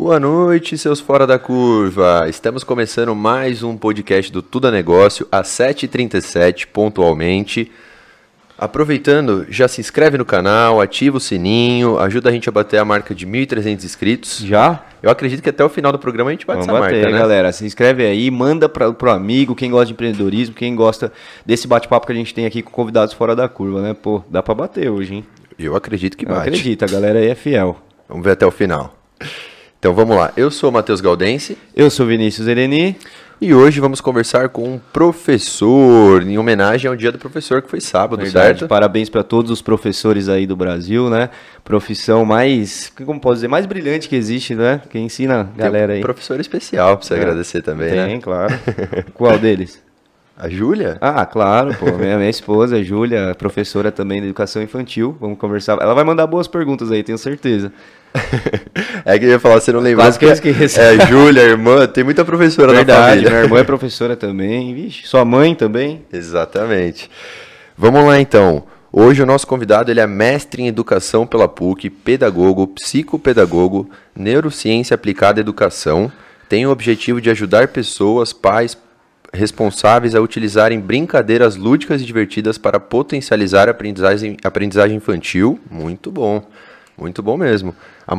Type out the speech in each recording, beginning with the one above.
Boa noite, seus fora da curva. Estamos começando mais um podcast do Tudo é Negócio, às 7h37, pontualmente. Aproveitando, já se inscreve no canal, ativa o sininho, ajuda a gente a bater a marca de 1.300 inscritos. Já? Eu acredito que até o final do programa a gente bate essa bater, marca, né? Galera, se inscreve aí, manda pro amigo, quem gosta de empreendedorismo, quem gosta desse bate-papo que a gente tem aqui com convidados fora da curva, né? Pô, dá pra bater hoje, hein? Eu acredito que bate. Eu acredito, a galera aí é fiel. Vamos ver até o final. Então vamos lá, eu sou o Matheus Galdense. Eu sou Vinícius Ereni. E hoje vamos conversar com um professor, em homenagem ao Dia do Professor, que foi sábado, Verdade, certo? parabéns para todos os professores aí do Brasil, né? Profissão mais, como posso dizer, mais brilhante que existe, né? Que ensina a galera aí. Tem um professor especial pra você agradecer também, né? Tem, claro. Qual deles? A Júlia? Ah, claro, pô. Minha esposa, a Júlia, professora também de educação infantil. Vamos conversar. Ela vai mandar boas perguntas aí, tenho certeza. É que eu ia falar, você não lembrou. Quase que eu esqueci. É, Júlia, irmã, tem muita professora na família. Minha irmã é professora também. Vixe, sua mãe também. Exatamente. Vamos lá então. Hoje o nosso convidado ele é mestre em educação pela PUC, pedagogo, psicopedagogo, neurociência aplicada à educação. Tem o objetivo de ajudar pessoas, pais, responsáveis a utilizarem brincadeiras lúdicas e divertidas para potencializar a aprendizagem infantil. Muito bom mesmo. É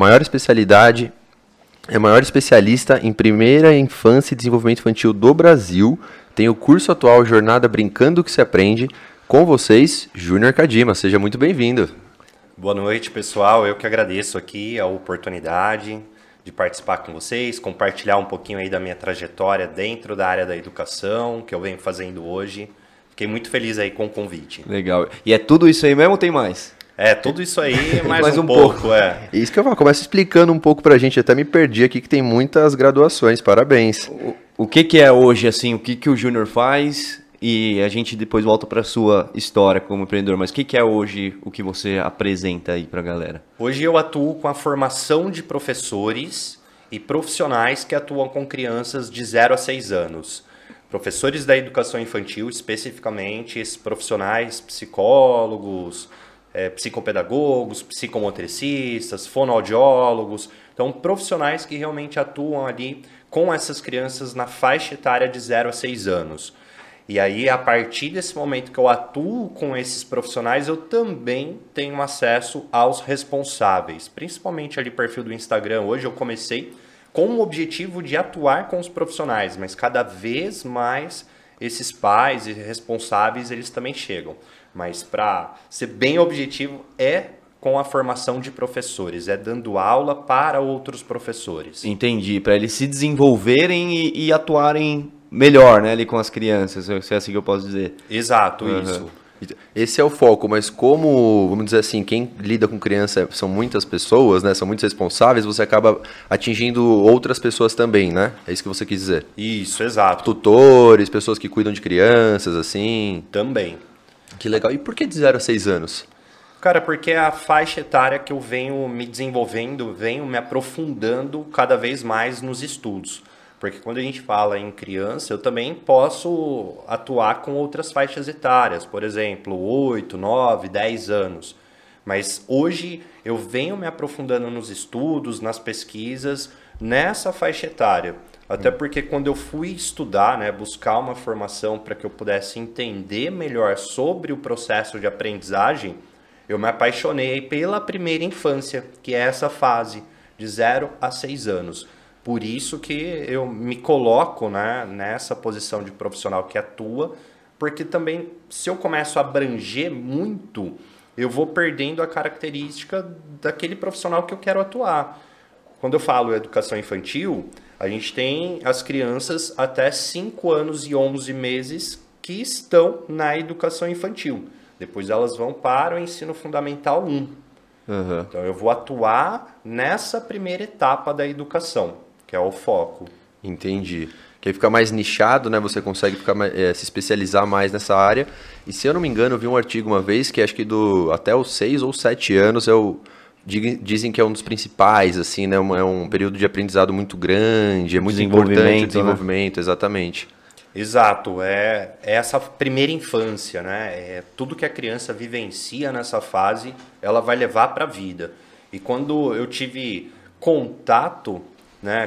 a maior especialista em primeira infância e desenvolvimento infantil do Brasil. Tem o curso atual Jornada Brincando que se Aprende. Com vocês, Júnior Kadima. Seja muito bem-vindo. Boa noite, pessoal. Eu que agradeço aqui a oportunidade de participar com vocês, compartilhar um pouquinho aí da minha trajetória dentro da área da educação, que eu venho fazendo hoje. Fiquei muito feliz aí com o convite. Legal. E é tudo isso aí mesmo ou tem mais? É, tudo isso aí, mais um pouco. É. Isso que eu falo, começa explicando um pouco pra gente, até me perdi aqui que tem muitas graduações, parabéns. O que é hoje, assim, o que o Júnior faz e a gente depois volta pra sua história como empreendedor, mas o que é hoje o que você apresenta aí pra galera? Hoje eu atuo com a formação de professores e profissionais que atuam com crianças de 0 a 6 anos. Professores da educação infantil, especificamente, esses profissionais, psicólogos, psicopedagogos, psicomotricistas, fonoaudiólogos, então profissionais que realmente atuam ali com essas crianças na faixa etária de 0 a 6 anos. E aí, a partir desse momento que eu atuo com esses profissionais, eu também tenho acesso aos responsáveis, principalmente ali perfil do Instagram. Hoje eu comecei com o objetivo de atuar com os profissionais, mas cada vez mais esses pais e responsáveis, eles também chegam. Mas para ser bem objetivo, é com a formação de professores, é dando aula para outros professores. Entendi, para eles se desenvolverem e atuarem melhor, né, ali com as crianças, se é assim que eu posso dizer. Exato, isso. Esse é o foco, mas como, vamos dizer assim, quem lida com criança são muitas pessoas, né, são muitos responsáveis, você acaba atingindo outras pessoas também, né? É isso que você quis dizer? Isso, exato. Tutores, pessoas que cuidam de crianças, assim. Também. Que legal. E por que de 0 a 6 anos? Cara, porque é a faixa etária que eu venho me desenvolvendo, venho me aprofundando cada vez mais nos estudos. Porque quando a gente fala em criança, eu também posso atuar com outras faixas etárias, por exemplo, 8, 9, 10 anos. Mas hoje eu venho me aprofundando nos estudos, nas pesquisas, nessa faixa etária. Até porque quando eu fui estudar, né, buscar uma formação para que eu pudesse entender melhor sobre o processo de aprendizagem, eu me apaixonei pela primeira infância, que é essa fase de 0 a 6 anos. Por isso que eu me coloco, né, nessa posição de profissional que atua, porque também se eu começo a abranger muito, eu vou perdendo a característica daquele profissional que eu quero atuar. Quando eu falo educação infantil, a gente tem as crianças até 5 anos e 11 meses que estão na educação infantil. Depois elas vão para o ensino fundamental 1. Então eu vou atuar nessa primeira etapa da educação, que é o foco. Entendi. Que aí fica mais nichado, né? Você consegue ficar se especializar mais nessa área. E se eu não me engano, eu vi um artigo uma vez que acho que até os 6 ou 7 anos dizem que é um dos principais, assim, né? É um período de aprendizado muito grande, é muito importante o desenvolvimento, né? Exatamente. Exato, é essa primeira infância, né? Tudo que a criança vivencia nessa fase, ela vai levar para a vida. E quando eu tive contato né,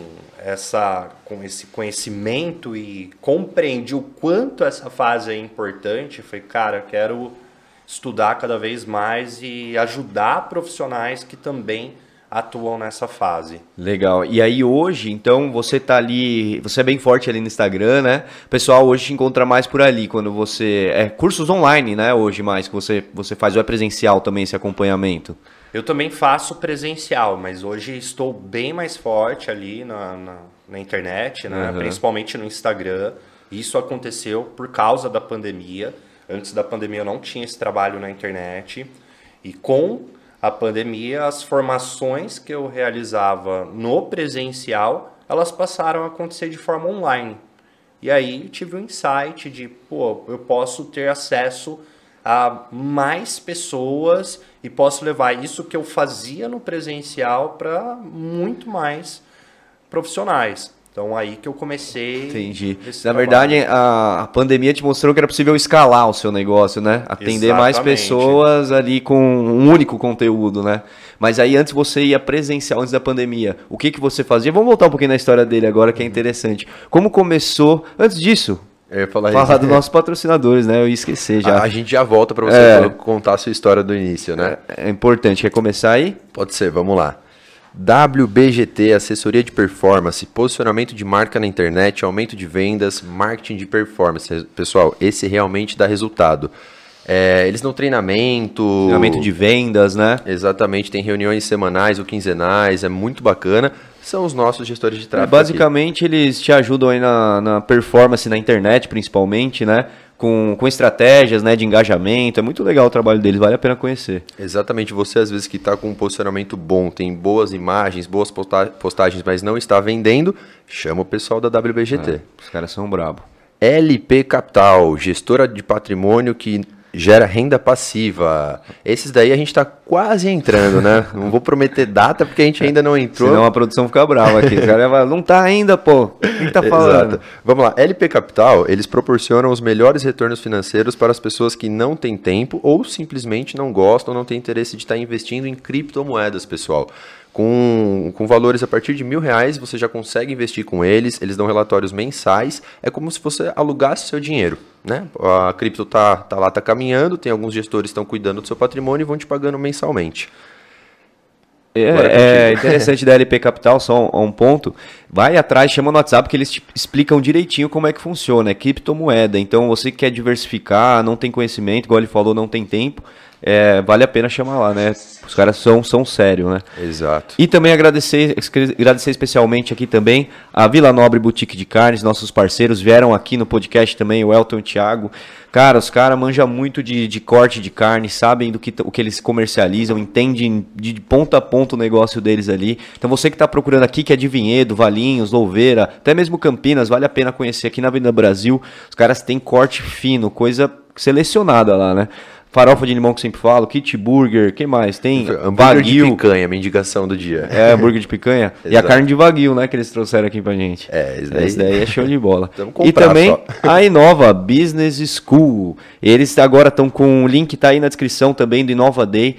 com esse conhecimento e compreendi o quanto essa fase é importante, falei, cara, quero estudar cada vez mais e ajudar profissionais que também atuam nessa fase. Legal. E aí hoje, então, você tá ali, você é bem forte ali no Instagram, né? O pessoal hoje te encontra mais por ali, quando você... cursos online, né, hoje mais, que você faz, ou é presencial também esse acompanhamento? Eu também faço presencial, mas hoje estou bem mais forte ali na internet, né? Principalmente no Instagram. Isso aconteceu por causa da pandemia. Antes da pandemia eu não tinha esse trabalho na internet. E com a pandemia, as formações que eu realizava no presencial, elas passaram a acontecer de forma online. E aí eu tive um insight de, eu posso ter acesso a mais pessoas e posso levar isso que eu fazia no presencial para muito mais profissionais. Então aí que eu comecei. Entendi. Na verdade, a pandemia te mostrou que era possível escalar o seu negócio, né? Atender mais pessoas ali com um único conteúdo, né? Mas aí antes você ia presencial, antes da pandemia. O que você fazia? Vamos voltar um pouquinho na história dele agora, que é interessante. Como começou? Antes disso, eu ia falar dos nossos patrocinadores, né? Eu ia esquecer já. A gente já volta para você contar a sua história do início, né? É importante. Quer começar aí? Pode ser, vamos lá. WBGT, assessoria de performance, posicionamento de marca na internet, aumento de vendas, marketing de performance. Pessoal, esse realmente dá resultado. Eles dão treinamento de vendas, né? Exatamente, tem reuniões semanais ou quinzenais, é muito bacana. São os nossos gestores de tráfego. Basicamente, eles te ajudam aí na performance na internet, principalmente, né? Com estratégias, né, de engajamento. É muito legal o trabalho deles, vale a pena conhecer. Exatamente, você às vezes que está com um posicionamento bom, tem boas imagens, boas postagens, mas não está vendendo, chama o pessoal da WBGT. Os caras são brabo. LP Capital, gestora de patrimônio que gera renda passiva. Esses daí a gente está quase entrando, né? Não vou prometer data porque a gente ainda não entrou. Senão a produção fica brava aqui. O cara vai, não tá ainda, pô. O que tá falando? Exato. Vamos lá. LP Capital, eles proporcionam os melhores retornos financeiros para as pessoas que não têm tempo ou simplesmente não gostam, não têm interesse de estar investindo em criptomoedas, pessoal. Com valores a partir de R$1.000, você já consegue investir com eles. Eles dão relatórios mensais. É como se você alugasse o seu dinheiro, né? A cripto tá lá, tá caminhando. Tem alguns gestores que estão cuidando do seu patrimônio e vão te pagando mensalmente. É interessante da LP Capital, só um ponto. Vai atrás, chama no WhatsApp que eles te explicam direitinho como é que funciona. É criptomoeda. Então você que quer diversificar, não tem conhecimento, igual ele falou, não tem tempo. Vale a pena chamar lá, né? Os caras são sérios, né? Exato. E também agradecer especialmente aqui também a Vila Nobre Boutique de Carnes, nossos parceiros, vieram aqui no podcast também, o Elton e o Thiago. Cara, os caras manjam muito de corte de carne, sabem o que eles comercializam, entendem de ponta a ponta o negócio deles ali. Então você que está procurando aqui, que é de Vinhedo, Valinhos, Louveira, até mesmo Campinas, vale a pena conhecer aqui na Avenida Brasil. Os caras têm corte fino, coisa selecionada lá, né? Farofa de limão que eu sempre falo, kit burger, que mais? Tem hambúrguer de picanha, minha indicação do dia. Hambúrguer de picanha. E a carne de wagyu, né, que eles trouxeram aqui pra gente. Esse daí é show de bola. E também a Inova Business School. Eles agora estão com o link, tá aí na descrição também do Inova Day.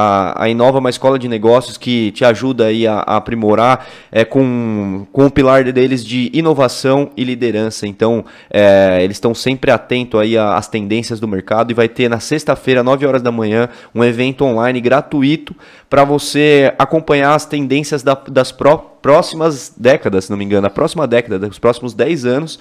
A Inova é uma escola de negócios que te ajuda aí a aprimorar com o pilar deles de inovação e liderança. Então, eles estão sempre atentos aí às tendências do mercado e vai ter na sexta-feira, 9 horas da manhã, um evento online gratuito para você acompanhar as tendências das próximas décadas, se não me engano, a próxima década, dos próximos 10 anos.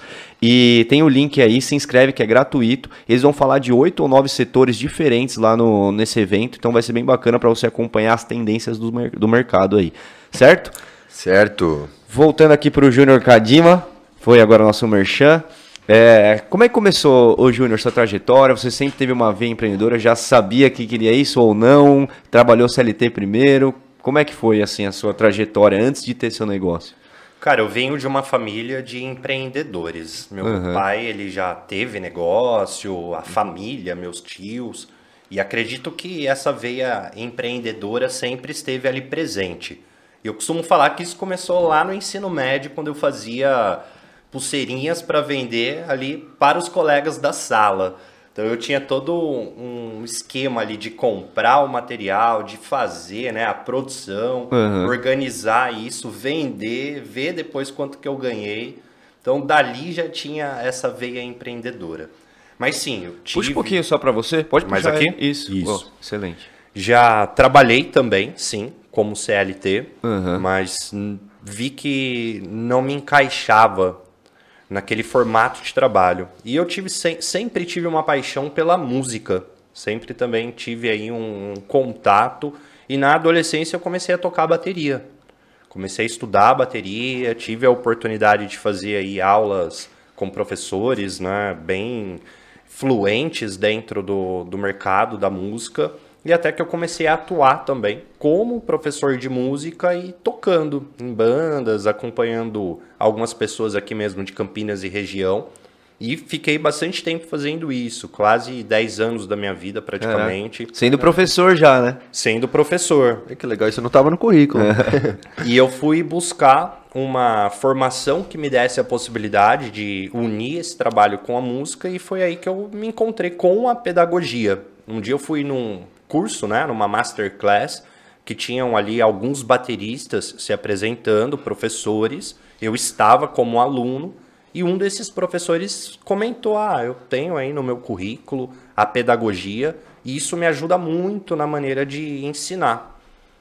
E tem o link aí, se inscreve que é gratuito. Eles vão falar de 8 ou 9 setores diferentes lá nesse evento, então vai ser bem bacana para você acompanhar as tendências do mercado aí, certo? Certo. Voltando aqui para o Júnior Kadima, foi agora o nosso merchan. Como é que começou, Júnior, sua trajetória? Você sempre teve uma veia empreendedora, já sabia que queria isso ou não? Trabalhou CLT primeiro? Como é que foi assim, a sua trajetória antes de ter seu negócio? Cara, eu venho de uma família de empreendedores. Meu pai, ele já teve negócio, a família, meus tios. E acredito que essa veia empreendedora sempre esteve ali presente. E eu costumo falar que isso começou lá no ensino médio, quando eu fazia pulseirinhas para vender ali para os colegas da sala. Então eu tinha todo um esquema ali de comprar o material, de fazer, né, a produção, organizar isso, vender, ver depois quanto que eu ganhei. Então dali já tinha essa veia empreendedora. Mas sim, eu tive... Puxa um pouquinho só para você, pode puxar mais aqui? Isso. Isso. Oh, excelente. Já trabalhei também, sim, como CLT, mas vi que não me encaixava naquele formato de trabalho. E eu sempre tive uma paixão pela música. Sempre também tive aí um contato. E na adolescência eu comecei a tocar bateria. Comecei a estudar bateria, tive a oportunidade de fazer aí aulas com professores, né, bem fluentes dentro do mercado da música. E até que eu comecei a atuar também como professor de música e tocando em bandas, acompanhando algumas pessoas aqui mesmo de Campinas e região. E fiquei bastante tempo fazendo isso, quase 10 anos da minha vida praticamente. Sendo professor já, né? Sendo professor. Que legal, isso não estava no currículo. E eu fui buscar uma formação que me desse a possibilidade de unir esse trabalho com a música e foi aí que eu me encontrei com a pedagogia. Um dia eu fui num curso, né, numa masterclass, que tinham ali alguns bateristas se apresentando, professores. Eu estava como aluno e um desses professores comentou: eu tenho aí no meu currículo a pedagogia e isso me ajuda muito na maneira de ensinar.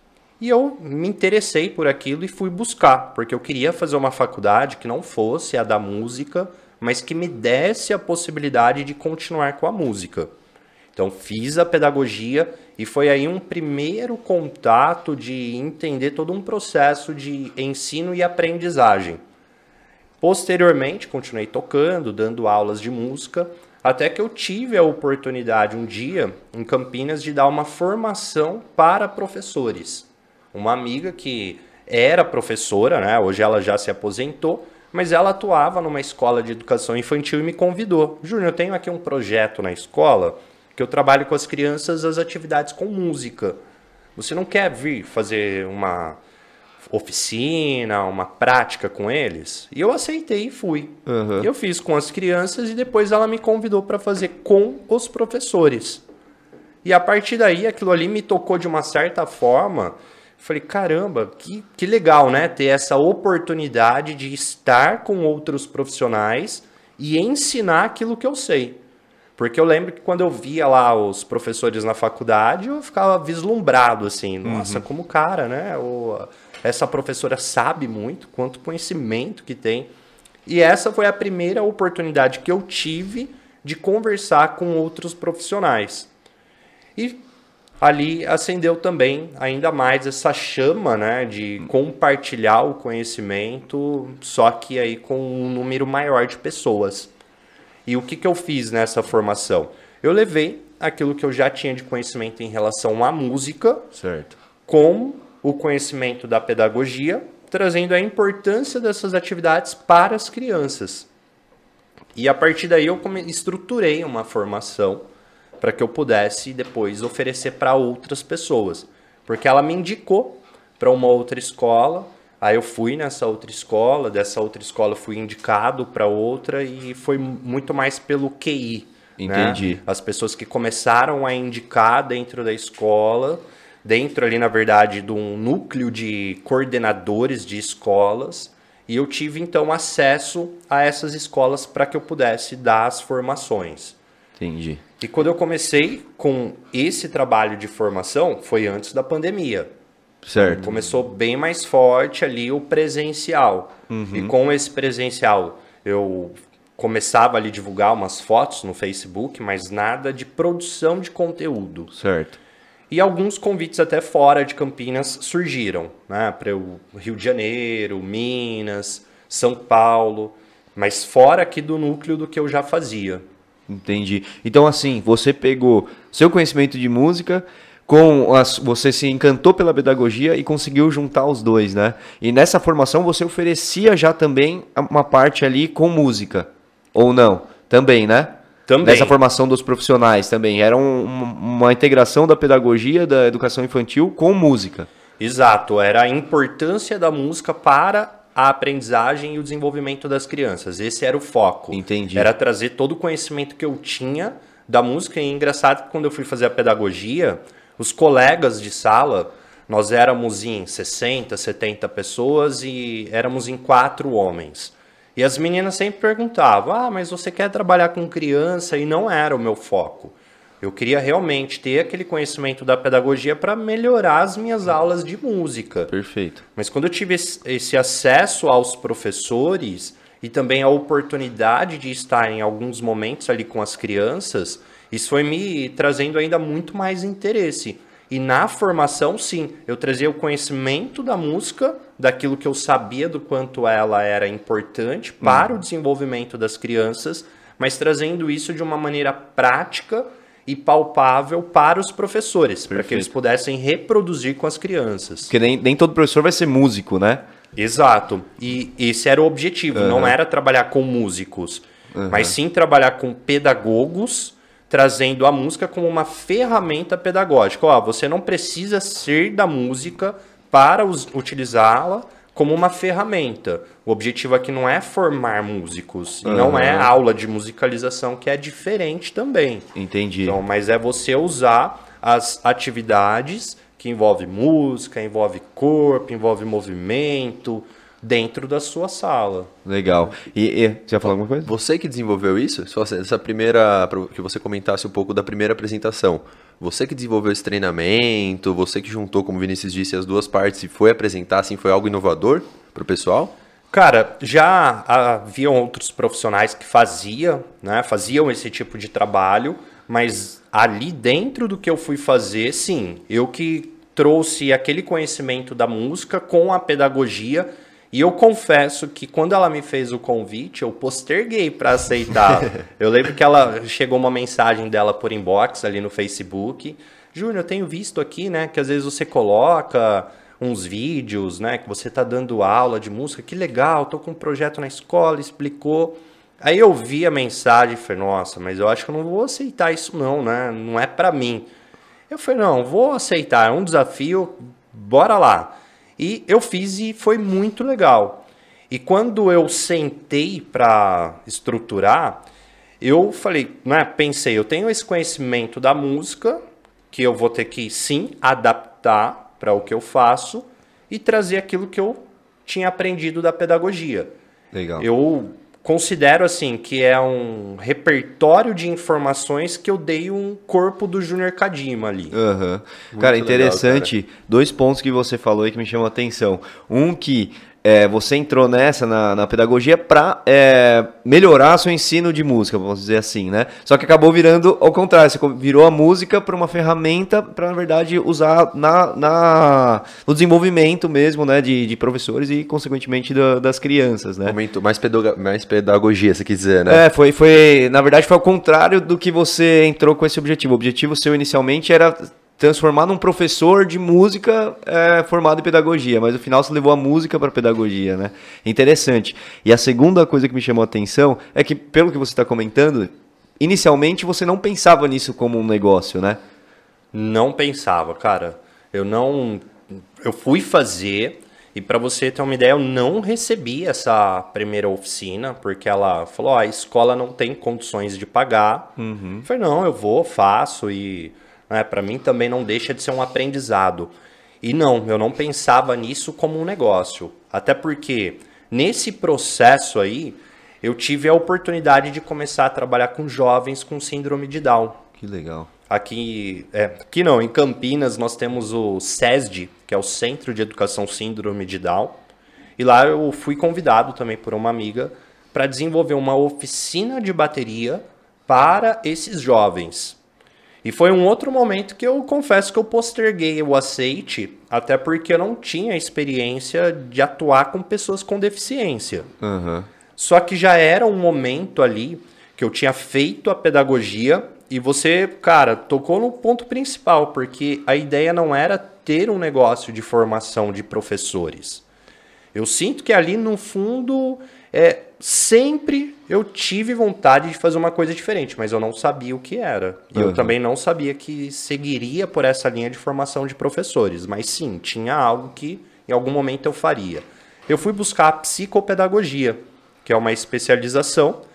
E eu me interessei por aquilo e fui buscar, porque eu queria fazer uma faculdade que não fosse a da música, mas que me desse a possibilidade de continuar com a música. Então fiz a pedagogia e foi aí um primeiro contato de entender todo um processo de ensino e aprendizagem. Posteriormente, continuei tocando, dando aulas de música, até que eu tive a oportunidade um dia, em Campinas, de dar uma formação para professores. Uma amiga que era professora, né? Hoje ela já se aposentou, mas ela atuava numa escola de educação infantil e me convidou. Júnior, eu tenho aqui um projeto na escola que eu trabalho com as crianças as atividades com música. Você não quer vir fazer uma oficina, uma prática com eles? E eu aceitei e fui. Eu fiz com as crianças e depois ela me convidou para fazer com os professores. E a partir daí, aquilo ali me tocou de uma certa forma. Falei, caramba, que legal, né? Ter essa oportunidade de estar com outros profissionais e ensinar aquilo que eu sei. Porque eu lembro que quando eu via lá os professores na faculdade, eu ficava vislumbrado, assim. Nossa, como cara, né? Essa professora sabe muito, quanto conhecimento que tem. E essa foi a primeira oportunidade que eu tive de conversar com outros profissionais. E ali acendeu também ainda mais essa chama, né, de compartilhar o conhecimento, só que aí com um número maior de pessoas. E o que eu fiz nessa formação? Eu levei aquilo que eu já tinha de conhecimento em relação à música, certo, com o conhecimento da pedagogia, trazendo a importância dessas atividades para as crianças. E a partir daí eu estruturei uma formação para que eu pudesse depois oferecer para outras pessoas. Porque ela me indicou para uma outra escola, aí eu fui nessa outra escola, dessa outra escola fui indicado para outra e foi muito mais pelo QI. Entendi. Né? As pessoas que começaram a indicar dentro da escola, dentro ali, na verdade, de um núcleo de coordenadores de escolas, e eu tive, então, acesso a essas escolas para que eu pudesse dar as formações. Entendi. E quando eu comecei com esse trabalho de formação, foi antes da pandemia. Certo. Começou bem mais forte ali o presencial. E com esse presencial, eu começava ali a divulgar umas fotos no Facebook, mas nada de produção de conteúdo. Certo. E alguns convites até fora de Campinas surgiram, né? Para o Rio de Janeiro, Minas, São Paulo, mas fora aqui do núcleo do que eu já fazia. Entendi. Então, assim, você pegou seu conhecimento de música, você se encantou pela pedagogia e conseguiu juntar os dois, né? E nessa formação você oferecia já também uma parte ali com música, ou não? Também, né? Também. Nessa formação dos profissionais também. Era uma integração da pedagogia, da educação infantil com música. Exato. Era a importância da música para a aprendizagem e o desenvolvimento das crianças. Esse era o foco. Entendi. Era trazer todo o conhecimento que eu tinha da música. E é engraçado que quando eu fui fazer a pedagogia, os colegas de sala, nós éramos em 60, 70 pessoas e éramos em 4 homens. E as meninas sempre perguntavam, mas você quer trabalhar com criança? E não era o meu foco. Eu queria realmente ter aquele conhecimento da pedagogia para melhorar as minhas aulas de música. Perfeito. Mas quando eu tive esse acesso aos professores e também a oportunidade de estar em alguns momentos ali com as crianças, isso foi me trazendo ainda muito mais interesse. E na formação, sim, eu trazia o conhecimento da música, daquilo que eu sabia do quanto ela era importante para o desenvolvimento das crianças, mas trazendo isso de uma maneira prática e palpável para os professores, para que eles pudessem reproduzir com as crianças. Porque nem todo professor vai ser músico, né? Exato. E esse era o objetivo, não era trabalhar com músicos, mas sim trabalhar com pedagogos, trazendo a música como uma ferramenta pedagógica. Você não precisa ser da música para utilizá-la como uma ferramenta. O objetivo aqui não é formar músicos, e não é aula de musicalização, que é diferente também. Entendi. Então, mas é você usar as atividades que envolvem música, envolve corpo, envolve movimento, dentro da sua sala. Legal. E você ia falar alguma coisa? Você que desenvolveu isso? Essa primeira, que você comentasse um pouco da primeira apresentação. Você que desenvolveu esse treinamento, você que juntou, como o Vinícius disse, as duas partes e foi apresentar, assim, foi algo inovador para o pessoal? Cara, já haviam outros profissionais que faziam esse tipo de trabalho, mas ali dentro do que eu fui fazer, sim, eu que trouxe aquele conhecimento da música com a pedagogia. E eu confesso que quando ela me fez o convite, eu posterguei para aceitar. Eu lembro que chegou uma mensagem dela por inbox ali no Facebook. Júnior, eu tenho visto aqui, né, que às vezes você coloca uns vídeos, né, que você tá dando aula de música. Que legal, tô com um projeto na escola, explicou. Aí eu vi a mensagem e falei, nossa, mas eu acho que eu não vou aceitar isso não, né? Não é para mim. Eu falei, não, vou aceitar, é um desafio, bora lá. E eu fiz e foi muito legal. E quando eu sentei para estruturar, eu falei, pensei, eu tenho esse conhecimento da música, que eu vou ter que, sim, adaptar para o que eu faço e trazer aquilo que eu tinha aprendido da pedagogia. Legal. Eu considero assim que é um repertório de informações que eu dei um corpo do Júnior Kadima ali. Cara, interessante. Legal, cara. 2 pontos que você falou aí que me chamam a atenção. Um que você entrou nessa na pedagogia para melhorar seu ensino de música, vamos dizer assim, né? Só que acabou virando ao contrário, você virou a música para uma ferramenta para, na verdade, usar no desenvolvimento mesmo, né, de professores e, consequentemente, das crianças, né? Momento mais pedagogia, você quis dizer, né? Na verdade, foi ao contrário do que você entrou com esse objetivo. O objetivo seu inicialmente era transformar num professor de música formado em pedagogia, mas no final você levou a música para a pedagogia, né? Interessante. E a segunda coisa que me chamou a atenção é que, pelo que você está comentando, inicialmente você não pensava nisso como um negócio, né? Não pensava, cara. Eu fui fazer, e para você ter uma ideia, eu não recebi essa primeira oficina, porque ela falou, a escola não tem condições de pagar. Eu falei, não, eu vou, faço e... para mim também não deixa de ser um aprendizado. E não, eu não pensava nisso como um negócio. Até porque nesse processo aí, eu tive a oportunidade de começar a trabalhar com jovens com síndrome de Down. Que legal. Aqui não, em Campinas nós temos o SESD, que é o Centro de Educação Síndrome de Down. E lá eu fui convidado também por uma amiga para desenvolver uma oficina de bateria para esses jovens. E foi um outro momento que eu confesso que eu posterguei o aceite, até porque eu não tinha experiência de atuar com pessoas com deficiência. Só que já era um momento ali que eu tinha feito a pedagogia e você, cara, tocou no ponto principal, porque a ideia não era ter um negócio de formação de professores. Eu sinto que ali, no fundo, sempre eu tive vontade de fazer uma coisa diferente, mas eu não sabia o que era. E eu também não sabia que seguiria por essa linha de formação de professores. Mas sim, tinha algo que em algum momento eu faria. Eu fui buscar a psicopedagogia, que é uma especialização,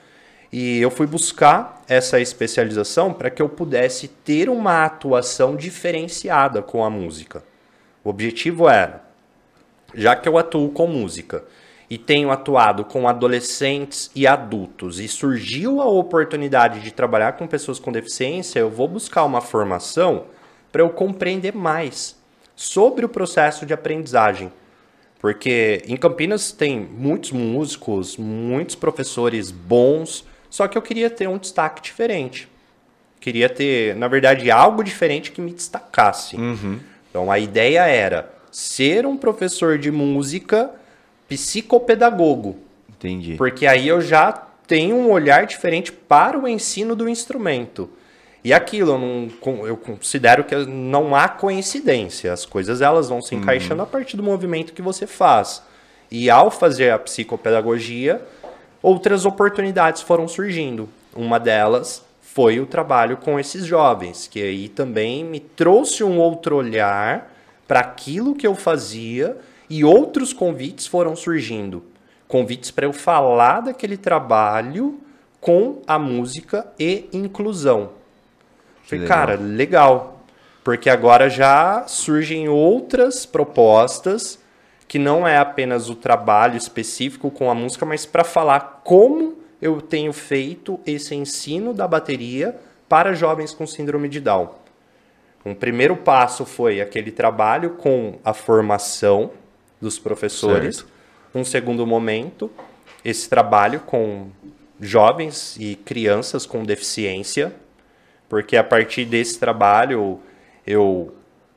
E eu fui buscar essa especialização para que eu pudesse ter uma atuação diferenciada com a música. O objetivo era, já que eu atuo com música e tenho atuado com adolescentes e adultos e surgiu a oportunidade de trabalhar com pessoas com deficiência, eu vou buscar uma formação para eu compreender mais sobre o processo de aprendizagem. Porque em Campinas tem muitos músicos, muitos professores bons, só que eu queria ter um destaque diferente. Queria ter, na verdade, algo diferente que me destacasse. Então a ideia era ser um professor de música psicopedagogo. Entendi. Porque aí eu já tenho um olhar diferente para o ensino do instrumento. E aquilo, eu considero que não há coincidência. As coisas elas vão se encaixando a partir do movimento que você faz. E ao fazer a psicopedagogia, outras oportunidades foram surgindo. Uma delas foi o trabalho com esses jovens, que aí também me trouxe um outro olhar para aquilo que eu fazia e outros convites foram surgindo. Convites para eu falar daquele trabalho com a música e inclusão. Falei, cara, legal, porque agora já surgem outras propostas que não é apenas o trabalho específico com a música, mas para falar como eu tenho feito esse ensino da bateria para jovens com síndrome de Down. Um primeiro passo foi aquele trabalho com a formação dos professores. Certo. Um segundo momento, esse trabalho com jovens e crianças com deficiência, porque a partir desse trabalho eu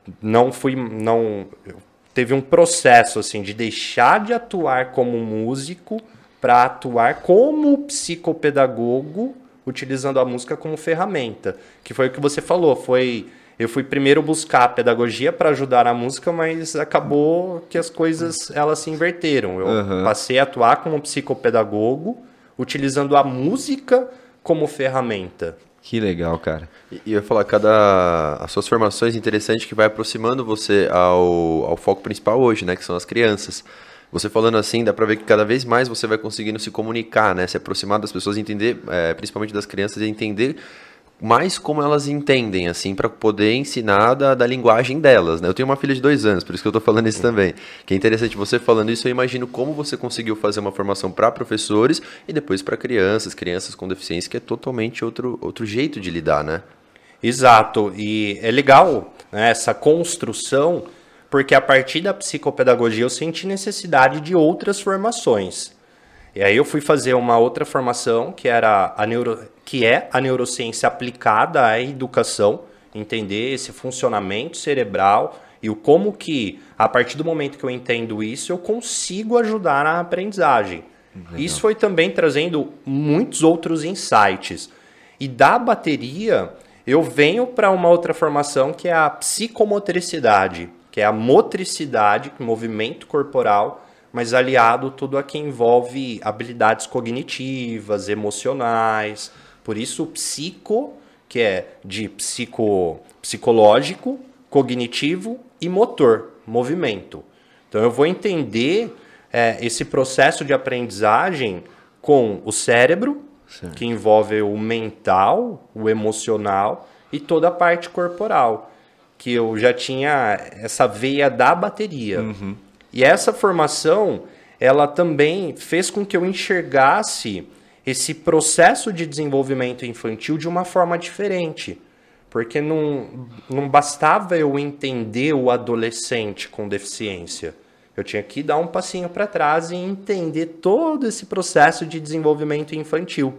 teve um processo assim de deixar de atuar como músico para atuar como psicopedagogo, utilizando a música como ferramenta, que foi o que você falou, eu fui primeiro buscar a pedagogia para ajudar a música, mas acabou que as coisas elas se inverteram. Eu passei a atuar como psicopedagogo, utilizando a música como ferramenta. Que legal, cara. E eu ia falar, as suas formações interessantes que vai aproximando você ao foco principal hoje, né? Que são as crianças. Você falando assim, dá pra ver que cada vez mais você vai conseguindo se comunicar, né? Se aproximar das pessoas, entender, principalmente das crianças, e entender mais como elas entendem, assim, para poder ensinar da linguagem delas, né? Eu tenho uma filha de 2 anos, por isso que eu tô falando isso também. Que é interessante, você falando isso, eu imagino como você conseguiu fazer uma formação para professores e depois para crianças com deficiência, que é totalmente outro jeito de lidar, né? Exato, e é legal, né, essa construção, porque a partir da psicopedagogia eu senti necessidade de outras formações. E aí eu fui fazer uma outra formação, que é a neurociência aplicada à educação, entender esse funcionamento cerebral e o como que, a partir do momento que eu entendo isso, eu consigo ajudar na aprendizagem. Legal. Isso foi também trazendo muitos outros insights. E da bateria, eu venho para uma outra formação, que é a psicomotricidade, que é a motricidade, movimento corporal, mas aliado tudo a que envolve habilidades cognitivas, emocionais. Por isso, o psico, que é de psicológico, cognitivo e motor, movimento. Então, eu vou entender esse processo de aprendizagem com o cérebro, certo, que envolve o mental, o emocional e toda a parte corporal, que eu já tinha essa veia da bateria. E essa formação, ela também fez com que eu enxergasse esse processo de desenvolvimento infantil de uma forma diferente. Porque não bastava eu entender o adolescente com deficiência. Eu tinha que dar um passinho para trás e entender todo esse processo de desenvolvimento infantil.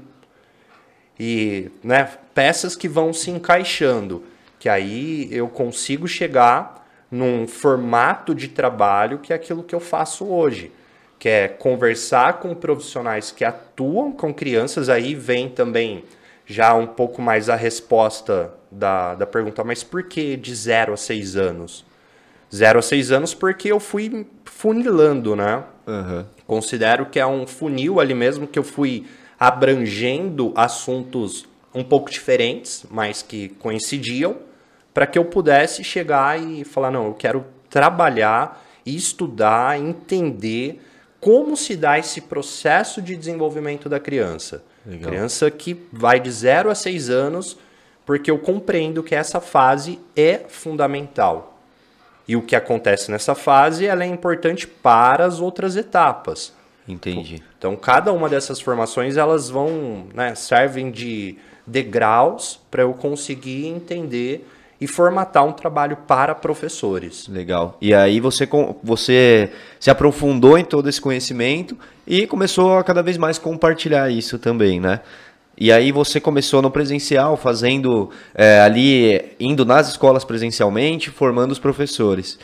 E, né, peças que vão se encaixando, que aí eu consigo chegar num formato de trabalho que é aquilo que eu faço hoje, que é conversar com profissionais que atuam com crianças. Aí vem também já um pouco mais a resposta da pergunta, mas por que de 0 a 6 anos? 0 a 6 anos porque eu fui funilando, né? Considero que é um funil ali mesmo, que eu fui abrangendo assuntos um pouco diferentes, mas que coincidiam, para que eu pudesse chegar e falar, não, eu quero trabalhar, estudar, entender como se dá esse processo de desenvolvimento da criança. Legal. Criança que vai de 0 a 6 anos, porque eu compreendo que essa fase é fundamental. E o que acontece nessa fase, ela é importante para as outras etapas. Entendi. Então, cada uma dessas formações, elas vão, né, servem de degraus para eu conseguir entender e formatar um trabalho para professores. Legal. E aí você se aprofundou em todo esse conhecimento e começou a cada vez mais compartilhar isso também, né? E aí você começou no presencial, fazendo ali, indo nas escolas presencialmente, formando os professores.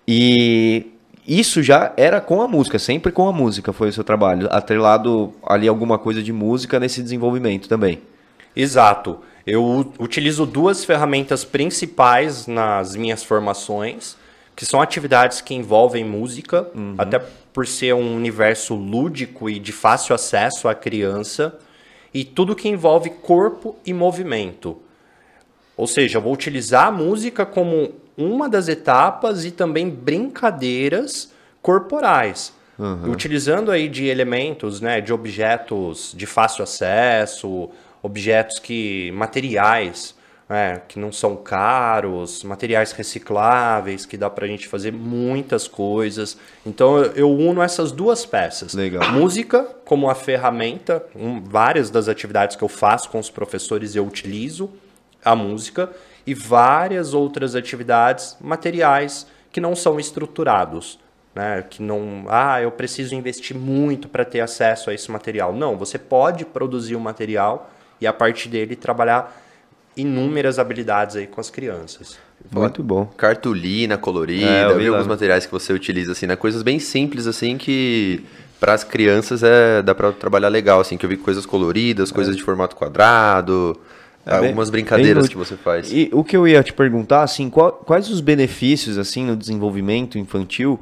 E isso já era com a música, sempre com a música foi o seu trabalho, atrelado ali alguma coisa de música nesse desenvolvimento também. Exato. Eu utilizo 2 ferramentas principais nas minhas formações, que são atividades que envolvem música, até por ser um universo lúdico e de fácil acesso à criança, e tudo que envolve corpo e movimento. Ou seja, eu vou utilizar a música como uma das etapas e também brincadeiras corporais. Utilizando aí de elementos, né, de objetos de fácil acesso, objetos materiais, né, que não são caros, materiais recicláveis, que dá pra gente fazer muitas coisas. Então eu uno essas 2 peças. Legal. Música como a ferramenta, várias das atividades que eu faço com os professores eu utilizo a música, e várias outras atividades materiais que não são estruturados. Né, que não, eu preciso investir muito para ter acesso a esse material. Não, você pode produzir um material e a partir dele trabalhar inúmeras habilidades aí com as crianças. Muito bom. Cartolina colorida, eu vi alguns materiais que você utiliza, assim, né? Coisas bem simples, assim, que para as crianças dá para trabalhar legal, assim, que eu vi coisas coloridas, coisas de formato quadrado, algumas brincadeiras que você faz. E o que eu ia te perguntar, assim, quais os benefícios, assim, no desenvolvimento infantil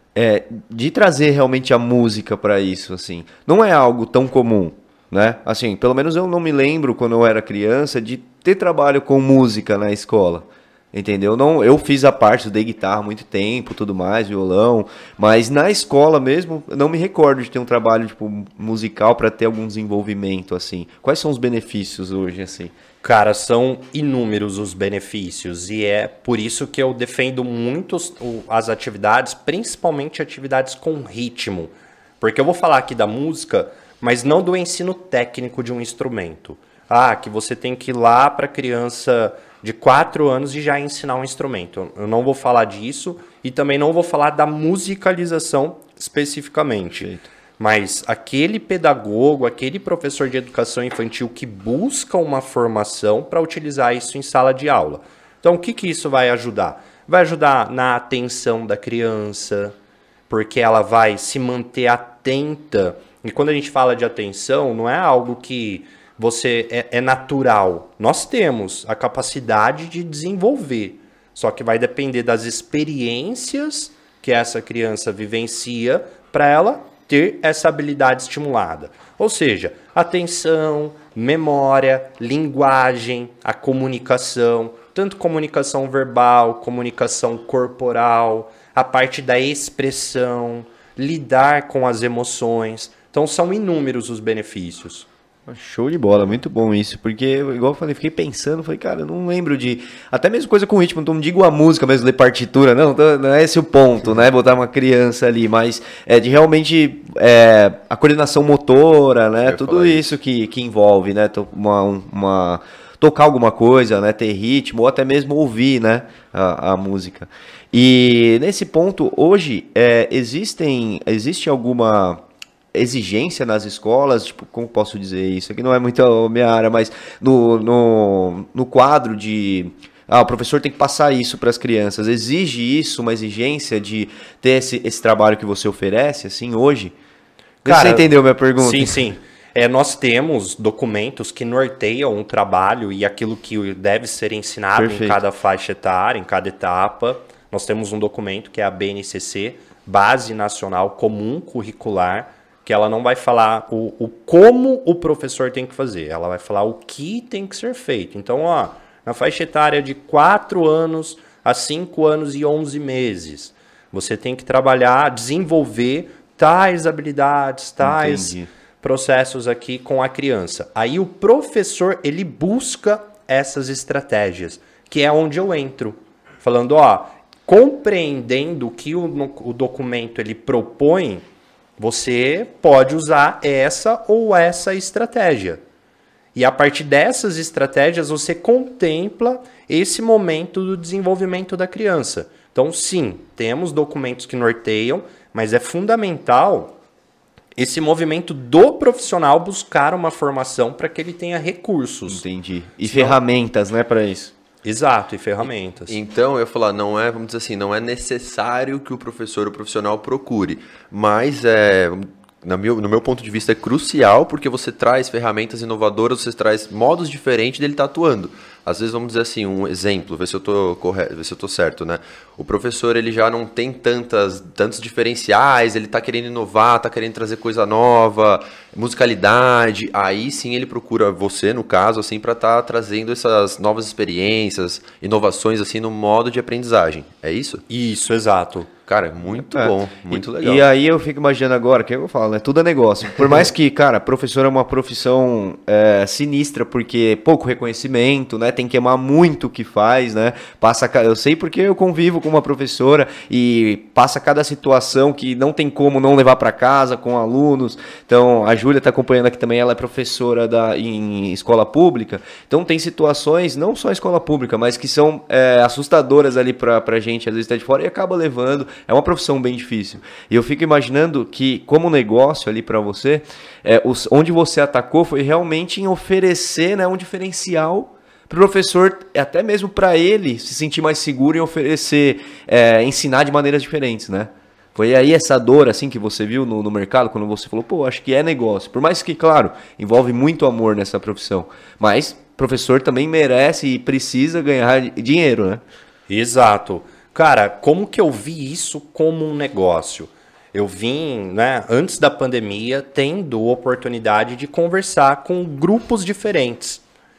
de trazer realmente a música para isso, assim? Não é algo tão comum, né? Assim, pelo menos eu não me lembro, quando eu era criança, de ter trabalho com música na escola, entendeu? Não, eu fiz a parte, dei guitarra há muito tempo, tudo mais, violão, mas na escola mesmo, não me recordo de ter um trabalho tipo musical para ter algum desenvolvimento, assim. Quais são os benefícios hoje, assim? Cara, são inúmeros os benefícios e é por isso que eu defendo muito as atividades, principalmente atividades com ritmo. Porque eu vou falar aqui da música, mas não do ensino técnico de um instrumento. Que você tem que ir lá para a criança de 4 anos e já ensinar um instrumento. Eu não vou falar disso e também não vou falar da musicalização especificamente. Perfeito. Mas aquele pedagogo, aquele professor de educação infantil que busca uma formação para utilizar isso em sala de aula. Então, o que isso vai ajudar? Vai ajudar na atenção da criança, porque ela vai se manter atenta. E quando a gente fala de atenção, não é algo que é natural. Nós temos a capacidade de desenvolver, só que vai depender das experiências que essa criança vivencia para ela ter essa habilidade estimulada. Ou seja, atenção, memória, linguagem, a comunicação, tanto comunicação verbal, comunicação corporal, a parte da expressão, lidar com as emoções. Então são inúmeros os benefícios. Show de bola, muito bom isso, porque, igual eu falei, fiquei pensando, falei, cara, eu não lembro de, até mesmo coisa com ritmo, não digo a música, mesmo ler partitura, não é esse o ponto, né, botar uma criança ali, mas de realmente a coordenação motora, né, tudo isso que envolve, né, tocar alguma coisa, né, ter ritmo, ou até mesmo ouvir, né, a música. E nesse ponto, hoje, existe alguma exigência nas escolas, tipo, como posso dizer isso? Aqui não é muito a minha área, mas no quadro de... o professor tem que passar isso para as crianças. Exige isso, uma exigência de ter esse trabalho que você oferece, assim, hoje? Cara, você entendeu minha pergunta? Sim, sim. Nós temos documentos que norteiam um trabalho e aquilo que deve ser ensinado Perfeito. Em cada faixa etária, em cada etapa. Nós temos um documento que é a BNCC, Base Nacional Comum Curricular, que ela não vai falar como o professor tem que fazer, ela vai falar o que tem que ser feito. Então, na faixa etária de 4 anos a 5 anos e 11 meses, você tem que trabalhar, desenvolver tais habilidades, tais processos aqui com a criança. Aí o professor, ele busca essas estratégias, que é onde eu entro, falando, compreendendo o que o documento ele propõe, você pode usar essa ou essa estratégia. E a partir dessas estratégias, você contempla esse momento do desenvolvimento da criança. Então, sim, temos documentos que norteiam, mas é fundamental esse movimento do profissional buscar uma formação para que ele tenha recursos. Entendi. E ferramentas, né, para isso. Exato, e ferramentas. Então, eu ia falar, não é, vamos dizer assim, não é necessário que o professor ou profissional procure, mas no meu ponto de vista, é crucial, porque você traz ferramentas inovadoras, você traz modos diferentes dele estar atuando. Às vezes, vamos dizer assim, um exemplo, ver se eu estou correto, ver se eu estou certo, né? O professor, ele já não tem tantos diferenciais, ele está querendo inovar, está querendo trazer coisa nova, musicalidade, aí sim ele procura você, no caso, assim, para estar trazendo essas novas experiências, inovações, assim, no modo de aprendizagem. É isso? Isso, exato. Cara, muito bom, muito legal. E aí eu fico imaginando agora, que eu falo, né? Tudo é negócio. Por mais que, cara, professor é uma profissão sinistra, porque pouco reconhecimento, né? Tem que amar muito o que faz, né? Eu sei porque eu convivo com uma professora e passa cada situação que não tem como não levar para casa com alunos. Então, a Júlia está acompanhando aqui também, ela é professora em escola pública. Então, tem situações, não só em escola pública, mas que são assustadoras ali pra gente, às vezes está de fora, e acaba levando. É uma profissão bem difícil. E eu fico imaginando que, como negócio ali para você, onde você atacou foi realmente em oferecer, né, um diferencial para o professor, até mesmo para ele se sentir mais seguro em oferecer, ensinar de maneiras diferentes, né? Foi aí essa dor assim que você viu no mercado, quando você falou, pô, acho que é negócio. Por mais que, claro, envolve muito amor nessa profissão. Mas professor também merece e precisa ganhar dinheiro, né? Exato. Cara, como que eu vi isso como um negócio? Eu vim, né, antes da pandemia, tendo oportunidade de conversar com grupos diferentes.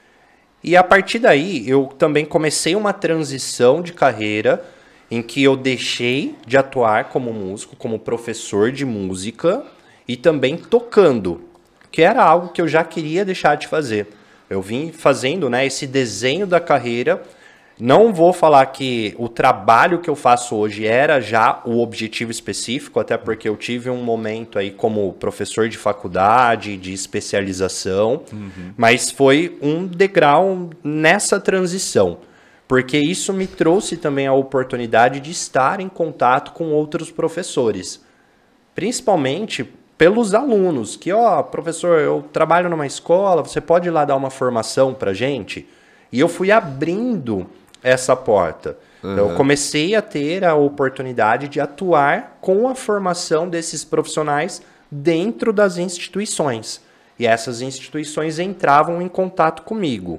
E a partir daí, eu também comecei uma transição de carreira em que eu deixei de atuar como músico, como professor de música e também tocando, que era algo que eu já queria deixar de fazer. Eu vim fazendo, né, esse desenho da carreira. Não vou falar que o trabalho que eu faço hoje era já o objetivo específico, até porque eu tive um momento aí como professor de faculdade, de especialização, mas foi um degrau nessa transição, porque isso me trouxe também a oportunidade de estar em contato com outros professores, principalmente pelos alunos, que, professor, eu trabalho numa escola, você pode ir lá dar uma formação pra gente? E eu fui abrindo essa porta. Então, eu comecei a ter a oportunidade de atuar com a formação desses profissionais dentro das instituições. E essas instituições entravam em contato comigo.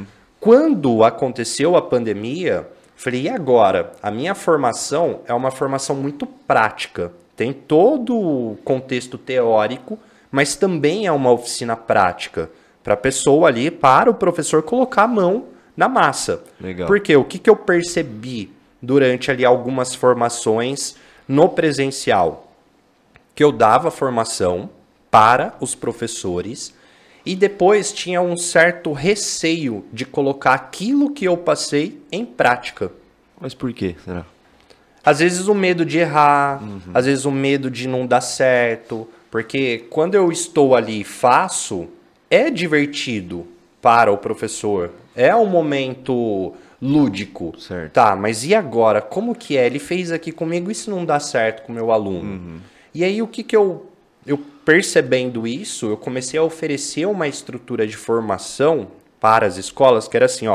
Quando aconteceu a pandemia, falei, e agora? A minha formação é uma formação muito prática. Tem todo o contexto teórico, mas também é uma oficina prática. Para a pessoa ali, para o professor colocar a mão na massa. Legal. Porque o que eu percebi durante ali algumas formações no presencial? Que eu dava formação para os professores e depois tinha um certo receio de colocar aquilo que eu passei em prática. Mas por quê, será? Às vezes o medo de errar, às vezes o medo de não dar certo, porque quando eu estou ali e faço, é divertido para o professor. É um momento lúdico. Certo. Tá, mas e agora? Como que é? Ele fez aqui comigo, e se não dá certo com o meu aluno? E aí o que eu percebendo isso, eu comecei a oferecer uma estrutura de formação para as escolas, que era assim,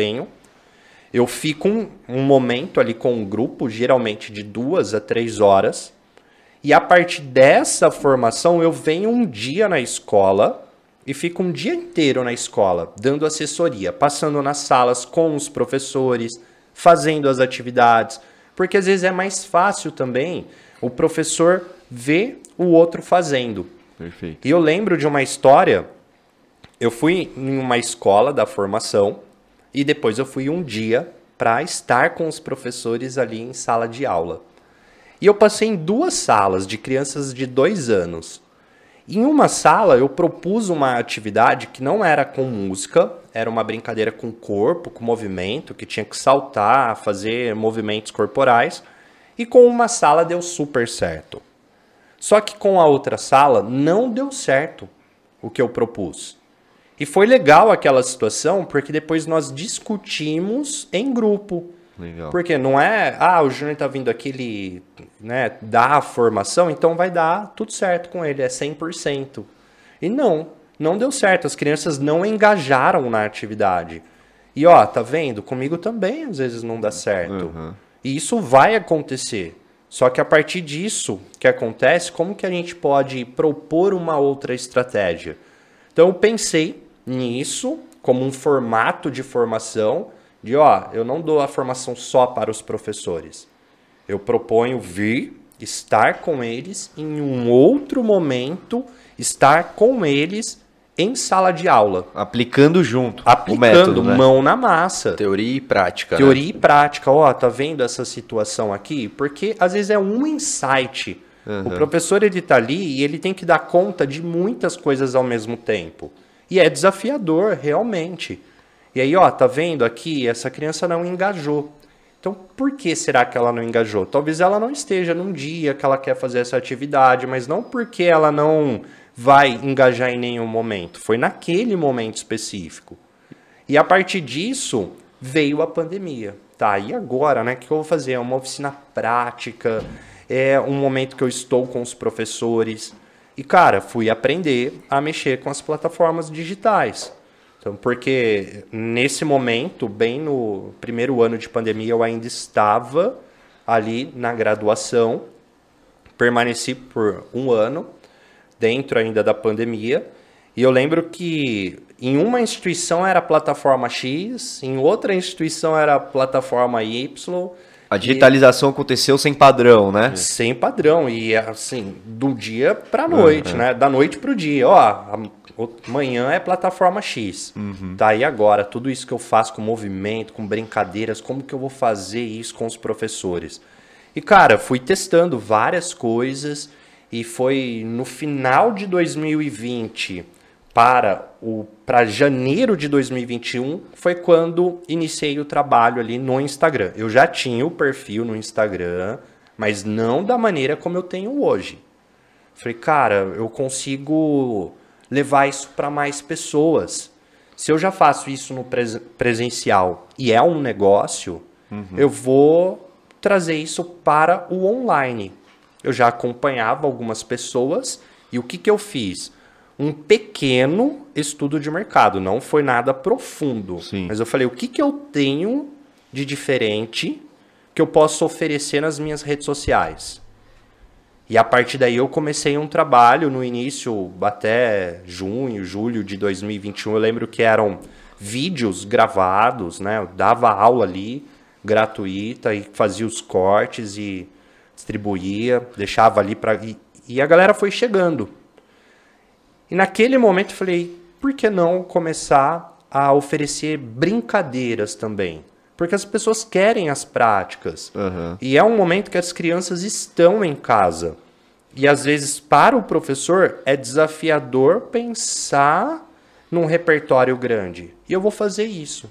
eu fico um momento ali com um grupo, geralmente de 2 a 3 horas, e a partir dessa formação eu venho um dia na escola e fico um dia inteiro na escola, dando assessoria, passando nas salas com os professores, fazendo as atividades, porque às vezes é mais fácil também o professor ver o outro fazendo. Perfeito. E eu lembro de uma história, eu fui em uma escola da formação e depois eu fui um dia para estar com os professores ali em sala de aula. E eu passei em 2 salas de crianças de 2 anos. Em uma sala, eu propus uma atividade que não era com música, era uma brincadeira com o corpo, com movimento, que tinha que saltar, fazer movimentos corporais. E com uma sala deu super certo. Só que com a outra sala não deu certo o que eu propus. E foi legal aquela situação, porque depois nós discutimos em grupo. Legal. Porque não é, o Júnior tá vindo aqui, ele, né, dá a formação, então vai dar tudo certo com ele, é 100%. E não deu certo, as crianças não engajaram na atividade. E ó, tá vendo? Comigo também às vezes não dá certo. E isso vai acontecer. Só que a partir disso que acontece, como que a gente pode propor uma outra estratégia? Então eu pensei nisso como um formato de formação, de eu não dou a formação só para os professores. Eu proponho vir, estar com eles em um outro momento, estar com eles em sala de aula. Aplicando junto. Aplicando, o método, né? Mão na massa. Teoria e prática. Teoria e prática. Tá vendo essa situação aqui? Porque às vezes é um insight. O professor, ele tá ali e ele tem que dar conta de muitas coisas ao mesmo tempo. E é desafiador, realmente. E aí, tá vendo aqui? Essa criança não engajou. Então, por que será que ela não engajou? Talvez ela não esteja num dia que ela quer fazer essa atividade, mas não porque ela não vai engajar em nenhum momento. Foi naquele momento específico. E a partir disso, veio a pandemia. Tá, e agora, né? O que eu vou fazer? É uma oficina prática, é um momento que eu estou com os professores. E, cara, fui aprender a mexer com as plataformas digitais. Então, porque nesse momento, bem no primeiro ano de pandemia, eu ainda estava ali na graduação, permaneci por 1 ano, dentro ainda da pandemia, e eu lembro que em uma instituição era a plataforma X, em outra instituição era a plataforma Y. A digitalização aconteceu sem padrão, né? Sem padrão, e assim, do dia para a noite, né? Da noite para o dia. Amanhã é plataforma X. Tá, e agora? Tudo isso que eu faço com movimento, com brincadeiras, como que eu vou fazer isso com os professores? E, cara, fui testando várias coisas e foi no final de 2020 para janeiro de 2021 foi quando iniciei o trabalho ali no Instagram. Eu já tinha o perfil no Instagram, mas não da maneira como eu tenho hoje. Falei, cara, eu consigo levar isso para mais pessoas. Se eu já faço isso no presencial e é um negócio, eu vou trazer isso para o online. Eu já acompanhava algumas pessoas e o que eu fiz? Um pequeno estudo de mercado, não foi nada profundo. Sim. Mas eu falei, o que eu tenho de diferente que eu posso oferecer nas minhas redes sociais? E a partir daí eu comecei um trabalho no início, até junho, julho de 2021. Eu lembro que eram vídeos gravados, né? Eu dava aula ali, gratuita, e fazia os cortes e distribuía, deixava ali para... E a galera foi chegando. E naquele momento eu falei, por que não começar a oferecer brincadeiras também? Porque as pessoas querem as práticas. E é um momento que as crianças estão em casa. E às vezes para o professor é desafiador pensar num repertório grande. E eu vou fazer isso.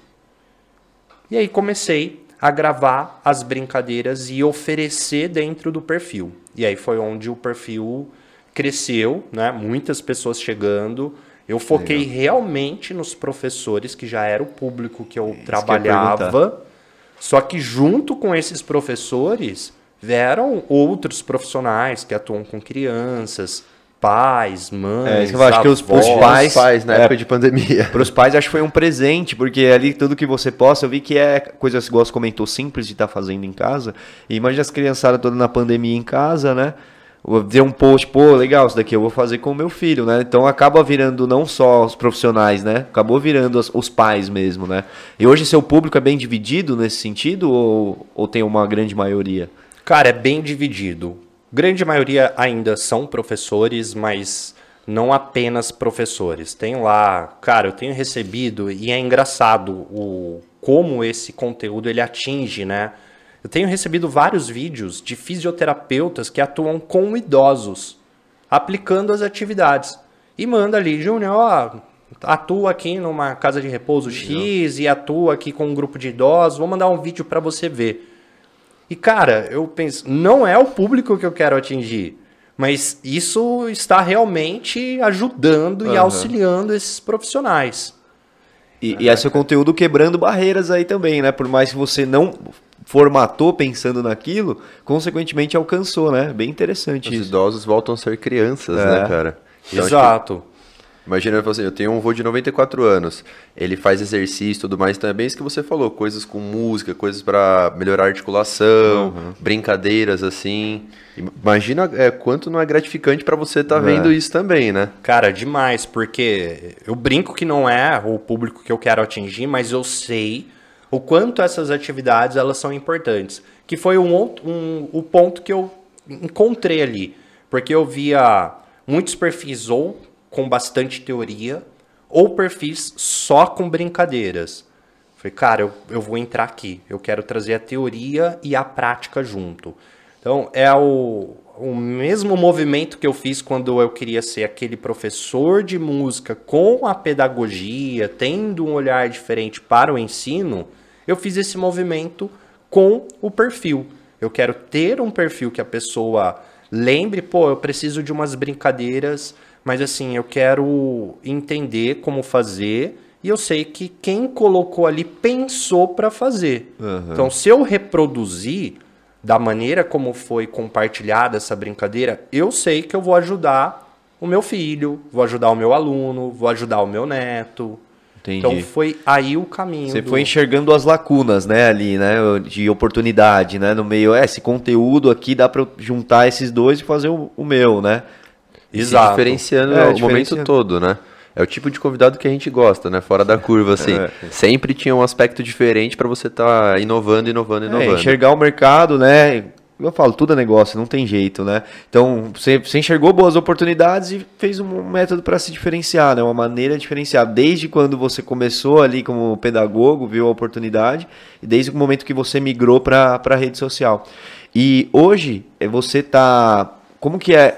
E aí comecei a gravar as brincadeiras e oferecer dentro do perfil. E aí foi onde o perfil cresceu, né? Muitas pessoas chegando. Eu foquei realmente nos professores, que já era o público que eu trabalhava. Só que junto com esses professores, vieram outros profissionais que atuam com crianças, pais, mães, eu acho que os pais na época de pandemia. Para os pais, acho que foi um presente, porque ali tudo que você posta, eu vi que é coisa, igual você comentou, simples de estar fazendo em casa. E imagina as criançadas todas na pandemia em casa, né? Ver um post, legal, isso daqui eu vou fazer com o meu filho, né? Então acaba virando não só os profissionais, né? Acabou virando os pais mesmo, né? E hoje seu público é bem dividido nesse sentido ou tem uma grande maioria? Cara, é bem dividido. Grande maioria ainda são professores, mas não apenas professores. Tem lá, cara, eu tenho recebido, e é engraçado como esse conteúdo ele atinge, né? Eu tenho recebido vários vídeos de fisioterapeutas que atuam com idosos, aplicando as atividades. E manda ali, Júnior, ó, atua aqui numa casa de repouso X e atua aqui com um grupo de idosos, vou mandar um vídeo para você ver. E, cara, eu penso, não é o público que eu quero atingir, mas isso está realmente ajudando e auxiliando esses profissionais. E é seu conteúdo quebrando barreiras aí também, né? Por mais que você não formatou pensando naquilo, consequentemente alcançou, né? Bem interessante isso. Os idosos voltam a ser crianças, né, cara? Então, exato. Imagina, assim, eu tenho um vô de 94 anos, ele faz exercício e tudo mais, então é bem isso que você falou, coisas com música, coisas para melhorar a articulação, brincadeiras assim. Imagina quanto não é gratificante para você estar vendo isso também, né? Cara, demais, porque eu brinco que não é o público que eu quero atingir, mas eu sei o quanto essas atividades elas são importantes. Que foi o ponto que eu encontrei ali, porque eu via muitos perfis ou com bastante teoria, ou perfis só com brincadeiras. Falei, cara, eu vou entrar aqui. Eu quero trazer a teoria e a prática junto. Então, é o mesmo movimento que eu fiz quando eu queria ser aquele professor de música com a pedagogia, tendo um olhar diferente para o ensino, eu fiz esse movimento com o perfil. Eu quero ter um perfil que a pessoa lembre, pô, eu preciso de umas brincadeiras, mas assim, eu quero entender como fazer e eu sei que quem colocou ali pensou para fazer. Então, se eu reproduzir da maneira como foi compartilhada essa brincadeira, eu sei que eu vou ajudar o meu filho, vou ajudar o meu aluno, vou ajudar o meu neto. Entendi. Então, foi aí o caminho. Você foi enxergando as lacunas, né, ali, né, de oportunidade, né, no meio, esse conteúdo aqui dá para juntar esses dois e fazer o meu, né? Exato. Se diferenciando o momento todo, né? É o tipo de convidado que a gente gosta, né? Fora da curva, assim. Sempre tinha um aspecto diferente para você estar inovando. Enxergar o mercado, né? Eu falo, tudo é negócio, não tem jeito, né? Então, você enxergou boas oportunidades e fez um método para se diferenciar, né? Uma maneira de diferenciar. Desde quando você começou ali como pedagogo, viu a oportunidade, e desde o momento que você migrou para a rede social. E hoje, você está... Como que é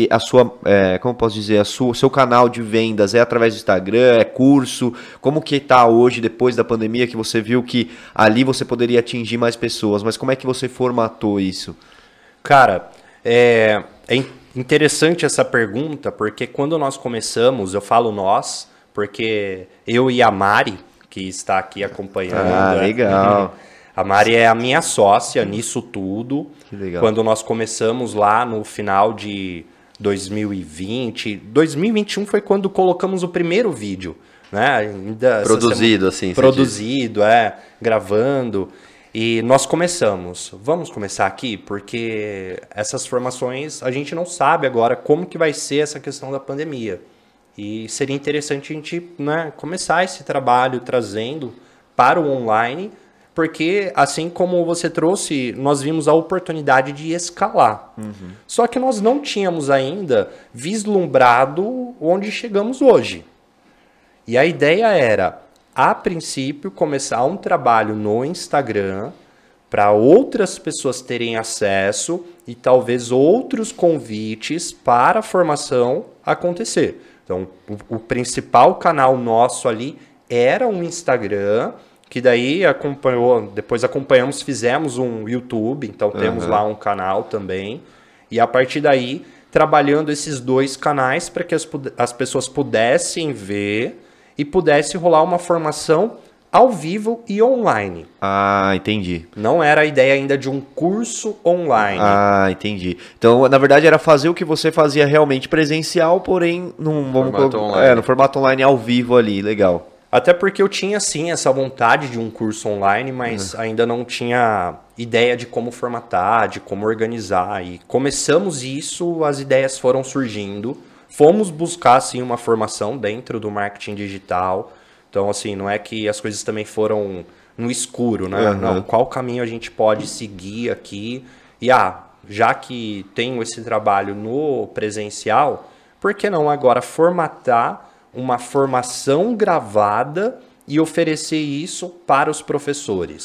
como posso dizer, o seu canal de vendas? É através do Instagram, é curso? Como que está hoje, depois da pandemia, que você viu que ali você poderia atingir mais pessoas? Mas como é que você formatou isso? Cara, é interessante essa pergunta, porque quando nós começamos, eu falo nós, porque eu e a Mari, que está aqui acompanhando... Ah, legal. A Mari é a minha sócia nisso tudo. Que legal. Quando nós começamos lá no final de 2020, 2021 foi quando colocamos o primeiro vídeo, né? Ainda produzido, assim. Produzido, gravando. E nós começamos. Vamos começar aqui, porque essas formações, a gente não sabe agora como que vai ser essa questão da pandemia. E seria interessante a gente, né, começar esse trabalho trazendo para o online, porque, assim como você trouxe, nós vimos a oportunidade de escalar. Só que nós não tínhamos ainda vislumbrado onde chegamos hoje. E a ideia era, a princípio, começar um trabalho no Instagram para outras pessoas terem acesso e talvez outros convites para a formação acontecer. Então, o principal canal nosso ali era um Instagram, que daí depois acompanhamos, fizemos um YouTube, então temos lá um canal também. E a partir daí, trabalhando esses dois canais para que as pessoas pudessem ver e pudesse rolar uma formação ao vivo e online. Ah, entendi. Não era a ideia ainda de um curso online. Ah, entendi. Então, na verdade, era fazer o que você fazia realmente presencial, porém no formato online ao vivo ali, legal. Até porque eu tinha, sim, essa vontade de um curso online, mas ainda não tinha ideia de como formatar, de como organizar. E começamos isso, as ideias foram surgindo. Fomos buscar, sim, uma formação dentro do marketing digital. Então, assim, não é que as coisas também foram no escuro, né? Não, qual caminho a gente pode seguir aqui? E, já que tenho esse trabalho no presencial, por que não agora formatar uma formação gravada e oferecer isso para os professores?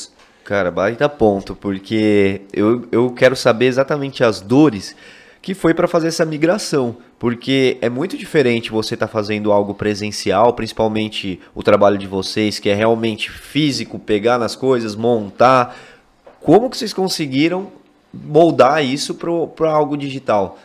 Cara, baita ponto, porque eu quero saber exatamente as dores que foi para fazer essa migração, porque é muito diferente você estar fazendo algo presencial, principalmente o trabalho de vocês, que é realmente físico, pegar nas coisas, montar. Como que vocês conseguiram moldar isso para algo digital?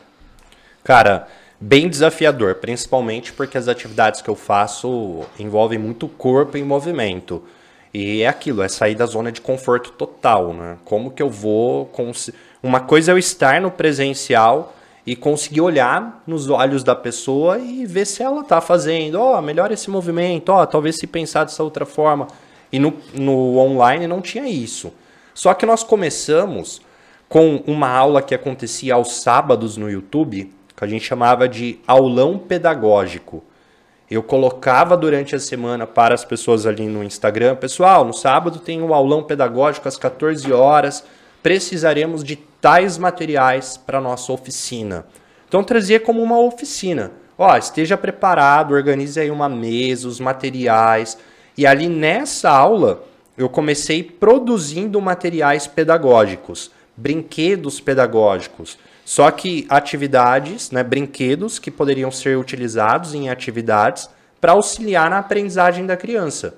Cara, bem desafiador, principalmente porque as atividades que eu faço envolvem muito corpo em movimento. E é aquilo, é sair da zona de conforto total, né? Como que eu vou... Uma coisa é eu estar no presencial e conseguir olhar nos olhos da pessoa e ver se ela está fazendo, melhora esse movimento, talvez se pensar dessa outra forma. E no online não tinha isso. Só que nós começamos com uma aula que acontecia aos sábados no YouTube, que a gente chamava de aulão pedagógico. Eu colocava durante a semana para as pessoas ali no Instagram, pessoal, no sábado tem um aulão pedagógico às 14 horas, precisaremos de tais materiais para a nossa oficina. Então trazia como uma oficina. Esteja preparado, organize aí uma mesa, os materiais. E ali nessa aula eu comecei produzindo materiais pedagógicos, brinquedos pedagógicos. Só que atividades, né, brinquedos que poderiam ser utilizados em atividades para auxiliar na aprendizagem da criança.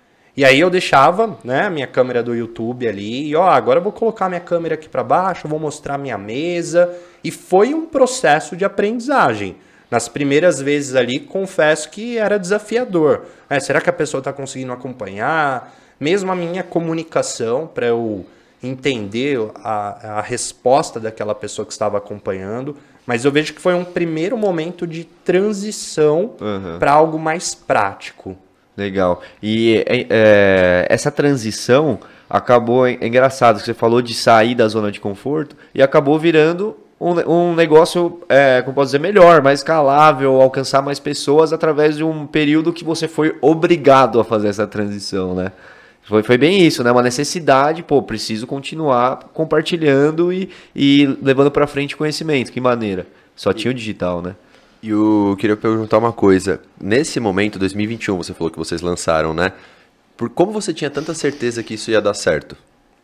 E aí eu deixava, né, a minha câmera do YouTube ali, e agora eu vou colocar minha câmera aqui para baixo, vou mostrar minha mesa. E foi um processo de aprendizagem. Nas primeiras vezes ali, confesso que era desafiador. Será que a pessoa está conseguindo acompanhar? Mesmo a minha comunicação, para eu entender a resposta daquela pessoa que estava acompanhando, mas eu vejo que foi um primeiro momento de transição para algo mais prático. Legal. E essa transição acabou, é engraçado, que você falou de sair da zona de conforto e acabou virando um negócio, como posso dizer, melhor, mais escalável, alcançar mais pessoas através de um período que você foi obrigado a fazer essa transição, né? Foi bem isso, né? Uma necessidade, preciso continuar compartilhando e levando para frente conhecimento. Que maneira. Só tinha o digital, né? E eu queria perguntar uma coisa. Nesse momento, 2021, você falou que vocês lançaram, né? Como você tinha tanta certeza que isso ia dar certo?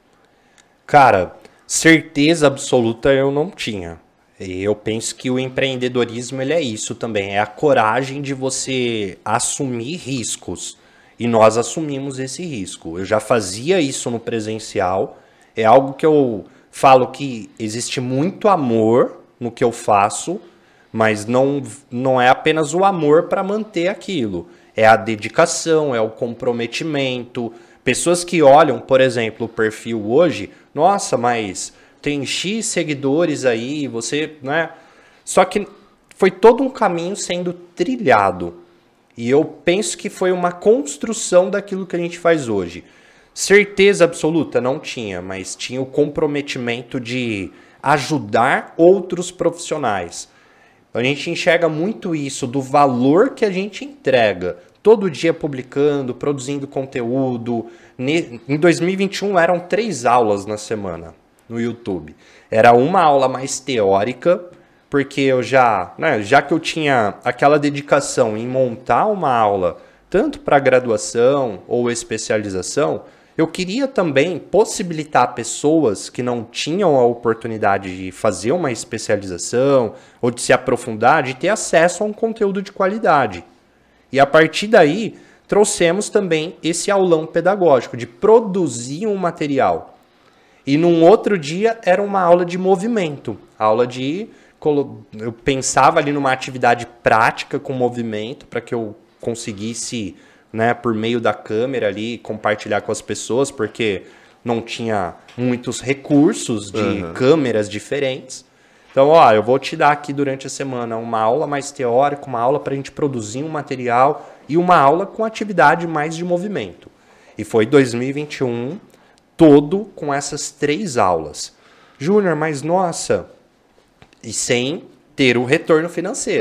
Cara, certeza absoluta eu não tinha. E eu penso que o empreendedorismo ele é isso também. É a coragem de você assumir riscos. E nós assumimos esse risco. Eu já fazia isso no presencial. É algo que eu falo que existe muito amor no que eu faço, mas não é apenas o amor para manter aquilo. É a dedicação, é o comprometimento. Pessoas que olham, por exemplo, o perfil hoje, nossa, mas tem X seguidores aí, você, né? Só que foi todo um caminho sendo trilhado. E eu penso que foi uma construção daquilo que a gente faz hoje. Certeza absoluta não tinha, mas tinha o comprometimento de ajudar outros profissionais. A gente enxerga muito isso do valor que a gente entrega. Todo dia publicando, produzindo conteúdo. Em 2021 eram 3 aulas na semana no YouTube. Era uma aula mais teórica, porque eu já que eu tinha aquela dedicação em montar uma aula, tanto para graduação ou especialização, eu queria também possibilitar pessoas que não tinham a oportunidade de fazer uma especialização ou de se aprofundar, de ter acesso a um conteúdo de qualidade. E a partir daí, trouxemos também esse aulão pedagógico, de produzir um material. E num outro dia era uma aula de movimento, aula de... Eu pensava ali numa atividade prática com movimento para que eu conseguisse, né, por meio da câmera ali, compartilhar com as pessoas, porque não tinha muitos recursos de câmeras diferentes. Então, eu vou te dar aqui durante a semana uma aula mais teórica, uma aula para a gente produzir um material e uma aula com atividade mais de movimento. E foi 2021 todo com essas 3 aulas. Júnior, mas nossa... E sem ter o retorno financeiro.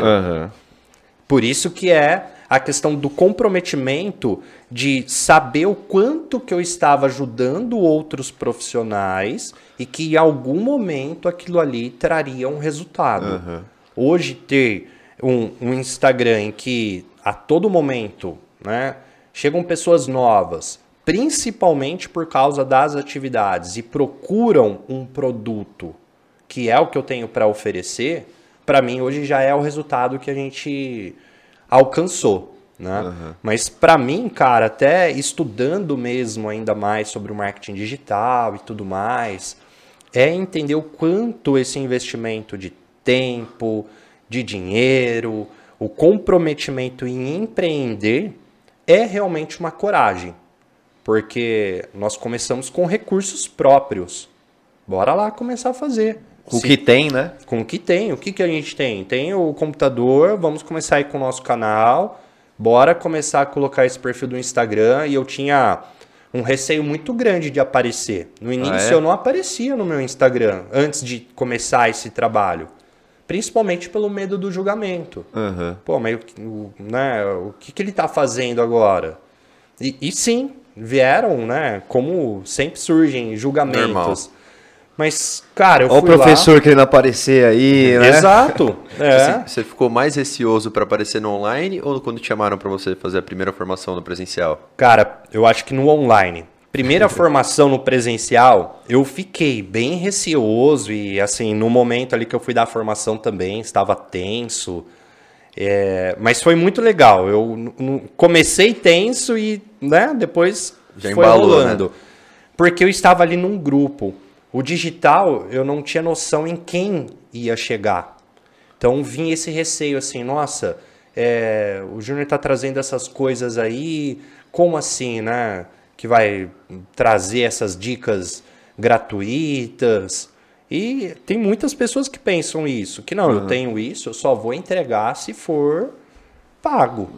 Por isso que é a questão do comprometimento de saber o quanto que eu estava ajudando outros profissionais e que em algum momento aquilo ali traria um resultado. Hoje ter um Instagram em que a todo momento, né, chegam pessoas novas, principalmente por causa das atividades, e procuram um produto que é o que eu tenho para oferecer, para mim hoje já é o resultado que a gente alcançou. Né? Uhum. Mas para mim, cara, até estudando mesmo ainda mais sobre o marketing digital e tudo mais, é entender o quanto esse investimento de tempo, de dinheiro, o comprometimento em empreender é realmente uma coragem. Porque nós começamos com recursos próprios. Bora lá começar a fazer. Com o que tem, né? Com o que tem. O que a gente tem? Tem o computador, vamos começar aí com o nosso canal. Bora começar a colocar esse perfil do Instagram. E eu tinha um receio muito grande de aparecer. No início eu não aparecia no meu Instagram antes de começar esse trabalho. Principalmente pelo medo do julgamento. Uhum. Pô, mas né, o que ele está fazendo agora? E sim, vieram, né? Como sempre surgem julgamentos. Normal. Mas, cara, eu fui lá... Olha o professor querendo aparecer aí, né? Exato. Você ficou mais receoso para aparecer no online ou quando te chamaram para você fazer a primeira formação no presencial? Cara, eu acho que no online. Primeira formação no presencial, eu fiquei bem receoso e, assim, no momento ali que eu fui dar a formação também, estava tenso. Mas foi muito legal. Eu comecei tenso e, né, depois já foi embalou, rolando. Né? Porque eu estava ali num grupo. O digital, eu não tinha noção em quem ia chegar. Então, vinha esse receio assim, nossa, o Júnior está trazendo essas coisas aí, como assim, né? Que vai trazer essas dicas gratuitas. E tem muitas pessoas que pensam isso, que não, eu tenho isso, eu só vou entregar se for pago.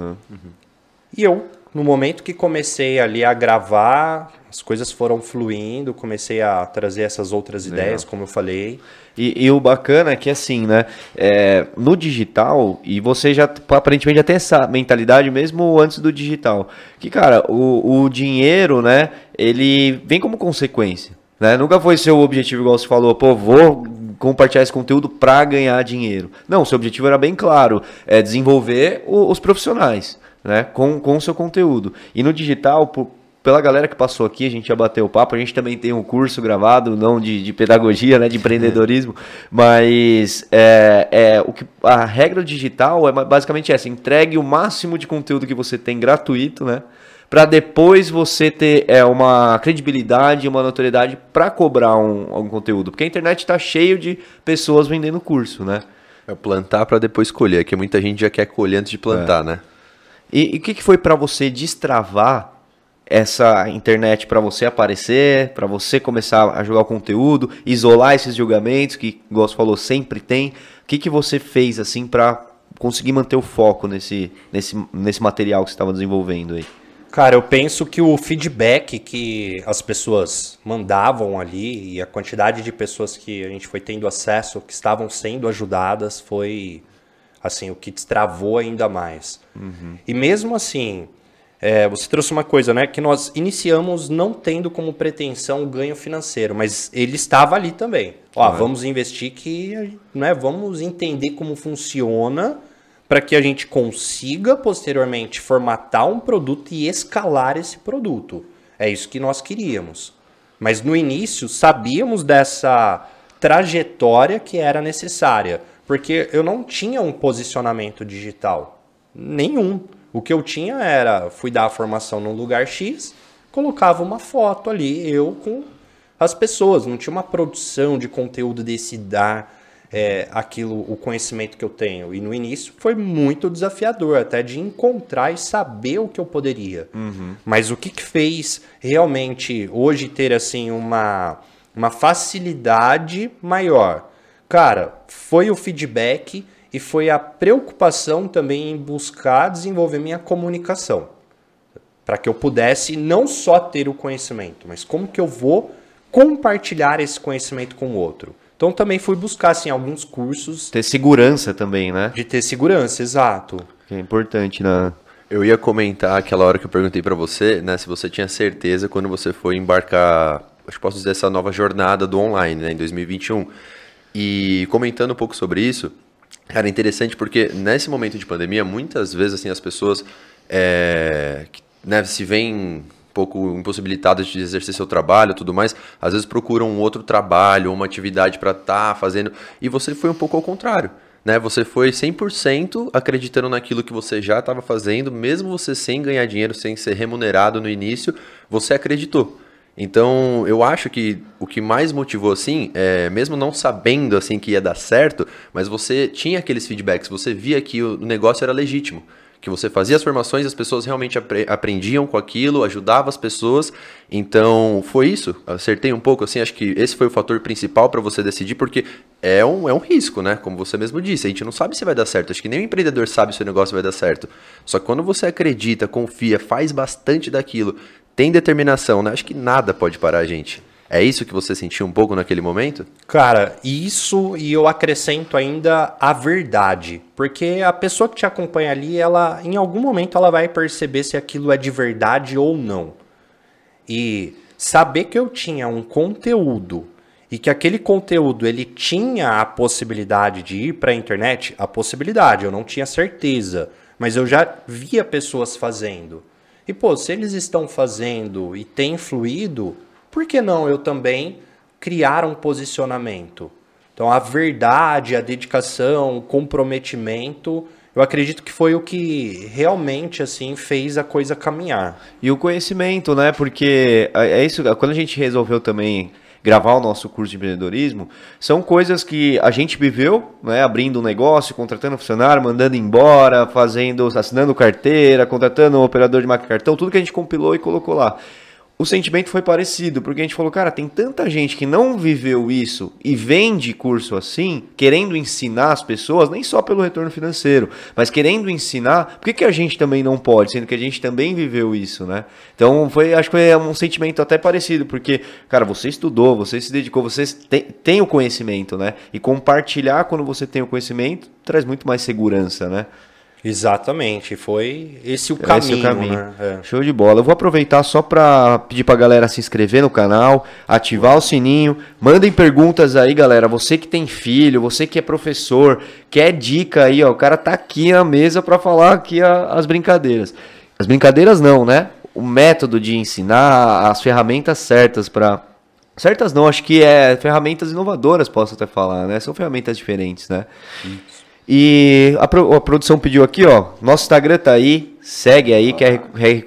E eu, no momento que comecei ali a gravar, as coisas foram fluindo, comecei a trazer essas outras ideias, como eu falei. E o bacana é que assim, né, no digital, e você já aparentemente já tem essa mentalidade mesmo antes do digital, que cara, o dinheiro, né, ele vem como consequência, né, nunca foi seu objetivo, igual você falou, pô, vou compartilhar esse conteúdo para ganhar dinheiro. Não, seu objetivo era bem claro, desenvolver os profissionais, né, com o seu conteúdo. E no digital, pela galera que passou aqui, a gente já bateu o papo, a gente também tem um curso gravado, não de pedagogia, né, de empreendedorismo, mas a regra digital é basicamente essa: entregue o máximo de conteúdo que você tem gratuito, né, para depois você ter uma credibilidade, uma notoriedade para cobrar algum conteúdo, porque a internet está cheio de pessoas vendendo curso, né? É plantar para depois colher, que muita gente já quer colher antes de plantar, né? E o que foi para você destravar essa internet para você aparecer, para você começar a jogar o conteúdo, isolar esses julgamentos que, igual você falou, sempre tem? O que você fez assim para conseguir manter o foco nesse material que você estava desenvolvendo aí? Cara, eu penso que o feedback que as pessoas mandavam ali e a quantidade de pessoas que a gente foi tendo acesso, que estavam sendo ajudadas, foi assim, o que destravou ainda mais. E mesmo assim, você trouxe uma coisa, né, que nós iniciamos não tendo como pretensão o ganho financeiro, mas ele estava ali também. Vamos investir vamos entender como funciona para que a gente consiga posteriormente formatar um produto e escalar esse produto. É isso que nós queríamos. Mas no início sabíamos dessa trajetória que era necessária, porque eu não tinha um posicionamento digital nenhum. O que eu tinha fui dar a formação num lugar X, colocava uma foto ali, eu com as pessoas, não tinha uma produção de conteúdo desse dar o conhecimento que eu tenho. E no início foi muito desafiador, até de encontrar e saber o que eu poderia. Mas o que fez realmente hoje ter assim uma facilidade maior? Cara, foi o feedback e foi a preocupação também em buscar desenvolver minha comunicação. Para que eu pudesse não só ter o conhecimento, mas como que eu vou compartilhar esse conhecimento com o outro. Então também fui buscar assim, alguns cursos. Ter segurança também, né? De ter segurança, exato. Que é importante, né? Eu ia comentar aquela hora que eu perguntei para você, né, se você tinha certeza quando você foi embarcar, acho que posso dizer, essa nova jornada do online, né, em 2021. E comentando um pouco sobre isso, cara, é interessante porque nesse momento de pandemia, muitas vezes assim, as pessoas se veem pouco impossibilitadas de exercer seu trabalho e tudo mais, às vezes procuram um outro trabalho, uma atividade para estar fazendo, e você foi um pouco ao contrário, né? Você foi 100% acreditando naquilo que você já estava fazendo, mesmo você sem ganhar dinheiro, sem ser remunerado no início, você acreditou. Então, eu acho que o que mais motivou, assim, mesmo não sabendo, assim, que ia dar certo, mas você tinha aqueles feedbacks, você via que o negócio era legítimo, que você fazia as formações, as pessoas realmente aprendiam com aquilo, ajudava as pessoas. Então, foi isso. Acertei um pouco, assim, acho que esse foi o fator principal para você decidir, porque é um risco, né? Como você mesmo disse, a gente não sabe se vai dar certo. Acho que nem o empreendedor sabe se o negócio vai dar certo. Só que quando você acredita, confia, faz bastante daquilo, tem determinação, né? Acho que nada pode parar a gente. É isso que você sentiu um pouco naquele momento? Cara, isso, e eu acrescento ainda a verdade. Porque a pessoa que te acompanha ali, ela, em algum momento, ela vai perceber se aquilo é de verdade ou não. E saber que eu tinha um conteúdo e que aquele conteúdo ele tinha a possibilidade de ir para a internet, a possibilidade, eu não tinha certeza, mas eu já via pessoas fazendo. E, pô, se eles estão fazendo e tem fluído, por que não eu também criar um posicionamento? Então, a verdade, a dedicação, o comprometimento, eu acredito que foi o que realmente, assim, fez a coisa caminhar. E o conhecimento, né? Porque é isso, quando a gente resolveu também gravar o nosso curso de empreendedorismo, são coisas que a gente viveu, né, abrindo um negócio, contratando funcionário, mandando embora, assinando carteira, contratando um operador de máquina cartão, tudo que a gente compilou e colocou lá. O sentimento foi parecido, porque a gente falou, cara, tem tanta gente que não viveu isso e vende curso assim, querendo ensinar as pessoas, nem só pelo retorno financeiro, mas querendo ensinar, por que a gente também não pode, sendo que a gente também viveu isso, né? Então, acho que foi um sentimento até parecido, porque, cara, você estudou, você se dedicou, você tem o conhecimento, né? E compartilhar quando você tem o conhecimento traz muito mais segurança, né? Exatamente, foi esse o caminho. Né? Show de bola. Eu vou aproveitar só para pedir para a galera se inscrever no canal, ativar o sininho, mandem perguntas aí, galera. Você que tem filho, você que é professor, quer dica aí, ó, o cara tá aqui na mesa para falar aqui as brincadeiras. As brincadeiras não, né? O método de ensinar, as ferramentas certas para... Certas não, acho que ferramentas inovadoras, posso até falar, né? São ferramentas diferentes, né? Isso. E a produção pediu aqui, ó, nosso Instagram tá aí, segue aí, QR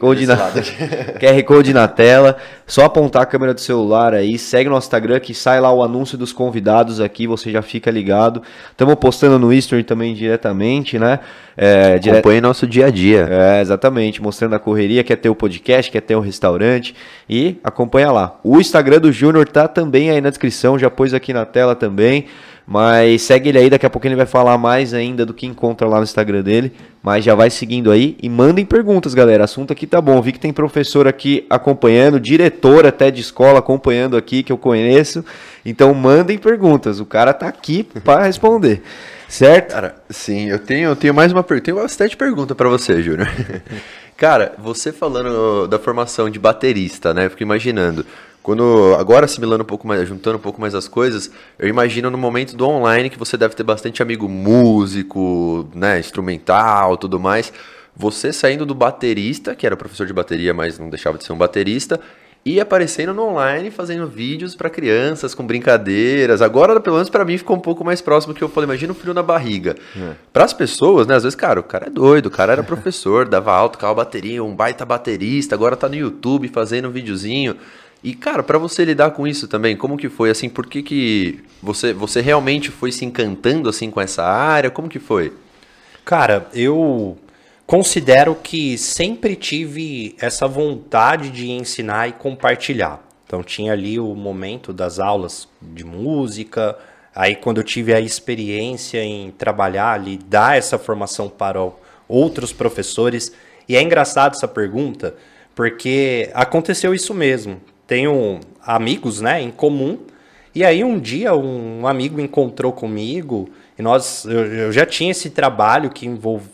Code na tela, só apontar a câmera do celular aí, segue o nosso Instagram que sai lá o anúncio dos convidados aqui, você já fica ligado. Estamos postando no History também diretamente, né? Acompanhe nosso dia a dia. Exatamente, mostrando a correria, quer ter o podcast, quer ter o restaurante e acompanha lá. O Instagram do Júnior tá também aí na descrição, já pôs aqui na tela também. Mas segue ele aí, daqui a pouco ele vai falar mais ainda do que encontra lá no Instagram dele. Mas já vai seguindo aí e mandem perguntas, galera. O assunto aqui tá bom. Vi que tem professor aqui acompanhando, diretor até de escola acompanhando aqui, que eu conheço. Então mandem perguntas. O cara tá aqui para responder. Certo? Cara, sim, eu tenho mais uma pergunta. Tenho bastante pergunta para você, Júnior. Cara, você falando da formação de baterista, né? Eu fico imaginando. Agora assimilando um pouco mais, juntando um pouco mais as coisas, eu imagino no momento do online que você deve ter bastante amigo músico, né, instrumental, tudo mais. Você saindo do baterista, que era professor de bateria, mas não deixava de ser um baterista, e aparecendo no online fazendo vídeos para crianças com brincadeiras. Agora, pelo menos para mim, ficou um pouco mais próximo, que eu falei, imagina o frio na barriga. Para as pessoas, né, às vezes, cara, o cara é doido, o cara era professor, dava aula, tocava bateria, um baita baterista, agora tá no YouTube fazendo um videozinho. E, cara, pra você lidar com isso também, como que foi, assim, por que você realmente foi se encantando, assim, com essa área? Como que foi? Cara, eu considero que sempre tive essa vontade de ensinar e compartilhar. Então, tinha ali o momento das aulas de música, aí quando eu tive a experiência em trabalhar ali, dar essa formação para outros professores. E é engraçado essa pergunta, porque aconteceu isso mesmo. Tenho amigos, né, em comum, e aí um dia um amigo encontrou comigo, e eu já tinha esse trabalho que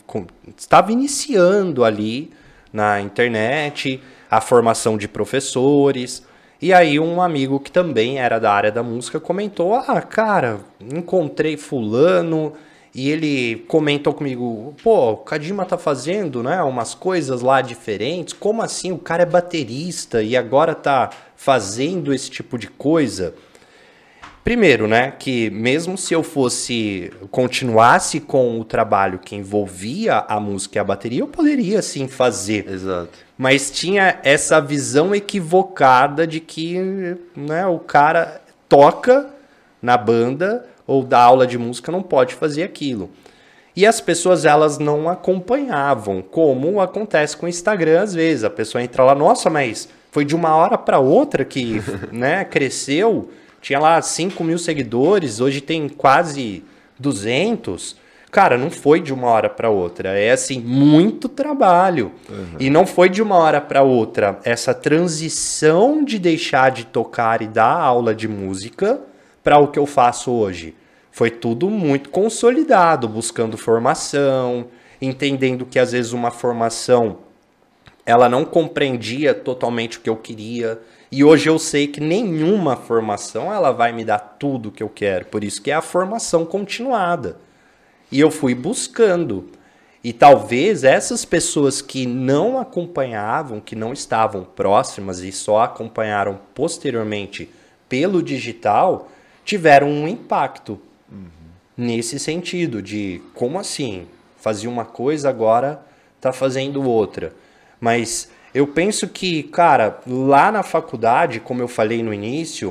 estava iniciando ali na internet, a formação de professores, e aí um amigo que também era da área da música comentou, cara, encontrei fulano, e ele comentou comigo, pô, o Kadima tá fazendo, né, umas coisas lá diferentes, como assim? O cara é baterista e agora tá fazendo esse tipo de coisa? Primeiro, né, que mesmo se eu continuasse com o trabalho que envolvia a música e a bateria, eu poderia sim fazer. Exato. Mas tinha essa visão equivocada de que, né, o cara toca na banda ou dá aula de música, não pode fazer aquilo. E as pessoas, elas não acompanhavam, como acontece com o Instagram às vezes. A pessoa entra lá, nossa, mas foi de uma hora para outra que, né, cresceu. Tinha lá 5 mil seguidores, hoje tem quase 200. Cara, não foi de uma hora para outra. É assim, muito trabalho. E não foi de uma hora para outra. Essa transição de deixar de tocar e dar aula de música para o que eu faço hoje. Foi tudo muito consolidado, buscando formação, entendendo que às vezes uma formação ela não compreendia totalmente o que eu queria. E hoje eu sei que nenhuma formação ela vai me dar tudo o que eu quero. Por isso que é a formação continuada. E eu fui buscando. E talvez essas pessoas que não acompanhavam, que não estavam próximas e só acompanharam posteriormente pelo digital, tiveram um impacto nesse sentido de como assim? Fazia uma coisa, agora está fazendo outra. Mas eu penso que, cara, lá na faculdade, como eu falei no início,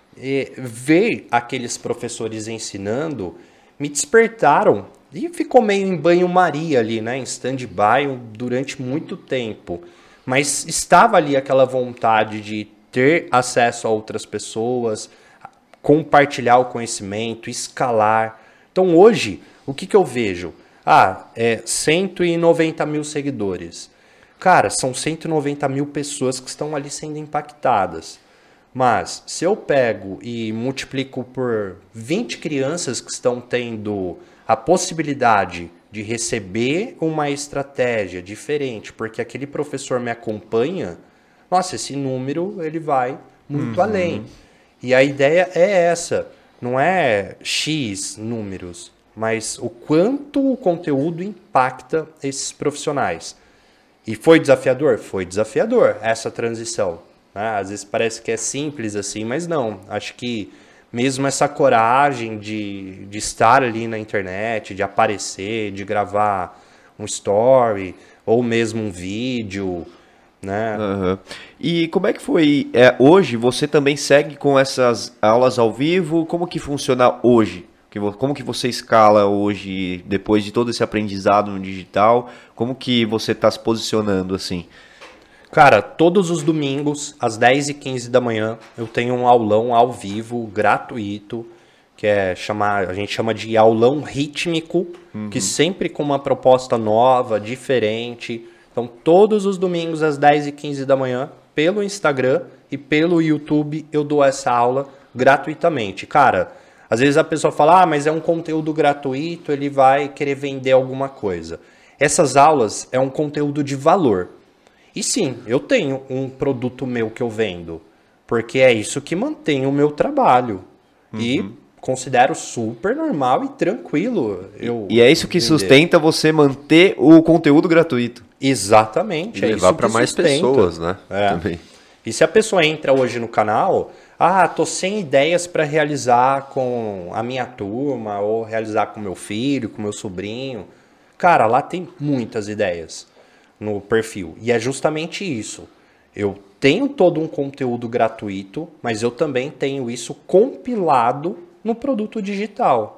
ver aqueles professores ensinando me despertaram e ficou meio em banho-maria ali, né, em stand-by durante muito tempo. Mas estava ali aquela vontade de ter acesso a outras pessoas, compartilhar o conhecimento, escalar. Então hoje, o que eu vejo? 190 mil seguidores. Cara, são 190 mil pessoas que estão ali sendo impactadas. Mas se eu pego e multiplico por 20 crianças que estão tendo a possibilidade de receber uma estratégia diferente, porque aquele professor me acompanha, nossa, esse número ele vai muito além. E a ideia é essa, não é X números, mas o quanto o conteúdo impacta esses profissionais. E foi desafiador? Foi desafiador essa transição. Né? Às vezes parece que é simples assim, mas não. Acho que mesmo essa coragem de estar ali na internet, de aparecer, de gravar um story ou mesmo um vídeo, né? E como é que foi? Hoje você também segue com essas aulas ao vivo? Como que funciona hoje? Como que você escala hoje, depois de todo esse aprendizado no digital? Como que você está se posicionando assim? Cara, todos os domingos, às 10h15 da manhã, eu tenho um aulão ao vivo, gratuito, que a gente chama de aulão rítmico, que sempre com uma proposta nova, diferente. Então, todos os domingos, às 10h15 da manhã, pelo Instagram e pelo YouTube, eu dou essa aula gratuitamente. Cara, às vezes a pessoa fala, mas é um conteúdo gratuito, ele vai querer vender alguma coisa. Essas aulas é um conteúdo de valor. E sim, eu tenho um produto meu que eu vendo, porque é isso que mantém o meu trabalho. E considero super normal e tranquilo. E é isso que sustenta você manter o conteúdo gratuito. Exatamente. E levar para mais pessoas, né? Também. E se a pessoa entra hoje no canal, tô sem ideias para realizar com a minha turma, ou realizar com meu filho, com meu sobrinho. Cara, lá tem muitas ideias no perfil. E é justamente isso. Eu tenho todo um conteúdo gratuito, mas eu também tenho isso compilado no produto digital.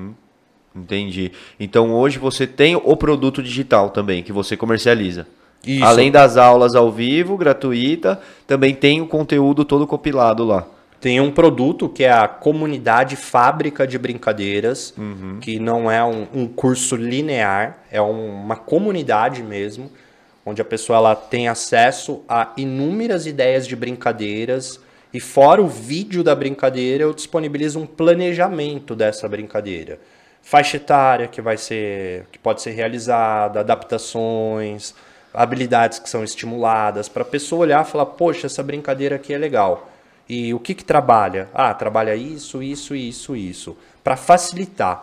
Entendi. Então hoje você tem o produto digital também, que você comercializa. Isso. Além das aulas ao vivo, gratuita, também tem o conteúdo todo compilado lá. Tem um produto que é a Comunidade Fábrica de Brincadeiras, que não é um curso linear, é uma comunidade mesmo, onde a pessoa ela tem acesso a inúmeras ideias de brincadeiras e fora o vídeo da brincadeira eu disponibilizo um planejamento dessa brincadeira. Faixa etária que pode ser realizada, adaptações, habilidades que são estimuladas, para a pessoa olhar e falar, poxa, essa brincadeira aqui é legal. E o que trabalha? Trabalha isso, isso, isso, isso, para facilitar.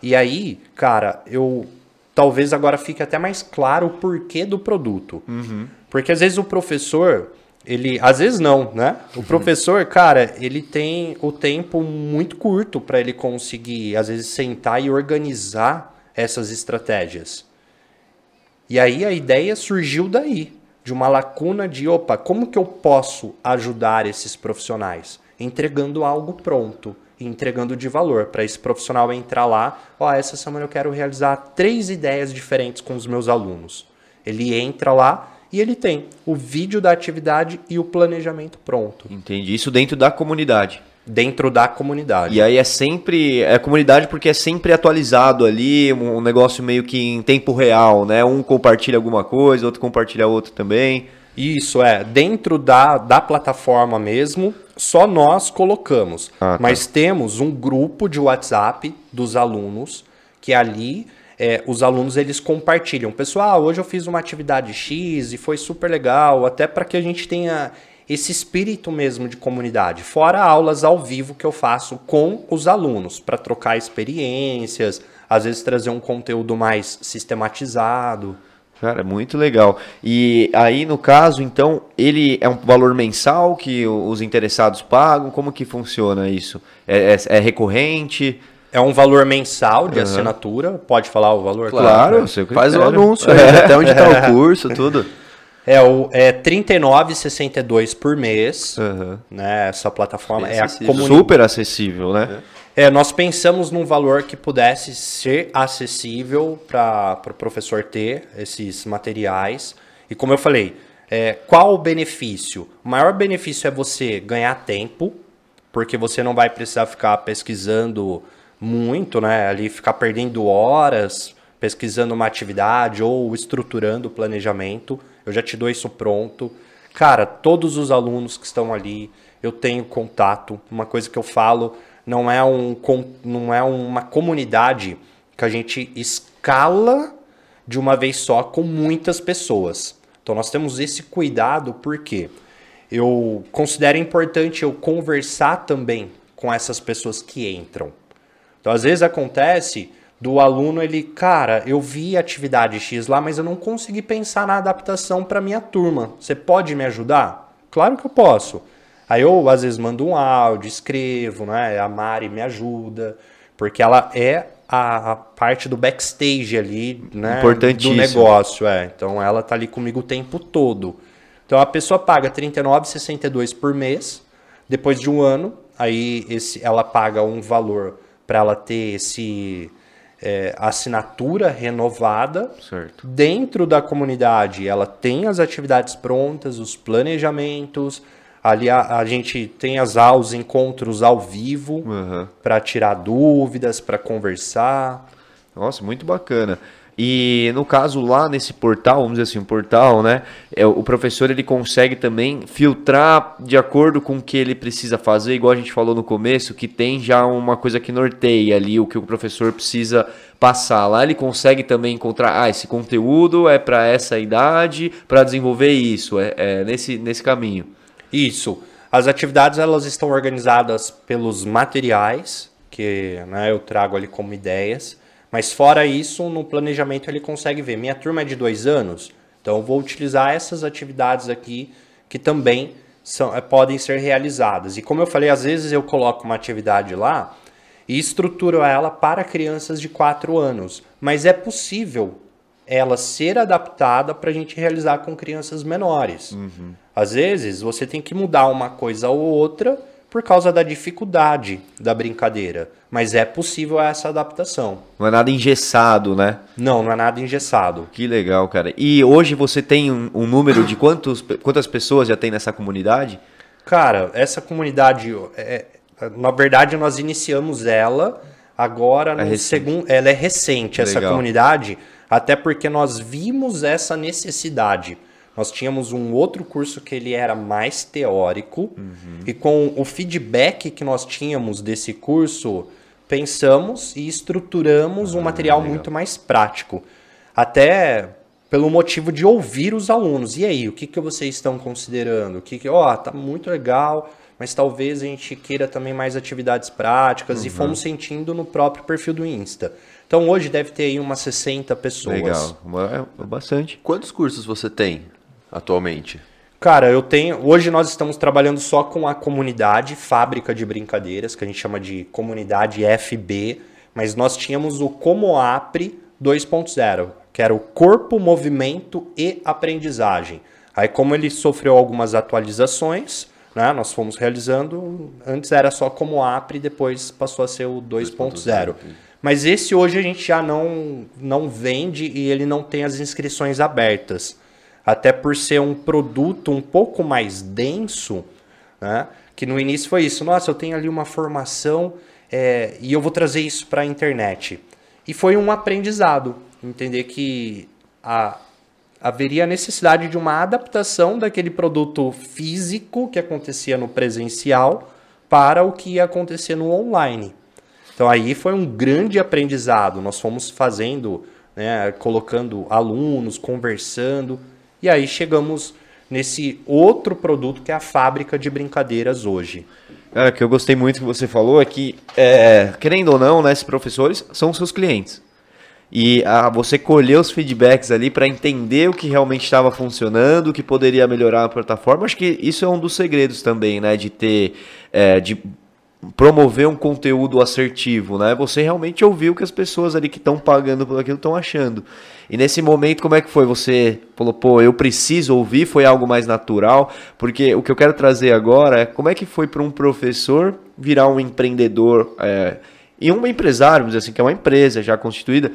E aí, cara, talvez agora fique até mais claro o porquê do produto. Porque às vezes o professor, às vezes não, né? O professor, cara, ele tem o tempo muito curto para ele conseguir, às vezes, sentar e organizar essas estratégias. E aí a ideia surgiu daí, de uma lacuna de, como que eu posso ajudar esses profissionais? Entregando algo pronto, entregando de valor, para esse profissional entrar lá, essa semana eu quero realizar 3 ideias diferentes com os meus alunos. Ele entra lá e ele tem o vídeo da atividade e o planejamento pronto. Entendi. Isso dentro da comunidade. Dentro da comunidade. E aí é sempre... É comunidade porque é sempre atualizado ali, um negócio meio que em tempo real, né? Um compartilha alguma coisa, outro compartilha outro também. Isso, dentro da plataforma mesmo, só nós colocamos. Tá. Mas temos um grupo de WhatsApp dos alunos, que ali os alunos eles compartilham. Pessoal, hoje eu fiz uma atividade X e foi super legal, até para que a gente tenha esse espírito mesmo de comunidade. Fora aulas ao vivo que eu faço com os alunos, para trocar experiências, às vezes trazer um conteúdo mais sistematizado. Cara, muito legal. E aí, no caso, então, ele é um valor mensal que os interessados pagam? Como que funciona isso? É recorrente? É um valor mensal de assinatura. Pode falar o valor? Claro, faz o anúncio, até onde está o curso, tudo. É R$39,62 por mês, né? Essa plataforma é super acessível, né? Nós pensamos num valor que pudesse ser acessível para o professor ter esses materiais. E como eu falei, qual o benefício? O maior benefício é você ganhar tempo, porque você não vai precisar ficar pesquisando muito, né? Ali ficar perdendo horas pesquisando uma atividade ou estruturando o planejamento. Eu já te dou isso pronto. Cara, todos os alunos que estão ali, eu tenho contato. Uma coisa que eu falo, não é uma comunidade que a gente escala de uma vez só com muitas pessoas. Então nós temos esse cuidado porque eu considero importante eu conversar também com essas pessoas que entram. Então às vezes acontece do aluno, cara, eu vi a atividade X lá, mas eu não consegui pensar na adaptação para minha turma. Você pode me ajudar? Claro que eu posso. Aí eu, às vezes, mando um áudio, escrevo, né? A Mari me ajuda, porque ela é a parte do backstage ali, né? Importantíssimo. Do negócio, Então, ela tá ali comigo o tempo todo. Então, a pessoa paga R$ 39,62 por mês. Depois de um ano, aí ela paga um valor para ela ter assinatura renovada. Certo. Dentro da comunidade, ela tem as atividades prontas, os planejamentos. Ali a gente tem as aulas, os encontros ao vivo para tirar dúvidas, para conversar. Nossa, muito bacana. E no caso lá nesse portal, vamos dizer assim, um portal, né? O professor ele consegue também filtrar de acordo com o que ele precisa fazer, igual a gente falou no começo, que tem já uma coisa que norteia ali o que o professor precisa passar. Lá ele consegue também encontrar, esse conteúdo é para essa idade, para desenvolver isso, nesse caminho. Isso. As atividades elas estão organizadas pelos materiais, que eu trago ali como ideias. Mas fora isso, no planejamento ele consegue ver. Minha turma é de 2 anos, então eu vou utilizar essas atividades aqui que também podem ser realizadas. E como eu falei, às vezes eu coloco uma atividade lá e estruturo ela para crianças de 4 anos. Mas é possível ela ser adaptada para a gente realizar com crianças menores. Às vezes você tem que mudar uma coisa ou outra por causa da dificuldade da brincadeira. Mas é possível essa adaptação. Não é nada engessado, né? Não é nada engessado. Que legal, cara. E hoje você tem um número de quantas pessoas já tem nessa comunidade? Cara, essa comunidade, na verdade, nós iniciamos ela agora no segundo. Ela é recente, essa comunidade, até porque nós vimos essa necessidade. Nós tínhamos um outro curso que ele era mais teórico e com o feedback que nós tínhamos desse curso, pensamos e estruturamos um material muito mais prático. Até pelo motivo de ouvir os alunos. E aí, o que vocês estão considerando? Tá muito legal, mas talvez a gente queira também mais atividades práticas, e fomos sentindo no próprio perfil do Insta. Então hoje deve ter aí umas 60 pessoas. Legal, bastante. Quantos cursos você tem atualmente? Cara, hoje nós estamos trabalhando só com a comunidade Fábrica de Brincadeiras, que a gente chama de comunidade FB, mas nós tínhamos o Comoapre 2.0, que era o Corpo, Movimento e Aprendizagem. Aí, como ele sofreu algumas atualizações, né, nós fomos realizando, antes era só Comoapre, depois passou a ser o 2.0. Mas esse hoje a gente já não vende e ele não tem as inscrições abertas. Até por ser um produto um pouco mais denso, né? Que no início foi isso. Nossa, eu tenho ali uma formação e eu vou trazer isso para a internet. E foi um aprendizado. Entender que haveria necessidade de uma adaptação daquele produto físico que acontecia no presencial para o que ia acontecer no online. Então aí foi um grande aprendizado. Nós fomos fazendo, né, colocando alunos, conversando. E aí chegamos nesse outro produto que é a Fábrica de Brincadeiras hoje. Cara, o que eu gostei muito que você falou é que, querendo ou não, né, esses professores são seus clientes. E você colher os feedbacks ali para entender o que realmente estava funcionando, o que poderia melhorar a plataforma. Acho que isso é um dos segredos também, né, de ter... de promover um conteúdo assertivo, né? Você realmente ouviu o que as pessoas ali que estão pagando por aquilo estão achando. E nesse momento, como é que foi? Você falou, pô, eu preciso ouvir, foi algo mais natural? Porque o que eu quero trazer agora é como é que foi para um professor virar um empreendedor e um empresário, vamos dizer assim, que é uma empresa já constituída.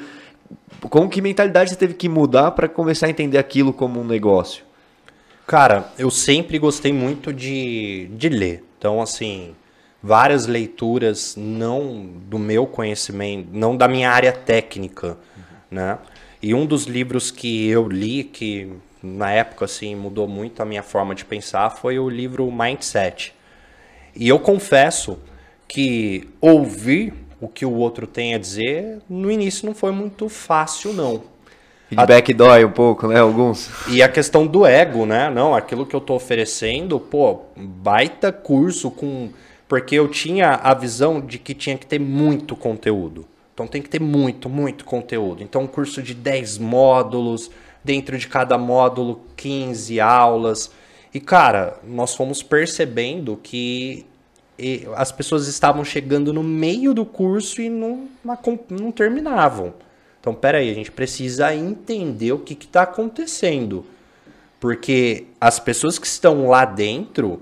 Com que mentalidade você teve que mudar para começar a entender aquilo como um negócio? Cara, eu sempre gostei muito de ler. Então, assim... várias leituras, não do meu conhecimento, não da minha área técnica, né? E um dos livros que eu li, que na época assim, mudou muito a minha forma de pensar, foi o livro Mindset. E eu confesso que ouvir o que o outro tem a dizer, no início não foi muito fácil, não. Feedback dói um pouco, né? Alguns. E a questão do ego, né? Não, aquilo que eu tô oferecendo, pô, baita curso com... Porque eu tinha a visão de que tinha que ter muito conteúdo. Então tem que ter muito conteúdo. Então um curso de 10 módulos, dentro de cada módulo 15 aulas. E cara, nós fomos percebendo que as pessoas estavam chegando no meio do curso e não terminavam. Então peraí, a gente precisa entender o que está acontecendo. Porque as pessoas que estão lá dentro...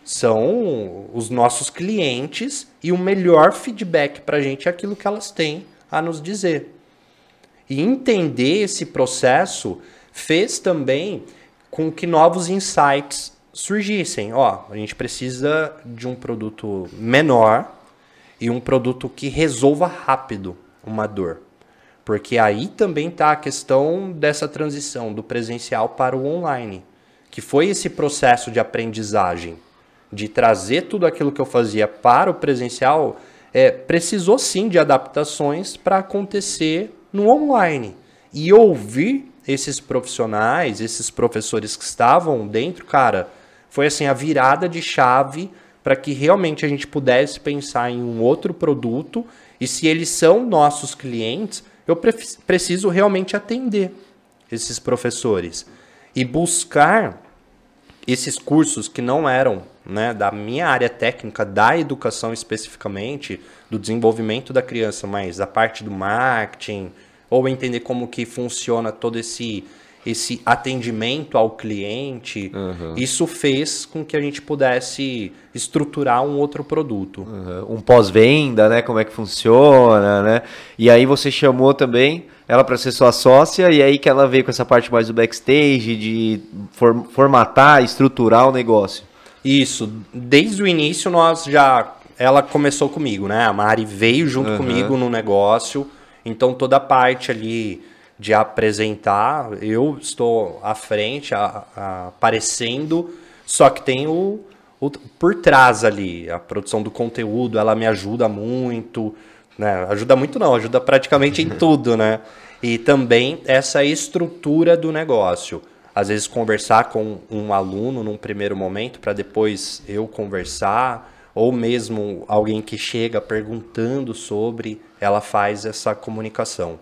são os nossos clientes e o melhor feedback para a gente é aquilo que elas têm a nos dizer. E entender esse processo fez também com que novos insights surgissem. A gente precisa de um produto menor e um produto que resolva rápido uma dor. Porque aí também está a questão dessa transição do presencial para o online, que foi esse processo de aprendizagem. De trazer tudo aquilo que eu fazia para o presencial, precisou sim de adaptações para acontecer no online. E ouvir esses profissionais, esses professores que estavam dentro, cara, foi assim a virada de chave para que realmente a gente pudesse pensar em um outro produto. E se eles são nossos clientes, eu preciso realmente atender esses professores. E buscar esses cursos que não eram, né, da minha área técnica, da educação especificamente, do desenvolvimento da criança, mas a parte do marketing, ou entender como que funciona todo esse atendimento ao cliente, isso fez com que a gente pudesse estruturar um outro produto. Um pós-venda, né, como é que funciona, né? E aí você chamou também ela para ser sua sócia, e aí que ela veio com essa parte mais do backstage, de formatar, estruturar o negócio. Isso, desde o início ela começou comigo, né? A Mari veio junto comigo no negócio, então toda a parte ali de apresentar, eu estou à frente, aparecendo, só que tem o por trás ali, a produção do conteúdo, ela me ajuda muito, né? Ajuda muito não, ajuda praticamente em tudo, né? E também essa estrutura do negócio. às vezes conversar com um aluno num primeiro momento para depois eu conversar, ou mesmo alguém que chega perguntando sobre, ela faz essa comunicação.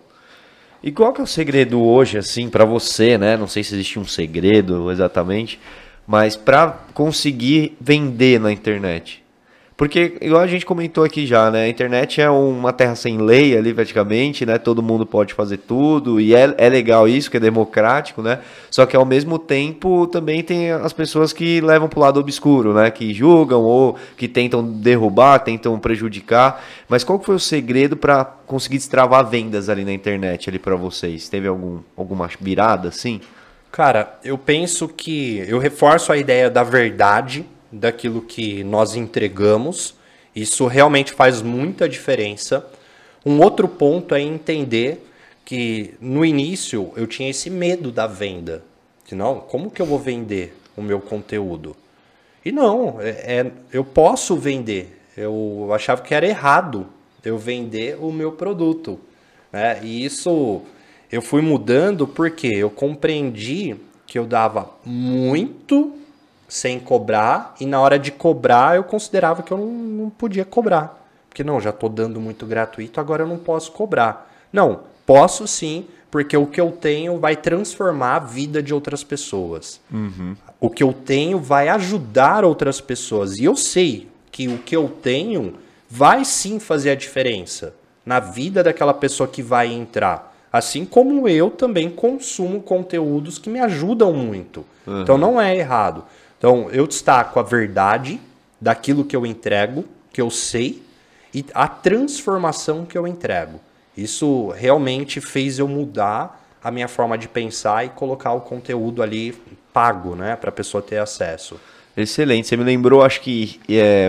E qual que é o segredo hoje, assim, para você, né? Não sei se existe um segredo exatamente, mas para conseguir vender na internet. Porque, igual a gente comentou aqui já, né? A internet é uma terra sem lei ali, praticamente, né? Todo mundo pode fazer tudo, e é legal isso, que é democrático, né? Só que, ao mesmo tempo, também tem as pessoas que levam pro lado obscuro, né? Que julgam ou que tentam derrubar, tentam prejudicar. Mas qual que foi o segredo para conseguir destravar vendas ali na internet, ali para vocês? Teve alguma virada, assim? Cara, eu penso que eu reforço a ideia da verdade, daquilo que nós entregamos. Isso realmente faz muita diferença. Um outro ponto é entender que no início eu tinha esse medo da venda. Que não, como que eu vou vender o meu conteúdo? E não, eu posso vender. Eu achava que era errado eu vender o meu produto, né? E isso eu fui mudando porque eu compreendi que eu dava muito sem cobrar, e na hora de cobrar eu considerava que eu não podia cobrar. Porque não, já estou dando muito gratuito, agora eu não posso cobrar. Não, posso sim, porque o que eu tenho vai transformar a vida de outras pessoas. Uhum. O que eu tenho vai ajudar outras pessoas. E eu sei que o que eu tenho vai sim fazer a diferença na vida daquela pessoa que vai entrar. Assim como eu também consumo conteúdos que me ajudam muito. Uhum. Então não é errado. Então, eu destaco a verdade daquilo que eu entrego, que eu sei, e a transformação que eu entrego. Isso realmente fez eu mudar a minha forma de pensar e colocar o conteúdo ali pago, né, para a pessoa ter acesso. Excelente, você me lembrou, acho que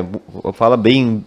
fala bem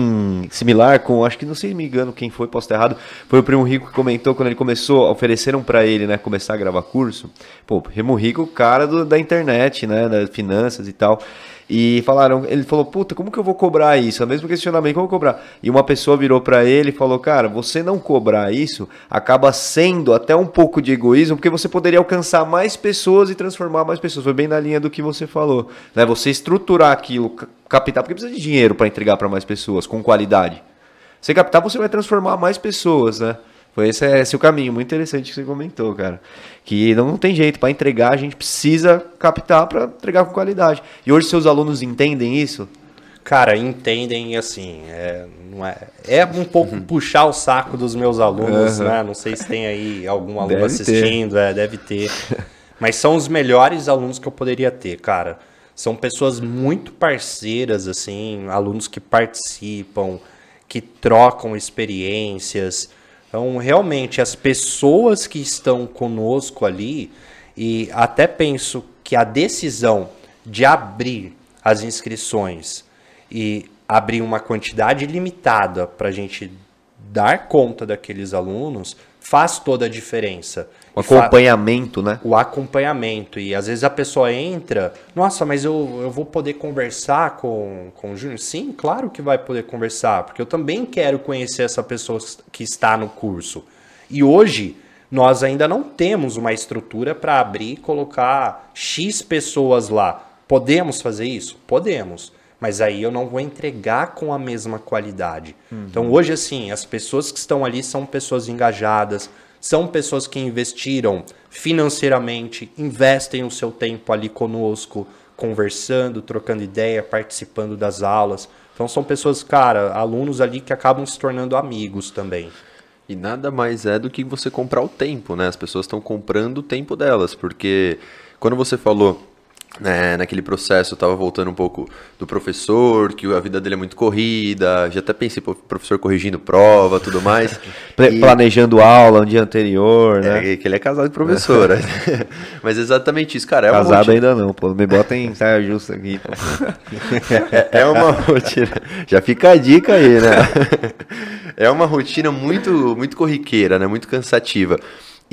similar com, acho que não sei, me engano quem foi, posso estar errado, foi o Primo Rico que comentou quando ele começou, ofereceram para ele, né, começar a gravar curso. Pô, Primo Rico, cara da internet, né, das finanças e tal. E ele falou, puta, como que eu vou cobrar isso? É o mesmo questionamento, como eu vou cobrar? E uma pessoa virou pra ele e falou, cara, você não cobrar isso acaba sendo até um pouco de egoísmo, porque você poderia alcançar mais pessoas e transformar mais pessoas. Foi bem na linha do que você falou, né? Você estruturar aquilo, captar, porque precisa de dinheiro para entregar para mais pessoas, com qualidade. Você captar, você vai transformar mais pessoas, né? Foi esse o caminho, muito interessante que você comentou, cara. Que não tem jeito, para entregar a gente precisa captar para entregar com qualidade. E hoje seus alunos entendem isso? Cara, entendem assim, é um pouco puxar o saco dos meus alunos, né? Não sei se tem aí algum aluno assistindo, deve ter. Mas são os melhores alunos que eu poderia ter, cara. São pessoas muito parceiras, assim, alunos que participam, que trocam experiências. Então, realmente, as pessoas que estão conosco ali, e até penso que a decisão de abrir as inscrições e abrir uma quantidade limitada para a gente dar conta daqueles alunos faz toda a diferença. O acompanhamento, né? O acompanhamento. E às vezes a pessoa entra, nossa, mas eu vou poder conversar com o Júnior? Sim, claro que vai poder conversar, porque eu também quero conhecer essa pessoa que está no curso. E hoje nós ainda não temos uma estrutura para abrir e colocar X pessoas lá. Podemos fazer isso? Podemos. Mas aí eu não vou entregar com a mesma qualidade. Uhum. Então hoje, assim, as pessoas que estão ali são pessoas engajadas, são pessoas que investiram financeiramente, investem o seu tempo ali conosco, conversando, trocando ideia, participando das aulas. Então são pessoas, cara, alunos ali que acabam se tornando amigos também. E nada mais é do que você comprar o tempo, né? As pessoas estão comprando o tempo delas, porque quando você falou... naquele processo eu estava voltando um pouco do professor, que a vida dele é muito corrida, já até pensei, professor corrigindo prova, tudo mais. Planejando aula um dia anterior, né? Que ele é casado com professora. Mas exatamente isso, cara. Casado ainda não, pô. Me bota em saia justa aqui. É uma rotina. Já fica a dica aí, né? É uma rotina muito, muito corriqueira, né? Muito cansativa.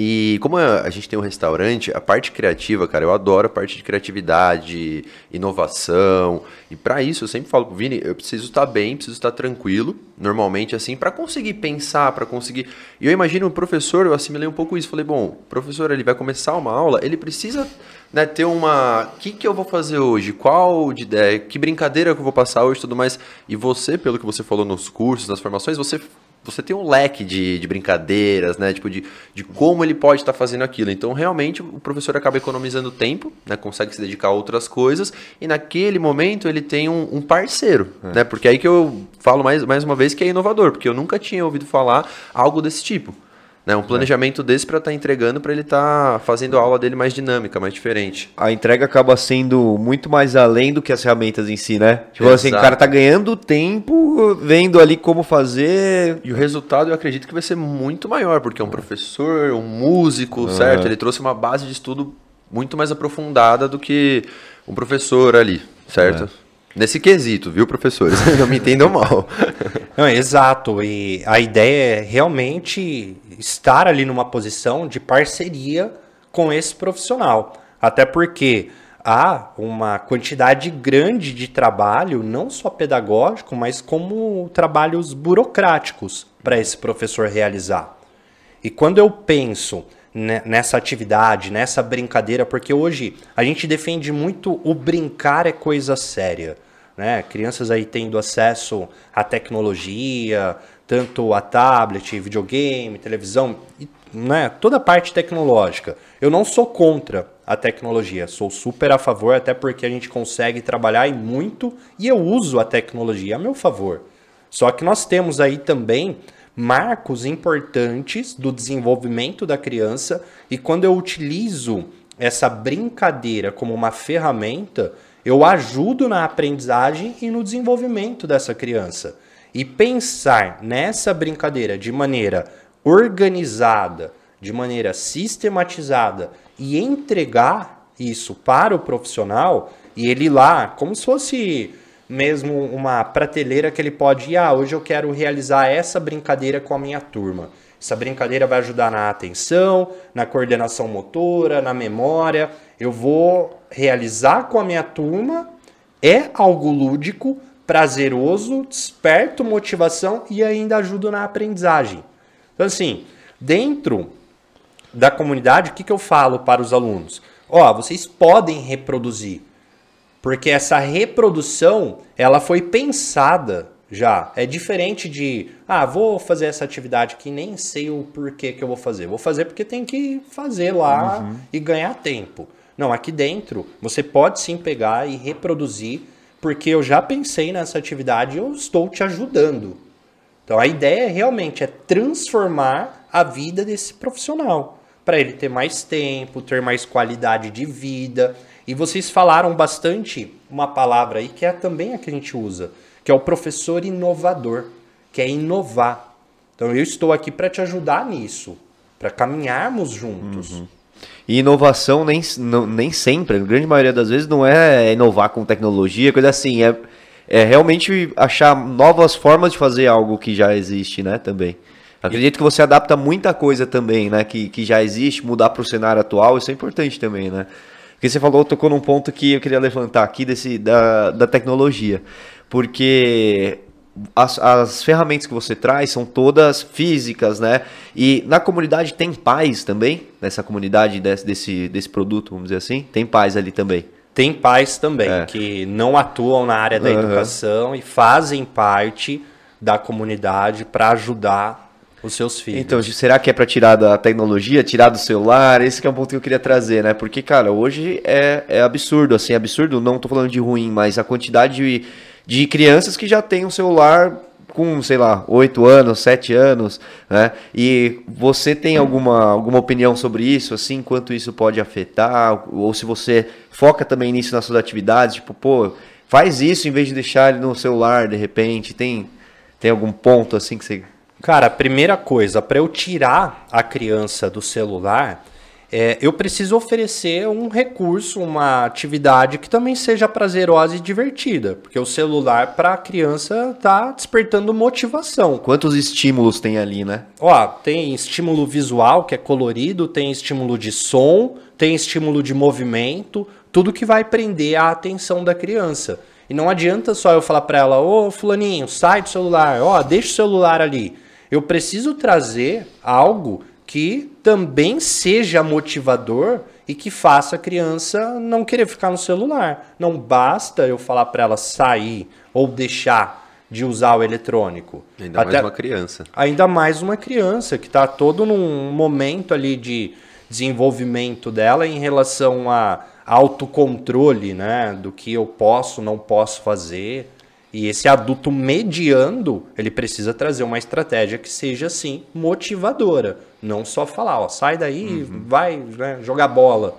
E como a gente tem um restaurante, a parte criativa, cara, eu adoro a parte de criatividade, inovação. E para isso eu sempre falo pro Vini, eu preciso estar bem, preciso estar tranquilo, normalmente assim, para conseguir pensar, para conseguir... E eu imagino o professor, eu assimilei um pouco isso, falei, bom, o professor, ele vai começar uma aula, ele precisa, né, ter uma... O que eu vou fazer hoje? Qual de ideia? Que brincadeira que eu vou passar hoje e tudo mais? E você, pelo que você falou nos cursos, nas formações, você tem um leque de brincadeiras, né? Tipo, de como ele pode estar fazendo aquilo. Então, realmente, o professor acaba economizando tempo, né? Consegue se dedicar a outras coisas. E naquele momento, ele tem um parceiro, né? Porque aí que eu falo mais uma vez que é inovador. Porque eu nunca tinha ouvido falar algo desse tipo. Né, um planejamento desse para estar entregando, para ele estar fazendo a aula dele mais dinâmica, mais diferente. A entrega acaba sendo muito mais além do que as ferramentas em si, né? Tipo assim, o cara tá ganhando tempo, vendo ali como fazer. E o resultado eu acredito que vai ser muito maior, porque é um professor, um músico, certo? Ele trouxe uma base de estudo muito mais aprofundada do que um professor ali, certo? Nesse quesito, viu, professores? Não me entendam mal. Não, exato. E a ideia é realmente estar ali numa posição de parceria com esse profissional. Até porque há uma quantidade grande de trabalho, não só pedagógico, mas como trabalhos burocráticos para esse professor realizar. E quando eu penso nessa atividade, nessa brincadeira, porque hoje a gente defende muito o brincar é coisa séria, né? Crianças aí tendo acesso à tecnologia, tanto a tablet, videogame, televisão, né? Toda a parte tecnológica. Eu não sou contra a tecnologia, sou super a favor, até porque a gente consegue trabalhar em muito e eu uso a tecnologia a meu favor. Só que nós temos aí também marcos importantes do desenvolvimento da criança e quando eu utilizo essa brincadeira como uma ferramenta, eu ajudo na aprendizagem e no desenvolvimento dessa criança. E pensar nessa brincadeira de maneira organizada, de maneira sistematizada e entregar isso para o profissional e ele ir lá, como se fosse mesmo uma prateleira que ele pode ir, hoje eu quero realizar essa brincadeira com a minha turma. Essa brincadeira vai ajudar na atenção, na coordenação motora, na memória. Eu vou realizar com a minha turma, é algo lúdico, prazeroso, desperto motivação e ainda ajuda na aprendizagem. Então assim, dentro da comunidade, o que eu falo para os alunos? Vocês podem reproduzir. Porque essa reprodução, ela foi pensada já. É diferente de, vou fazer essa atividade que nem sei o porquê que eu vou fazer. Vou fazer porque tem que fazer lá e ganhar tempo. Não, aqui dentro, você pode sim pegar e reproduzir, porque eu já pensei nessa atividade e eu estou te ajudando. Então a ideia realmente é transformar a vida desse profissional, para ele ter mais tempo, ter mais qualidade de vida. E vocês falaram bastante uma palavra aí que é também a que a gente usa, que é o professor inovador, que é inovar. Então eu estou aqui para te ajudar nisso, para caminharmos juntos. E inovação nem sempre, a grande maioria das vezes não é inovar com tecnologia, coisa assim, é realmente achar novas formas de fazer algo que já existe, né, também. Acredito que você adapta muita coisa também, né, que já existe, mudar para o cenário atual, isso é importante também, né. Porque você tocou num ponto que eu queria levantar aqui da tecnologia. Porque as ferramentas que você traz são todas físicas, né? E na comunidade tem pais também? Nessa comunidade desse produto, vamos dizer assim? Tem pais ali também? Tem pais também, que não atuam na área da educação e fazem parte da comunidade para ajudar os seus filhos. Então, será que é para tirar da tecnologia, tirar do celular? Esse que é um ponto que eu queria trazer, né? Porque, cara, hoje é absurdo, assim, absurdo, não tô falando de ruim, mas a quantidade de crianças que já tem um celular com, sei lá, 8 anos, 7 anos, né? E você tem alguma opinião sobre isso, assim, quanto isso pode afetar? Ou se você foca também nisso nas suas atividades, tipo, faz isso em vez de deixar ele no celular, de repente, tem algum ponto, assim, que você... Cara, a primeira coisa, para eu tirar a criança do celular, eu preciso oferecer um recurso, uma atividade que também seja prazerosa e divertida, porque o celular para a criança tá despertando motivação. Quantos estímulos tem ali, né? Ó, tem estímulo visual, que é colorido, tem estímulo de som, tem estímulo de movimento, tudo que vai prender a atenção da criança. E não adianta só eu falar para ela, ô fulaninho, sai do celular, ó, deixa o celular ali. Eu preciso trazer algo que também seja motivador e que faça a criança não querer ficar no celular. Não basta eu falar para ela sair ou deixar de usar o eletrônico. Ainda mais uma criança. Ainda mais uma criança que está todo num momento ali de desenvolvimento dela em relação a autocontrole, né, do que eu posso, não posso fazer. E esse adulto mediando, ele precisa trazer uma estratégia que seja, assim, motivadora. Não só falar, ó, sai daí, vai, né, jogar bola.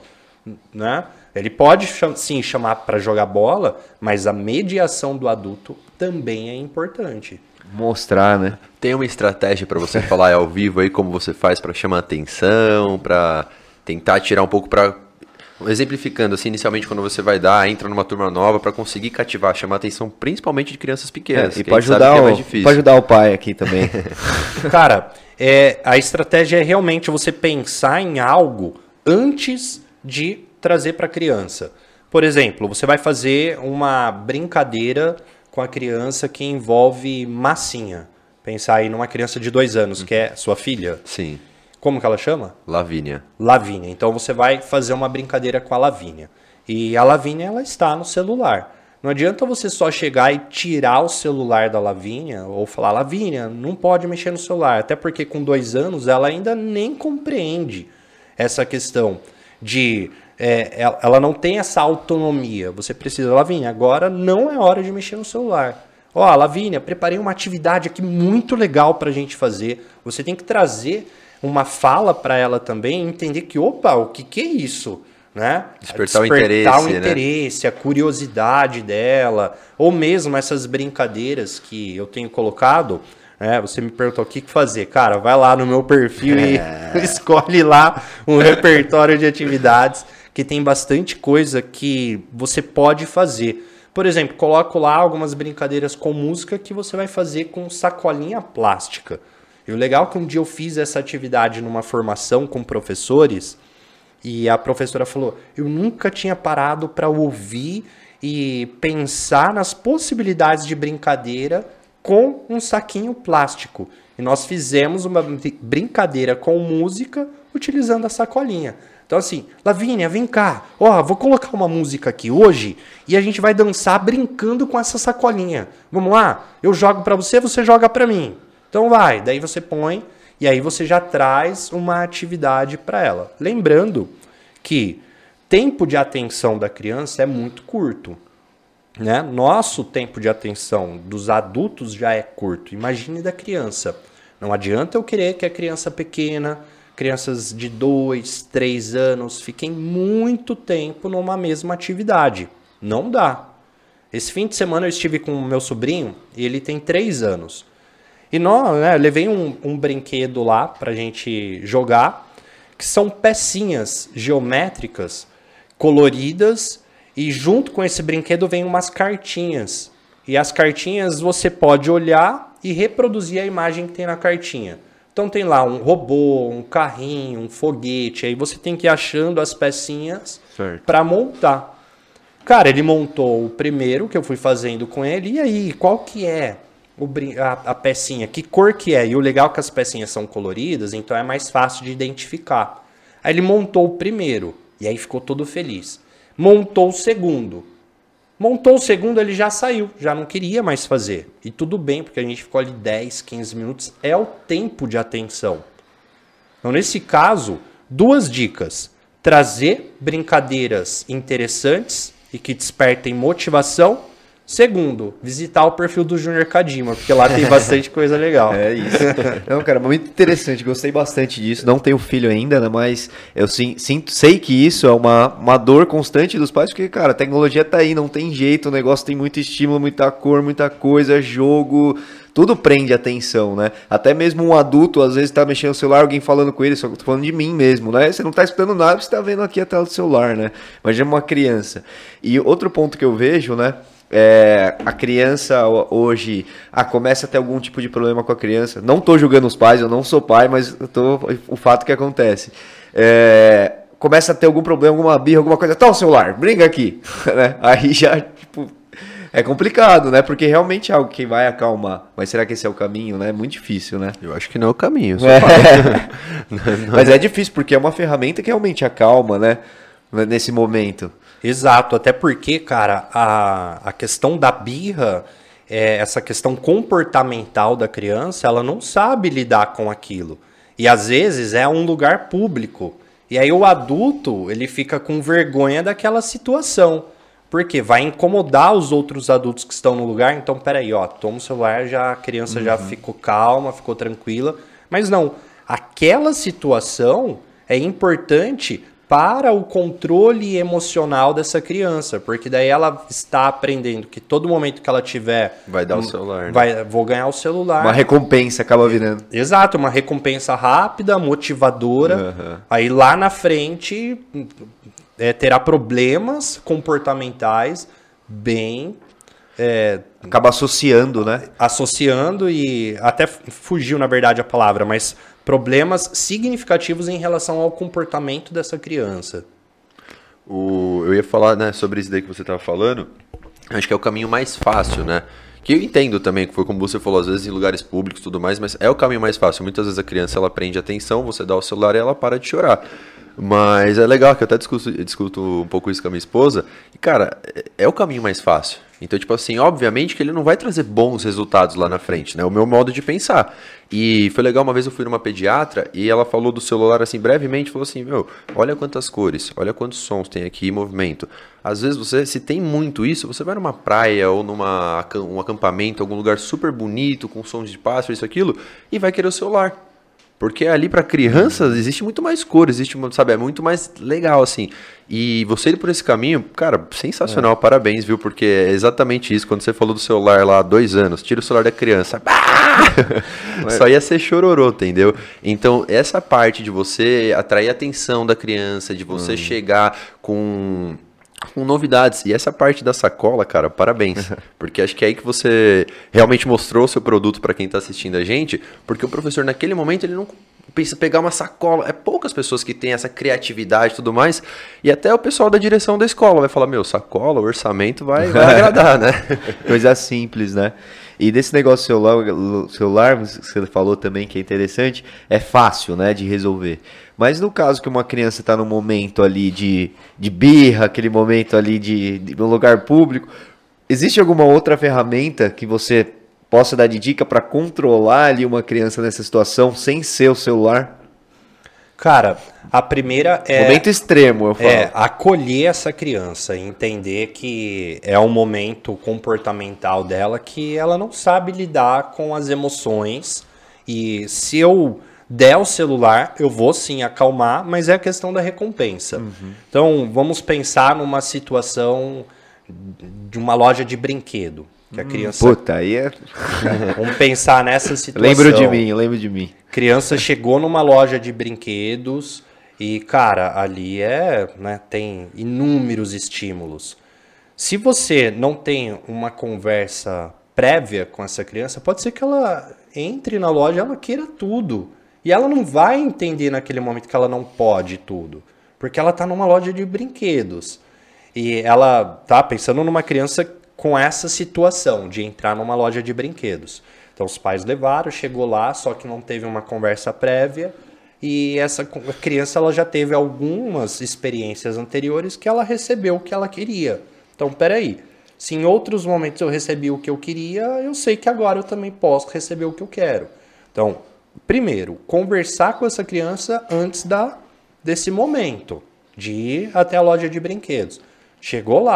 Né? Ele pode, sim, chamar para jogar bola, mas a mediação do adulto também é importante. Mostrar, né? Tem uma estratégia para você falar ao vivo aí, como você faz para chamar atenção, para tentar tirar um pouco para... Exemplificando, assim, inicialmente quando você vai entra numa turma nova para conseguir cativar, chamar a atenção principalmente de crianças pequenas. E para ajudar o pai aqui também. Cara, a estratégia é realmente você pensar em algo antes de trazer para a criança. Por exemplo, você vai fazer uma brincadeira com a criança que envolve massinha. Pensar aí numa criança de 2 anos, que é sua filha. Sim. Como que ela chama? Lavínia. Lavínia. Então você vai fazer uma brincadeira com a Lavínia. E a Lavínia, ela está no celular. Não adianta você só chegar e tirar o celular da Lavínia ou falar, Lavínia, não pode mexer no celular. Até porque com 2 anos ela ainda nem compreende essa questão de... ela não tem essa autonomia. Você precisa, Lavínia, agora não é hora de mexer no celular. Ó, Lavínia, preparei uma atividade aqui muito legal para a gente fazer. Você tem que trazer uma fala para ela também, entender que, opa, o que é isso? Né? Despertar o interesse, né? A curiosidade dela, ou mesmo essas brincadeiras que eu tenho colocado. Você me perguntou o que fazer. Cara, vai lá no meu perfil e escolhe lá um repertório de atividades que tem bastante coisa que você pode fazer. Por exemplo, coloco lá algumas brincadeiras com música que você vai fazer com sacolinha plástica. E o legal é que um dia eu fiz essa atividade numa formação com professores e a professora falou, eu nunca tinha parado para ouvir e pensar nas possibilidades de brincadeira com um saquinho plástico. E nós fizemos uma brincadeira com música utilizando a sacolinha. Então assim, Lavínia, vem cá. Vou colocar uma música aqui hoje e a gente vai dançar brincando com essa sacolinha. Vamos lá? Eu jogo para você, você joga para mim. Então vai, daí você põe e aí você já traz uma atividade para ela. Lembrando que tempo de atenção da criança é muito curto. Né? Nosso tempo de atenção dos adultos já é curto. Imagine da criança. Não adianta eu querer que a criança pequena, crianças de 2, 3 anos, fiquem muito tempo numa mesma atividade. Não dá. Esse fim de semana eu estive com o meu sobrinho e ele tem 3 anos. E eu levei um brinquedo lá pra gente jogar, que são pecinhas geométricas, coloridas, e junto com esse brinquedo vem umas cartinhas. E as cartinhas você pode olhar e reproduzir a imagem que tem na cartinha. Então tem lá um robô, um carrinho, um foguete, aí você tem que ir achando as pecinhas para montar. Cara, ele montou o primeiro que eu fui fazendo com ele, e aí, qual que é a pecinha, que cor que é? E o legal é que as pecinhas são coloridas, então é mais fácil de identificar. Aí ele montou o primeiro, e aí ficou todo feliz. Montou o segundo, ele já saiu, já não queria mais fazer. E tudo bem, porque a gente ficou ali 10, 15 minutos, é o tempo de atenção. Então nesse caso, 2 dicas: trazer brincadeiras interessantes e que despertem motivação, Segundo, visitar o perfil do Júnior Kadima, porque lá tem bastante coisa legal. É isso. Não, cara, muito interessante, gostei bastante disso. Não tenho filho ainda, né, mas eu sei que isso é uma dor constante dos pais, porque, cara, a tecnologia tá aí, não tem jeito, o negócio tem muito estímulo, muita cor, muita coisa, jogo, tudo prende atenção, né? Até mesmo um adulto, às vezes, tá mexendo no celular, alguém falando com ele, só que eu tô falando de mim mesmo, né? Você não tá escutando nada, você tá vendo aqui a tela do celular, né? Imagina uma criança. E outro ponto que eu vejo, né? A criança hoje começa a ter algum tipo de problema com a criança. Não estou julgando os pais, eu não sou pai, mas o fato que acontece. Começa a ter algum problema, alguma birra, alguma coisa. Tá o celular, brinca aqui. Né? Aí já, tipo, é complicado, né? Porque realmente é algo que vai acalmar. Mas será que esse é o caminho, né? É muito difícil, né? Eu acho que não é o caminho. Mas é difícil, porque é uma ferramenta que realmente acalma, né? Nesse momento. Exato, até porque, cara, a questão da birra, essa questão comportamental da criança, ela não sabe lidar com aquilo. E às vezes é um lugar público. E aí o adulto, ele fica com vergonha daquela situação. Porque vai incomodar os outros adultos que estão no lugar. Então, peraí, ó, toma o celular, a criança já ficou calma, ficou tranquila. Mas não, aquela situação é importante para o controle emocional dessa criança, porque daí ela está aprendendo que todo momento que ela tiver... Vai dar o celular, né? Vou ganhar o celular. Uma recompensa acaba virando. Exato, uma recompensa rápida, motivadora. Aí lá na frente terá problemas comportamentais bem... Acaba associando, né? Associando e até fugiu, na verdade, a palavra, mas problemas significativos em relação ao comportamento dessa criança. Eu ia falar, né, sobre isso daí que você estava falando. Acho que é o caminho mais fácil, né? Que eu entendo também, que foi como você falou, às vezes em lugares públicos e tudo mais, mas é o caminho mais fácil. Muitas vezes a criança, ela prende atenção, você dá o celular e ela para de chorar. Mas é legal que eu até discuto um pouco isso com a minha esposa. E, cara, é o caminho mais fácil. Então, tipo assim, obviamente que ele não vai trazer bons resultados lá na frente, né? O meu modo de pensar. E foi legal, uma vez eu fui numa pediatra e ela falou do celular assim, brevemente, falou assim, olha quantas cores, olha quantos sons tem aqui em movimento. Às vezes se tem muito isso, você vai numa praia ou um acampamento, algum lugar super bonito, com sons de pássaro, isso, aquilo, e vai querer o celular. Porque ali para crianças existe muito mais cor, é muito mais legal, assim. E você ir por esse caminho, cara, sensacional, parabéns, viu? Porque é exatamente isso, quando você falou do celular lá há 2 anos, tira o celular da criança, só ia ser chororô, entendeu? Então, essa parte de você atrair a atenção da criança, de você chegar com novidades. E essa parte da sacola, cara, parabéns. Porque acho que é aí que você realmente mostrou o seu produto para quem tá assistindo a gente, porque o professor naquele momento ele não pensa pegar uma sacola. É poucas pessoas que têm essa criatividade e tudo mais. E até o pessoal da direção da escola vai falar, sacola, o orçamento vai agradar, né? Coisa simples, né? E desse negócio celular, você falou também que é interessante, é fácil, né, de resolver. Mas no caso que uma criança está num momento ali de birra, aquele momento ali de um lugar público, existe alguma outra ferramenta que você possa dar de dica para controlar ali uma criança nessa situação sem ser o celular? Cara, a primeira é... Momento extremo, eu falo. Acolher essa criança, entender que é um momento comportamental dela que ela não sabe lidar com as emoções. E se eu der o celular, eu vou sim acalmar, mas é a questão da recompensa. Então, vamos pensar numa situação de uma loja de brinquedo. Que a criança... Puta, aí é... Vamos pensar nessa situação. Lembro de mim. Criança chegou numa loja de brinquedos e, cara, ali tem inúmeros estímulos. Se você não tem uma conversa prévia com essa criança, pode ser que ela entre na loja e ela queira tudo. E ela não vai entender naquele momento que ela não pode tudo. Porque ela está numa loja de brinquedos. E ela tá pensando numa criança com essa situação de entrar numa loja de brinquedos. Então os pais levaram, chegou lá, só que não teve uma conversa prévia e a criança ela já teve algumas experiências anteriores que ela recebeu o que ela queria. Então, peraí, se em outros momentos eu recebi o que eu queria, eu sei que agora eu também posso receber o que eu quero. Então, primeiro, conversar com essa criança antes desse momento de ir até a loja de brinquedos. Chegou lá.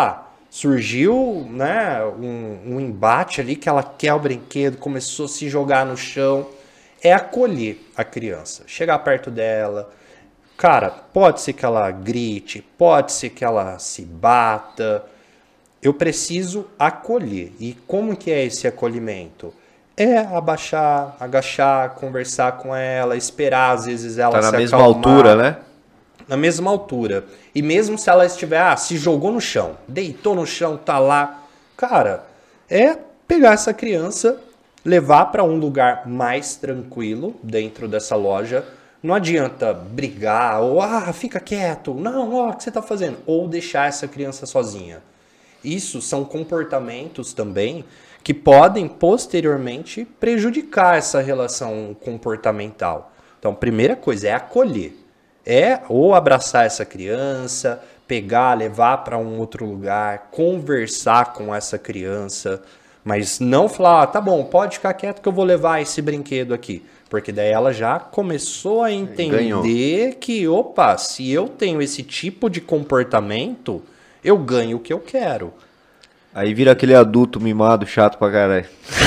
surgiu, né, um embate ali que ela quer o brinquedo, começou a se jogar no chão. É acolher a criança, chegar perto dela. Cara, pode ser que ela grite, pode ser que ela se bata. Eu preciso acolher. E como que é esse acolhimento? É abaixar, agachar, conversar com ela, esperar às vezes ela se acalmar. Tá na mesma altura, né? Na mesma altura. E mesmo se ela estiver, se jogou no chão, deitou no chão, tá lá. Cara, é pegar essa criança, levar para um lugar mais tranquilo dentro dessa loja. Não adianta brigar ou, fica quieto. Não, o que você tá fazendo? Ou deixar essa criança sozinha. Isso são comportamentos também que podem posteriormente prejudicar essa relação comportamental. Então, a primeira coisa é acolher. É ou abraçar essa criança, pegar, levar para um outro lugar, conversar com essa criança, mas não falar, tá bom, pode ficar quieto que eu vou levar esse brinquedo aqui. Porque daí ela já começou a entender que, opa, se eu tenho esse tipo de comportamento, eu ganho o que eu quero. Aí vira aquele adulto mimado, chato pra caralho.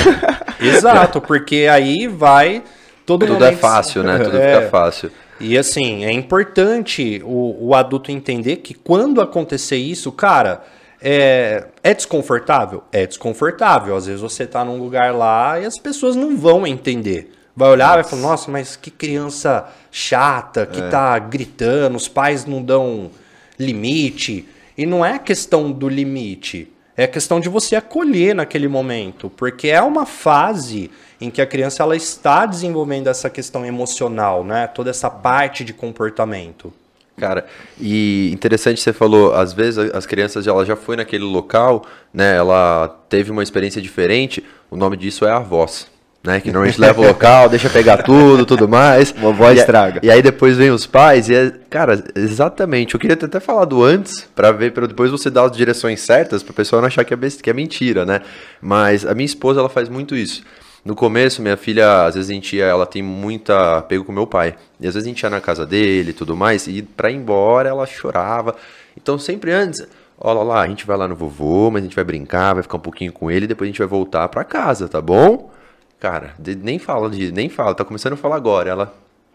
Exato, porque aí vai... Tudo é fácil, né? Tudo fica fácil. E assim, é importante o adulto entender que quando acontecer isso, cara, é desconfortável? É desconfortável. Às vezes você tá num lugar lá e as pessoas não vão entender. Vai olhar e vai falar, nossa, mas que criança chata, que tá gritando, os pais não dão limite. E não é questão do limite, é questão de você acolher naquele momento, porque é uma fase em que a criança ela está desenvolvendo essa questão emocional, né? Toda essa parte de comportamento. Cara, e interessante você falou, às vezes as crianças ela já foi naquele local, né? Ela teve uma experiência diferente, o nome disso é a voz. Né, que normalmente leva o local, deixa pegar tudo mais. Uma voz estraga. E aí depois vem os pais e, cara, exatamente. Eu queria ter até falado antes, pra ver, para depois você dar as direções certas, pra pessoa não achar que é mentira, né? Mas a minha esposa, ela faz muito isso. No começo, minha filha, às vezes ela tem muita apego com meu pai. E às vezes a gente ia na casa dele e tudo mais, e pra ir embora ela chorava. Então sempre antes, olha lá, a gente vai lá no vovô, mas a gente vai brincar, vai ficar um pouquinho com ele, e depois a gente vai voltar pra casa, tá bom? Cara, nem fala, tá começando a falar agora, ela,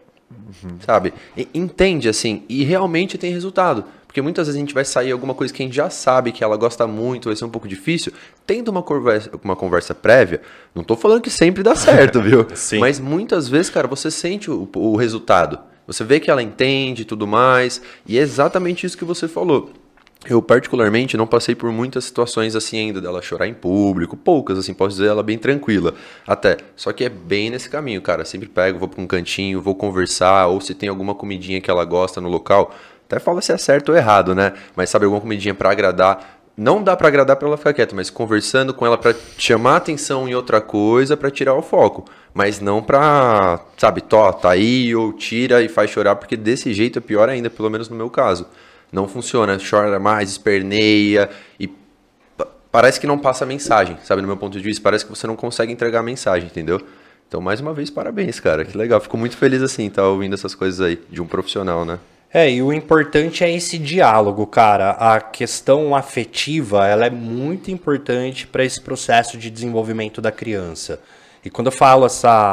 sabe, entende assim, e realmente tem resultado, porque muitas vezes a gente vai sair alguma coisa que a gente já sabe que ela gosta muito, vai ser um pouco difícil, tendo uma conversa prévia, não tô falando que sempre dá certo, viu, mas muitas vezes, cara, você sente o resultado, você vê que ela entende e tudo mais, e é exatamente isso que você falou. Eu, particularmente, não passei por muitas situações assim ainda dela chorar em público, poucas, assim, posso dizer ela bem tranquila, até. Só que é bem nesse caminho, cara, sempre pego, vou pra um cantinho, vou conversar, ou se tem alguma comidinha que ela gosta no local, até fala se é certo ou errado, né? Mas sabe, alguma comidinha pra agradar, não dá pra agradar pra ela ficar quieta, mas conversando com ela pra chamar a atenção em outra coisa, pra tirar o foco. Mas não pra, sabe, tá aí, ou tira e faz chorar, porque desse jeito é pior ainda, pelo menos no meu caso. Não funciona, chora mais, esperneia e parece que não passa a mensagem, sabe? No meu ponto de vista, parece que você não consegue entregar a mensagem, entendeu? Então, mais uma vez, parabéns, cara, que legal. Fico muito feliz, assim, tá ouvindo essas coisas aí, de um profissional, né? E o importante é esse diálogo, cara. A questão afetiva, ela é muito importante para esse processo de desenvolvimento da criança. E quando eu falo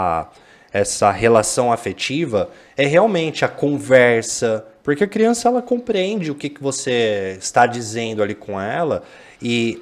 essa relação afetiva, é realmente a conversa. Porque a criança, ela compreende o que você está dizendo ali com ela e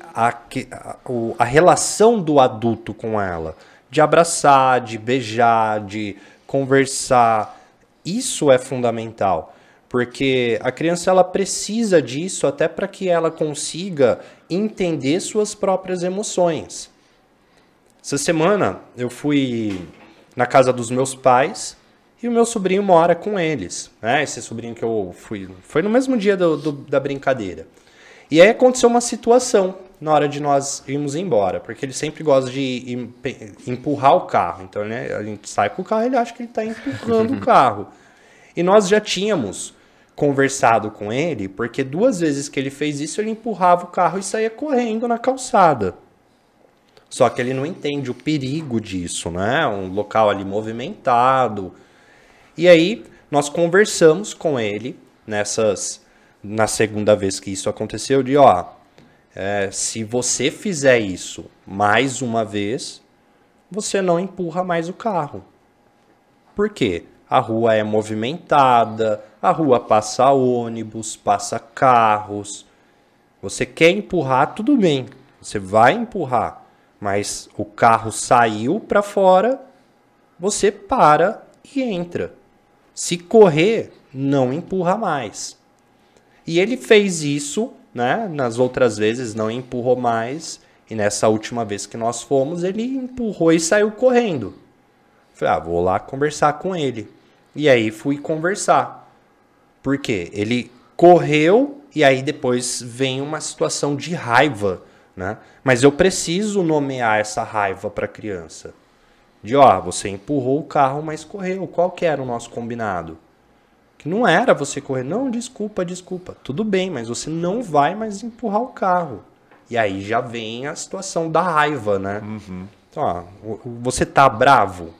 a relação do adulto com ela. De abraçar, de beijar, de conversar. Isso é fundamental. Porque a criança, ela precisa disso até para que ela consiga entender suas próprias emoções. Essa semana, eu fui na casa dos meus pais... E o meu sobrinho mora com eles, né? Esse sobrinho que eu fui... Foi no mesmo dia da brincadeira. E aí aconteceu uma situação na hora de nós irmos embora. Porque ele sempre gosta de empurrar o carro. Então, né, a gente sai com o carro e ele acha que ele está empurrando o carro. E nós já tínhamos conversado com ele, porque 2 vezes que ele fez isso, ele empurrava o carro e saía correndo na calçada. Só que ele não entende o perigo disso, né? Um local ali movimentado... E aí, nós conversamos com ele na segunda vez que isso aconteceu, de se você fizer isso mais uma vez, você não empurra mais o carro. Por quê? A rua é movimentada, a rua passa ônibus, passa carros. Você quer empurrar, tudo bem, você vai empurrar, mas o carro saiu para fora, você para e entra. Se correr, não empurra mais. E ele fez isso, né? Nas outras vezes não empurrou mais, e nessa última vez que nós fomos, ele empurrou e saiu correndo. Falei, vou lá conversar com ele. E aí fui conversar. Por quê? Ele correu e aí depois vem uma situação de raiva, né? Mas eu preciso nomear essa raiva para a criança. De, você empurrou o carro, mas correu. Qual que era o nosso combinado? Que não era você correr. Não, desculpa. Tudo bem, mas você não vai mais empurrar o carro. E aí já vem a situação da raiva, né? Uhum. Então, você tá bravo?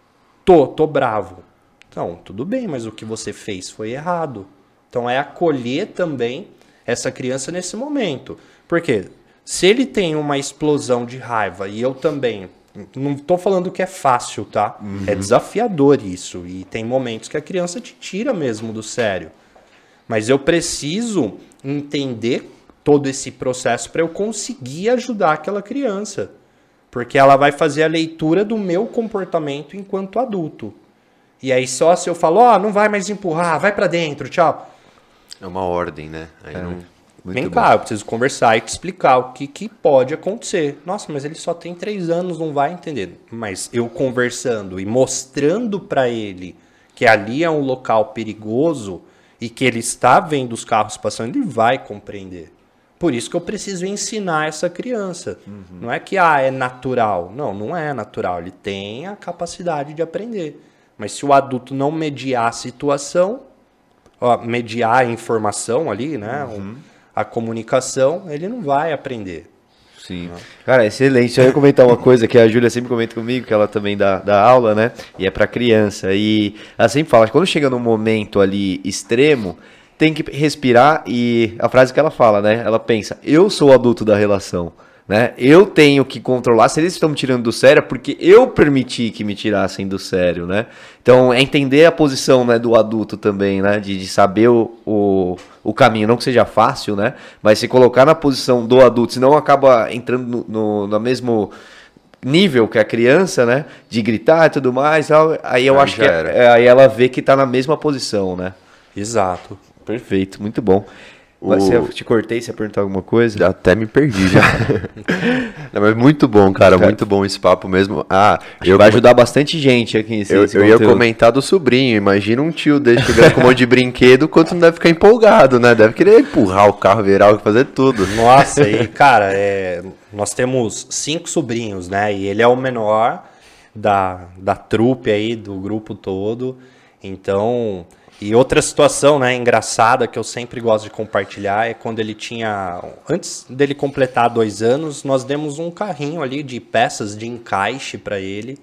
Tô bravo. Então, tudo bem, mas o que você fez foi errado. Então, é acolher também essa criança nesse momento. Porque se ele tem uma explosão de raiva e eu também... Não estou falando que é fácil, tá? Uhum. É desafiador isso. E tem momentos que a criança te tira mesmo do sério. Mas eu preciso entender todo esse processo para eu conseguir ajudar aquela criança. Porque ela vai fazer a leitura do meu comportamento enquanto adulto. E aí só se eu falo, não vai mais empurrar, vai para dentro, tchau. É uma ordem, né? Aí Vem cá, eu preciso conversar e te explicar o que pode acontecer. Nossa, mas ele só tem 3 anos, não vai entender. Mas eu conversando e mostrando para ele que ali é um local perigoso e que ele está vendo os carros passando, ele vai compreender. Por isso que eu preciso ensinar essa criança. Uhum. Não é que é natural. Não é natural. Ele tem a capacidade de aprender. Mas se o adulto não mediar a situação, mediar a informação ali, né? Uhum. A comunicação, ele não vai aprender. Sim. Cara, excelente. Eu ia comentar uma coisa que a Júlia sempre comenta comigo, que ela também dá aula, né? E é para criança. E ela sempre fala que quando chega num momento ali extremo, tem que respirar e a frase que ela fala, né? Ela pensa, eu sou o adulto da relação, né? Eu tenho que controlar, se eles estão me tirando do sério, é porque eu permiti que me tirassem do sério, né? Então, é entender a posição, né, do adulto também, né? De saber o caminho, não que seja fácil, né? Mas se colocar na posição do adulto, senão acaba entrando no mesmo nível que a criança, né? De gritar e tudo mais, aí eu acho que aí ela vê que tá na mesma posição, né? Exato. Perfeito, muito bom. Você te cortei, você ia perguntar alguma coisa? Já até me perdi já. Não, mas muito bom, cara, muito bom esse papo mesmo. Vai ajudar bastante gente aqui. Eu ia comentar do sobrinho. Imagina um tio desse chegando com um monte de brinquedo, quanto não deve ficar empolgado, né? Deve querer empurrar o carro, virar, fazer tudo. Nossa, e cara, nós temos 5 sobrinhos, né? E ele é o menor da trupe aí, do grupo todo. Então... E outra situação, né, engraçada que eu sempre gosto de compartilhar é quando ele tinha... Antes dele completar 2 anos, nós demos um carrinho ali de peças de encaixe para ele.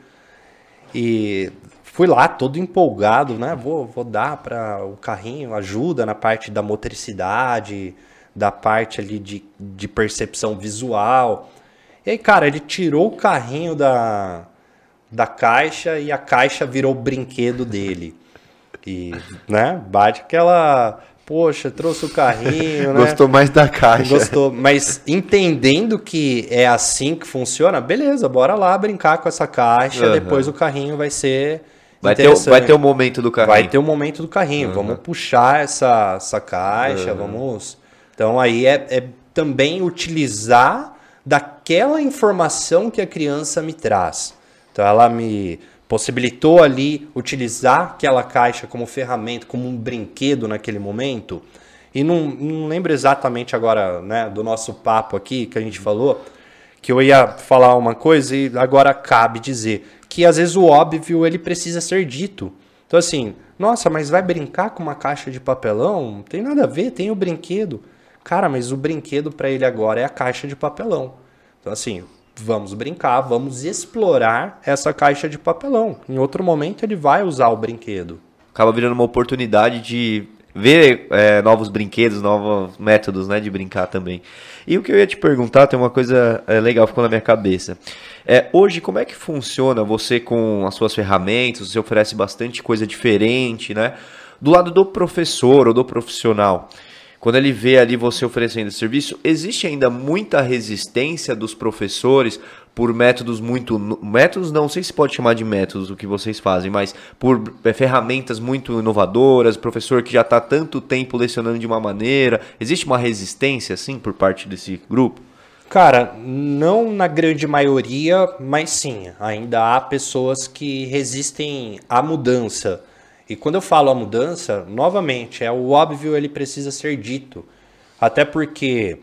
E fui lá todo empolgado, né? Vou dar para o carrinho, ajuda na parte da motricidade, da parte ali de percepção visual. E aí, cara, ele tirou o carrinho da caixa e a caixa virou o brinquedo dele. E, né, bate aquela... Poxa, trouxe o carrinho, né? Gostou mais da caixa. Gostou, mas entendendo que é assim que funciona, beleza, bora lá brincar com essa caixa, depois o carrinho vai ser vai ter o momento do carrinho. Vai ter o momento do carrinho, vamos puxar essa caixa, vamos... Então aí é também utilizar daquela informação que a criança me traz. Então ela me... possibilitou ali utilizar aquela caixa como ferramenta, como um brinquedo naquele momento. E não lembro exatamente agora, né, do nosso papo aqui que a gente falou, que eu ia falar uma coisa e agora cabe dizer que às vezes o óbvio ele precisa ser dito. Então assim, nossa, mas vai brincar com uma caixa de papelão? Não tem nada a ver, tem o brinquedo. Cara, mas o brinquedo para ele agora é a caixa de papelão. Então assim... Vamos brincar, vamos explorar essa caixa de papelão. Em outro momento ele vai usar o brinquedo. Acaba virando uma oportunidade de ver novos brinquedos, novos métodos, né, de brincar também. E o que eu ia te perguntar, tem uma coisa legal, ficou na minha cabeça. Hoje, como é que funciona você com as suas ferramentas? Você oferece bastante coisa diferente, né? Do lado do professor ou do profissional, quando ele vê ali você oferecendo esse serviço, existe ainda muita resistência dos professores por métodos métodos não sei se pode chamar de métodos o que vocês fazem, mas por ferramentas muito inovadoras, professor que já está tanto tempo lecionando de uma maneira, existe uma resistência assim por parte desse grupo? Cara, não na grande maioria, mas sim, ainda há pessoas que resistem à mudança. E quando eu falo a mudança, novamente, o óbvio, ele precisa ser dito. Até porque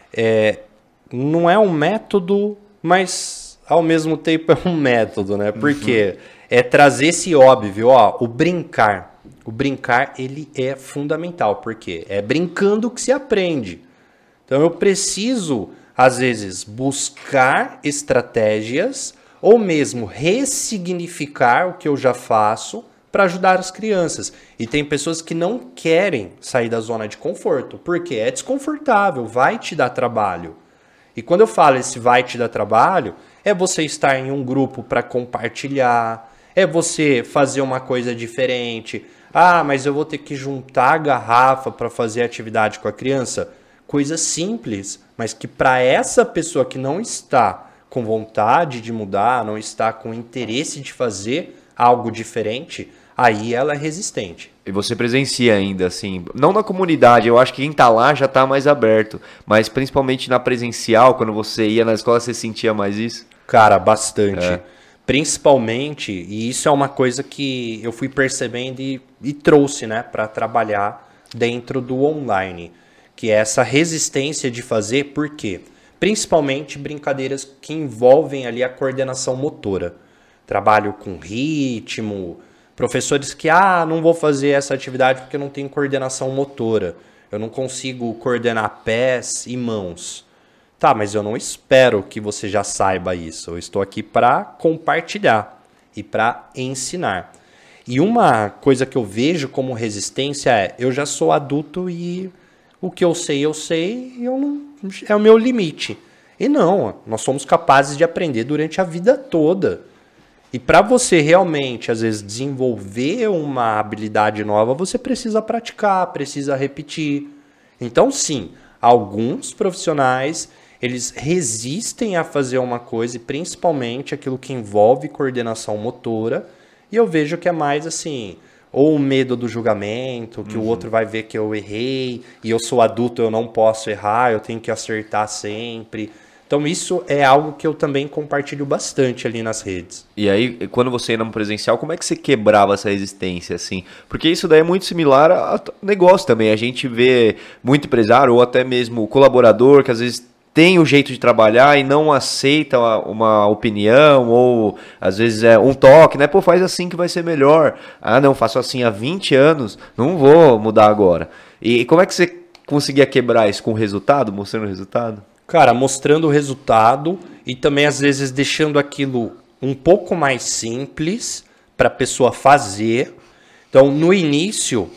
não é um método, mas ao mesmo tempo é um método, né? Porque é trazer esse óbvio, o brincar. O brincar, ele é fundamental, porque é brincando que se aprende. Então eu preciso, às vezes, buscar estratégias ou mesmo ressignificar o que eu já faço para ajudar as crianças. E tem pessoas que não querem sair da zona de conforto, porque é desconfortável, vai te dar trabalho. E quando eu falo esse vai te dar trabalho, é você estar em um grupo para compartilhar, é você fazer uma coisa diferente. Ah, mas eu vou ter que juntar a garrafa para fazer atividade com a criança. Coisa simples, mas que para essa pessoa que não está com vontade de mudar, não está com interesse de fazer algo diferente, aí ela é resistente. E você presencia ainda, assim, não na comunidade, eu acho que quem tá lá já tá mais aberto, mas principalmente na presencial, quando você ia na escola, você sentia mais isso? Cara, bastante. Principalmente, e isso é uma coisa que eu fui percebendo e trouxe, né, para trabalhar dentro do online, que é essa resistência de fazer, por quê? Principalmente brincadeiras que envolvem ali a coordenação motora. Trabalho com ritmo, professores que, não vou fazer essa atividade porque eu não tenho coordenação motora. Eu não consigo coordenar pés e mãos. Tá, mas eu não espero que você já saiba isso. Eu estou aqui para compartilhar e para ensinar. E uma coisa que eu vejo como resistência eu já sou adulto e o que eu sei, e eu não, é o meu limite. E não, nós somos capazes de aprender durante a vida toda. E para você realmente, às vezes, desenvolver uma habilidade nova, você precisa praticar, precisa repetir. Então, sim, alguns profissionais, eles resistem a fazer uma coisa, e principalmente aquilo que envolve coordenação motora, e eu vejo que é mais assim, ou o medo do julgamento, que o outro vai ver que eu errei, e eu sou adulto, eu não posso errar, eu tenho que acertar sempre. Então isso é algo que eu também compartilho bastante ali nas redes. E aí, quando você ia no presencial, como é que você quebrava essa resistência, assim? Porque isso daí é muito similar a negócio também. A gente vê muito empresário ou até mesmo colaborador que às vezes tem o jeito de trabalhar e não aceita uma opinião ou às vezes é um toque, né? Pô, faz assim que vai ser melhor. Ah, não, faço assim há 20 anos, não vou mudar agora. E como é que você conseguia quebrar isso com o resultado, mostrando o resultado? Cara, mostrando o resultado e também às vezes deixando aquilo um pouco mais simples para a pessoa fazer. Então, no início,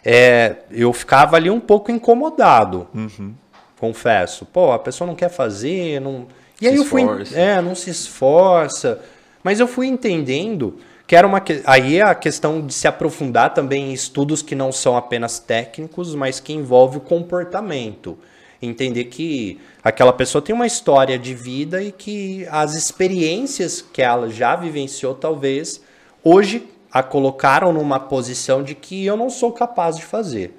eu ficava ali um pouco incomodado, confesso. Pô, a pessoa não quer fazer, não... E aí eu fui, não se esforça. Mas eu fui entendendo que era aí a questão de se aprofundar também em estudos que não são apenas técnicos, mas que envolvem o comportamento. Entender que aquela pessoa tem uma história de vida e que as experiências que ela já vivenciou, talvez, hoje a colocaram numa posição de que eu não sou capaz de fazer.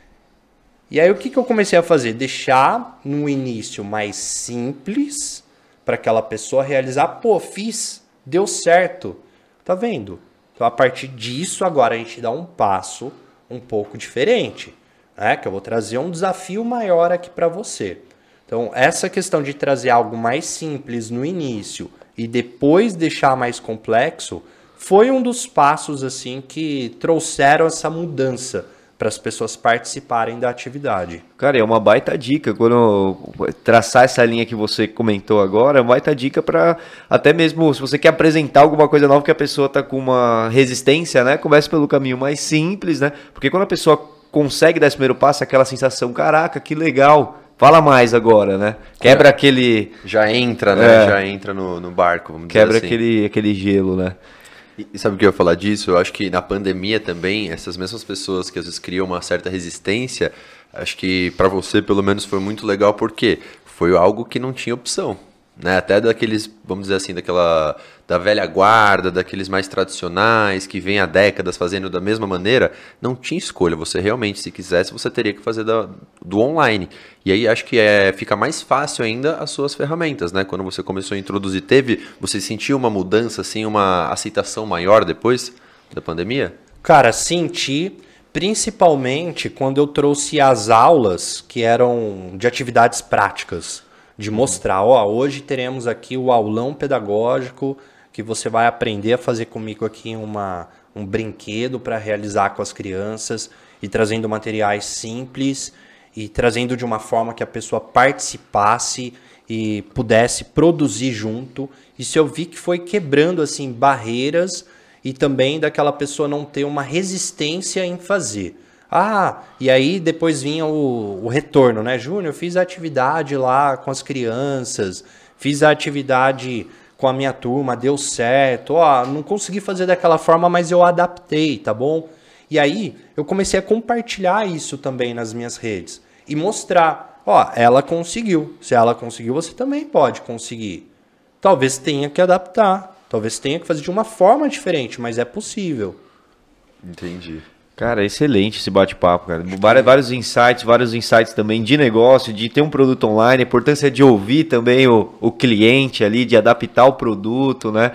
E aí o que eu comecei a fazer? Deixar no início mais simples para aquela pessoa realizar. Pô, fiz, deu certo. Tá vendo? Então a partir disso agora a gente dá um passo um pouco diferente. Que eu vou trazer um desafio maior aqui para você. Então, essa questão de trazer algo mais simples no início e depois deixar mais complexo foi um dos passos assim que trouxeram essa mudança para as pessoas participarem da atividade. Cara, é uma baita dica. Quando traçar essa linha que você comentou agora, é uma baita dica para até mesmo se você quer apresentar alguma coisa nova que a pessoa está com uma resistência, né? Comece pelo caminho mais simples, né? Porque quando a pessoa consegue dar esse primeiro passo, aquela sensação, caraca, que legal, fala mais agora, né? Quebra aquele... Já entra, né? Já entra no barco, vamos dizer assim. Quebra aquele gelo, né? E sabe o que eu ia falar disso? Eu acho que na pandemia também, essas mesmas pessoas que às vezes criam uma certa resistência, acho que para você pelo menos foi muito legal, porque foi algo que não tinha opção, né? Até daqueles, vamos dizer assim, da velha guarda, daqueles mais tradicionais, que vem há décadas fazendo da mesma maneira, não tinha escolha. Você realmente, se quisesse, você teria que fazer do online. E aí acho que fica mais fácil ainda as suas ferramentas, né? Quando você começou a introduzir, você sentiu uma mudança, assim, uma aceitação maior depois da pandemia? Cara, senti, principalmente quando eu trouxe as aulas que eram de atividades práticas, de mostrar, hoje teremos aqui o aulão pedagógico que você vai aprender a fazer comigo aqui um brinquedo para realizar com as crianças e trazendo materiais simples e trazendo de uma forma que a pessoa participasse e pudesse produzir junto. Isso eu vi que foi quebrando assim barreiras e também daquela pessoa não ter uma resistência em fazer. E aí depois vinha o retorno, né? Júnior, eu fiz a atividade lá com as crianças, fiz a atividade com a minha turma, deu certo. Não consegui fazer daquela forma, mas eu adaptei, tá bom? E aí eu comecei a compartilhar isso também nas minhas redes e mostrar, ela conseguiu. Se ela conseguiu, você também pode conseguir. Talvez tenha que adaptar, talvez tenha que fazer de uma forma diferente, mas é possível. Entendi. Cara, excelente esse bate-papo, cara. Vários insights também de negócio, de ter um produto online, a importância de ouvir também o cliente ali, de adaptar o produto, né?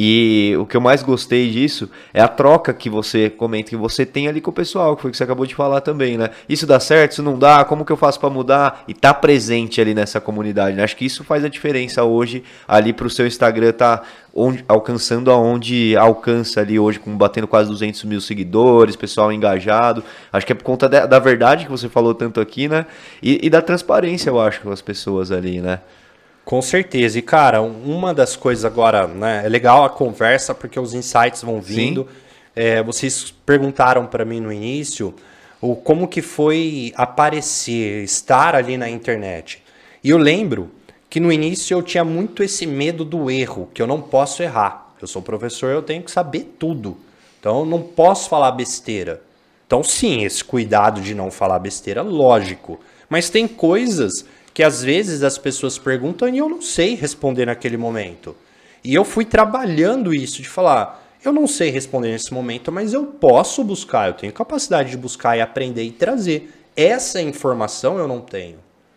E o que eu mais gostei disso é a troca que você comenta, que você tem ali com o pessoal, que foi o que você acabou de falar também, né? Isso dá certo, isso não dá, como que eu faço para mudar? E tá presente ali nessa comunidade, né? Acho que isso faz a diferença hoje ali pro seu Instagram alcançando aonde alcança ali hoje, batendo quase 200 mil seguidores, pessoal engajado. Acho que é por conta da verdade que você falou tanto aqui, né? E da transparência, eu acho, com as pessoas ali, né? Com certeza. E, cara, uma das coisas agora, né? É legal a conversa porque os insights vão vindo. Vocês perguntaram para mim no início como que foi aparecer, estar ali na internet. E eu lembro que no início eu tinha muito esse medo do erro, que eu não posso errar. Eu sou professor, eu tenho que saber tudo. Então eu não posso falar besteira. Então sim, esse cuidado de não falar besteira, lógico. Mas tem coisas que às vezes as pessoas perguntam e eu não sei responder naquele momento. E eu fui trabalhando isso, de falar, eu não sei responder nesse momento, mas eu posso buscar, eu tenho capacidade de buscar e aprender e trazer. Essa informação eu não tenho.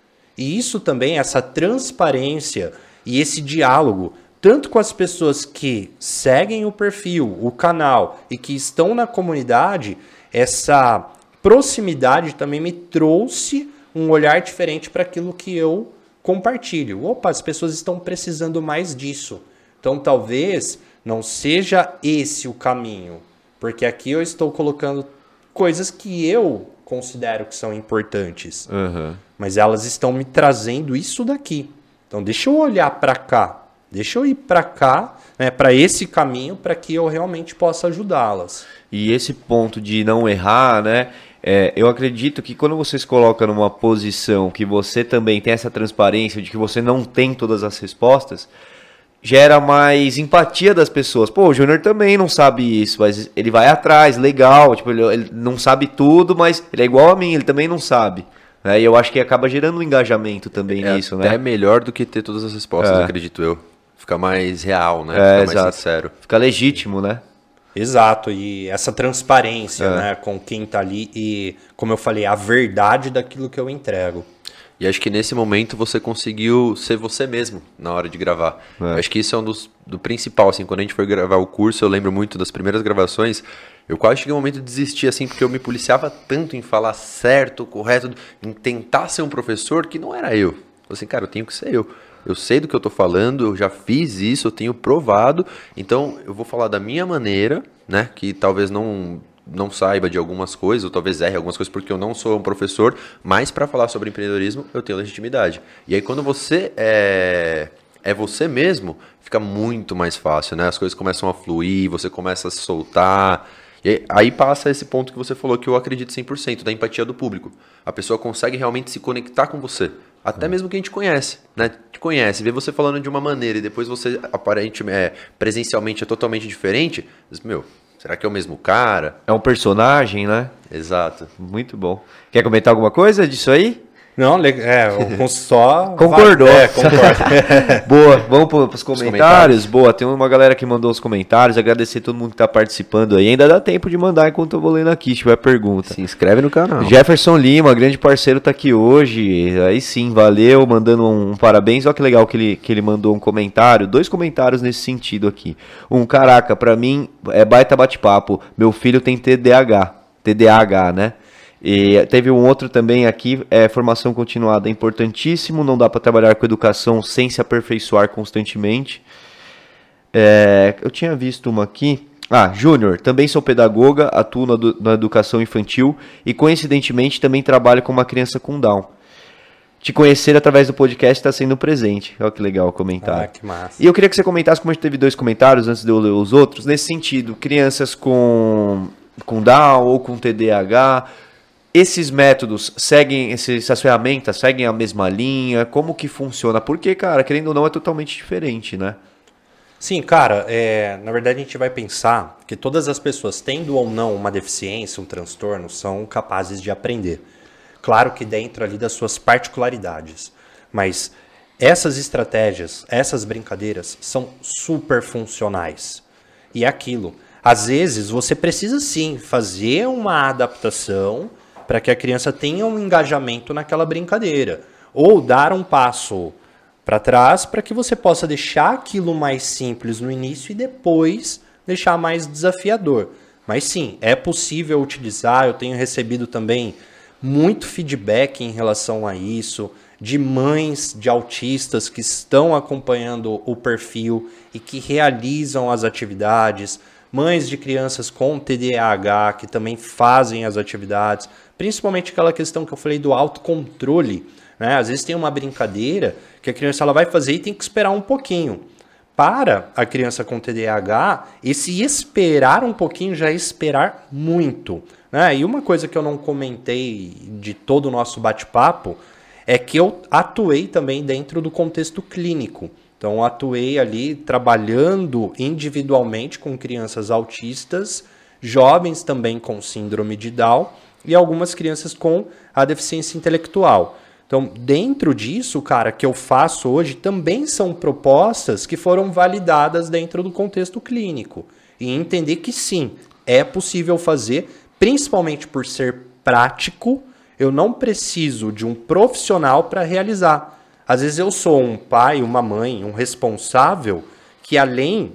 E isso também, essa transparência e esse diálogo, tanto com as pessoas que seguem o perfil, o canal e que estão na comunidade, essa proximidade também me trouxe um olhar diferente para aquilo que eu compartilho. As pessoas estão precisando mais disso. Então talvez não seja esse o caminho, porque aqui eu estou colocando coisas que eu considero que são importantes. Mas elas estão me trazendo isso daqui. Então deixa eu olhar para cá. Deixa eu ir para cá, né, para esse caminho, para que eu realmente possa ajudá-las. E esse ponto de não errar, né? Eu acredito que quando você se coloca numa posição que você também tem essa transparência de que você não tem todas as respostas, gera mais empatia das pessoas. Pô, o Júnior também não sabe isso, mas ele vai atrás, legal. Tipo, ele não sabe tudo, mas ele é igual a mim, ele também não sabe. E eu acho que acaba gerando um engajamento também nisso, né? É melhor do que ter todas as respostas, acredito eu. Fica mais real, né? Fica mais sincero. Fica legítimo, né? Exato, e essa transparência, né, com quem tá ali e, como eu falei, a verdade daquilo que eu entrego. E acho que nesse momento você conseguiu ser você mesmo na hora de gravar. Acho que isso é do principal, assim, quando a gente foi gravar o curso, eu lembro muito das primeiras gravações, eu quase cheguei um momento de desistir, assim, porque eu me policiava tanto em falar certo, correto, em tentar ser um professor que não era eu. Assim, cara, eu tenho que ser eu. Eu sei do que eu tô falando, eu já fiz isso, eu tenho provado, então eu vou falar da minha maneira, né, que talvez não saiba de algumas coisas, ou talvez erre algumas coisas porque eu não sou um professor, mas para falar sobre empreendedorismo eu tenho legitimidade. E aí quando você é você mesmo, fica muito mais fácil, né? As coisas começam a fluir, você começa a se soltar. E aí passa esse ponto que você falou, que eu acredito 100%, da empatia do público. A pessoa consegue realmente se conectar com você. Até mesmo quem te conhece, né? Te conhece, vê você falando de uma maneira e depois você aparentemente, presencialmente é totalmente diferente. Diz, meu, será que é o mesmo cara? É um personagem, né? Exato. Muito bom. Quer comentar alguma coisa disso aí? Não, só... Concordou. Concordo. Boa, vamos para os comentários. Boa, tem uma galera que mandou os comentários. Agradecer todo mundo que está participando aí. Ainda dá tempo de mandar enquanto eu vou lendo aqui, se tiver pergunta. Se inscreve no canal. Jefferson Lima, grande parceiro, tá aqui hoje. Aí sim, valeu, mandando um parabéns. Olha que legal que ele mandou um comentário. 2 comentários nesse sentido aqui. Caraca, pra mim é baita bate-papo. Meu filho tem TDAH, né? E teve um outro também aqui, formação continuada é importantíssimo, não dá para trabalhar com educação sem se aperfeiçoar constantemente. Eu tinha visto uma aqui, Júnior, também sou pedagoga, atuo na educação infantil e coincidentemente também trabalho com uma criança com Down. Te conhecer através do podcast está sendo presente. Olha que legal o comentário. Que massa. E eu queria que você comentasse, como a gente teve 2 comentários antes de eu ler os outros, nesse sentido, crianças com Down ou com TDAH... Esses métodos seguem, essas ferramentas seguem a mesma linha? Como que funciona? Porque, cara, querendo ou não, é totalmente diferente, né? Sim, cara, na verdade a gente vai pensar que todas as pessoas, tendo ou não uma deficiência, um transtorno, são capazes de aprender. Claro que dentro ali das suas particularidades. Mas essas estratégias, essas brincadeiras são super funcionais. E é aquilo. Às vezes você precisa sim fazer uma adaptação para que a criança tenha um engajamento naquela brincadeira. Ou dar um passo para trás para que você possa deixar aquilo mais simples no início e depois deixar mais desafiador. Mas sim, é possível utilizar. Eu tenho recebido também muito feedback em relação a isso, de mães de autistas que estão acompanhando o perfil e que realizam as atividades, mães de crianças com TDAH que também fazem as atividades, principalmente aquela questão que eu falei do autocontrole, né? Às vezes tem uma brincadeira que a criança ela vai fazer e tem que esperar um pouquinho. Para a criança com TDAH, esse esperar um pouquinho já é esperar muito, né? E uma coisa que eu não comentei de todo o nosso bate-papo é que eu atuei também dentro do contexto clínico. Então, eu atuei ali trabalhando individualmente com crianças autistas, jovens também com síndrome de Down e algumas crianças com a deficiência intelectual. Então, dentro disso, cara, que eu faço hoje, também são propostas que foram validadas dentro do contexto clínico. E entender que sim, é possível fazer, principalmente por ser prático, eu não preciso de um profissional para realizar. Às vezes eu sou um pai, uma mãe, um responsável que além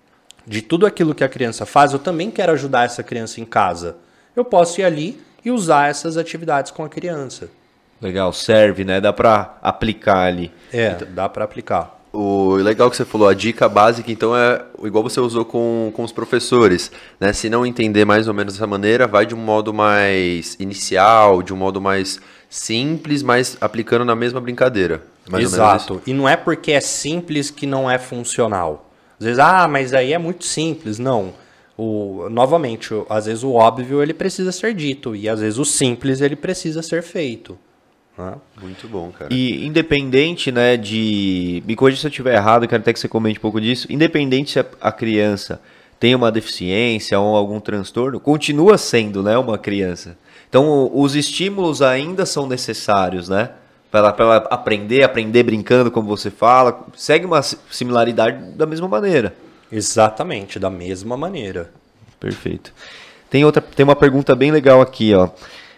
de tudo aquilo que a criança faz, eu também quero ajudar essa criança em casa. Eu posso ir ali e usar essas atividades com a criança. Legal, serve, né? Dá para aplicar ali. Dá para aplicar. O legal que você falou, a dica básica, então, é igual você usou com os professores, né? Se não entender mais ou menos dessa maneira, vai de um modo mais inicial, de um modo mais simples, mas aplicando na mesma brincadeira. Exato. E não é porque é simples que não é funcional. Às vezes, mas aí é muito simples. Não. Novamente, às vezes o óbvio ele precisa ser dito e às vezes o simples ele precisa ser feito. Muito bom, cara. E independente, né, me corrija se eu estiver errado, quero até que você comente um pouco disso. Independente se a criança tem uma deficiência ou algum transtorno, continua sendo, né, uma criança. Então, os estímulos ainda são necessários, né? Para ela aprender brincando, como você fala. Segue uma similaridade da mesma maneira. Exatamente, da mesma maneira. Perfeito. Tem uma pergunta bem legal aqui, ó.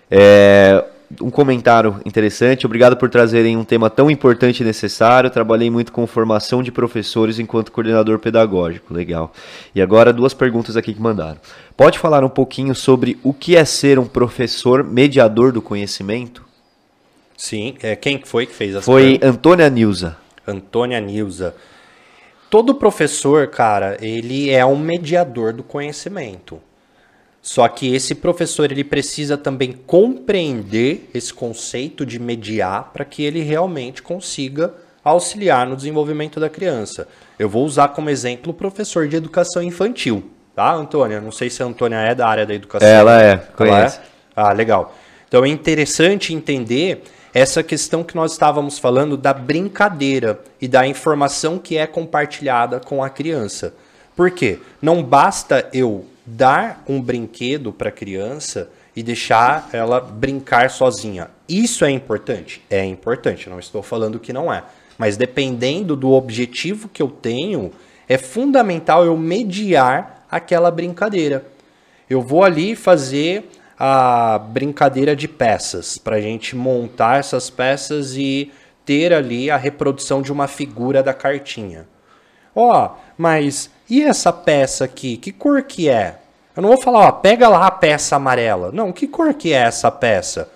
Um comentário interessante. Obrigado por trazerem um tema tão importante e necessário. Trabalhei muito com formação de professores enquanto coordenador pedagógico. Legal. E agora 2 perguntas aqui que mandaram. Pode falar um pouquinho sobre o que é ser um professor mediador do conhecimento? Sim. Quem foi que fez essa pergunta? Foi Antônia Nilza. Antônia Nilza. Todo professor, cara, ele é um mediador do conhecimento. Só que esse professor ele precisa também compreender esse conceito de mediar para que ele realmente consiga auxiliar no desenvolvimento da criança. Eu vou usar como exemplo o professor de educação infantil. tá, Antônia? Não sei se a Antônia é da área da educação. Ela conhece. Ah, legal. Então é interessante entender essa questão que nós estávamos falando da brincadeira e da informação que é compartilhada com a criança. Por quê? Não basta eu dar um brinquedo para a criança e deixar ela brincar sozinha. Isso é importante? É importante, não estou falando que não é. Mas dependendo do objetivo que eu tenho, é fundamental eu mediar aquela brincadeira. Eu vou ali fazer a brincadeira de peças, para a gente montar essas peças e ter ali a reprodução de uma figura da cartinha. Mas e essa peça aqui? Que cor que é? Eu não vou falar, pega lá a peça amarela. Não, que cor que é essa peça?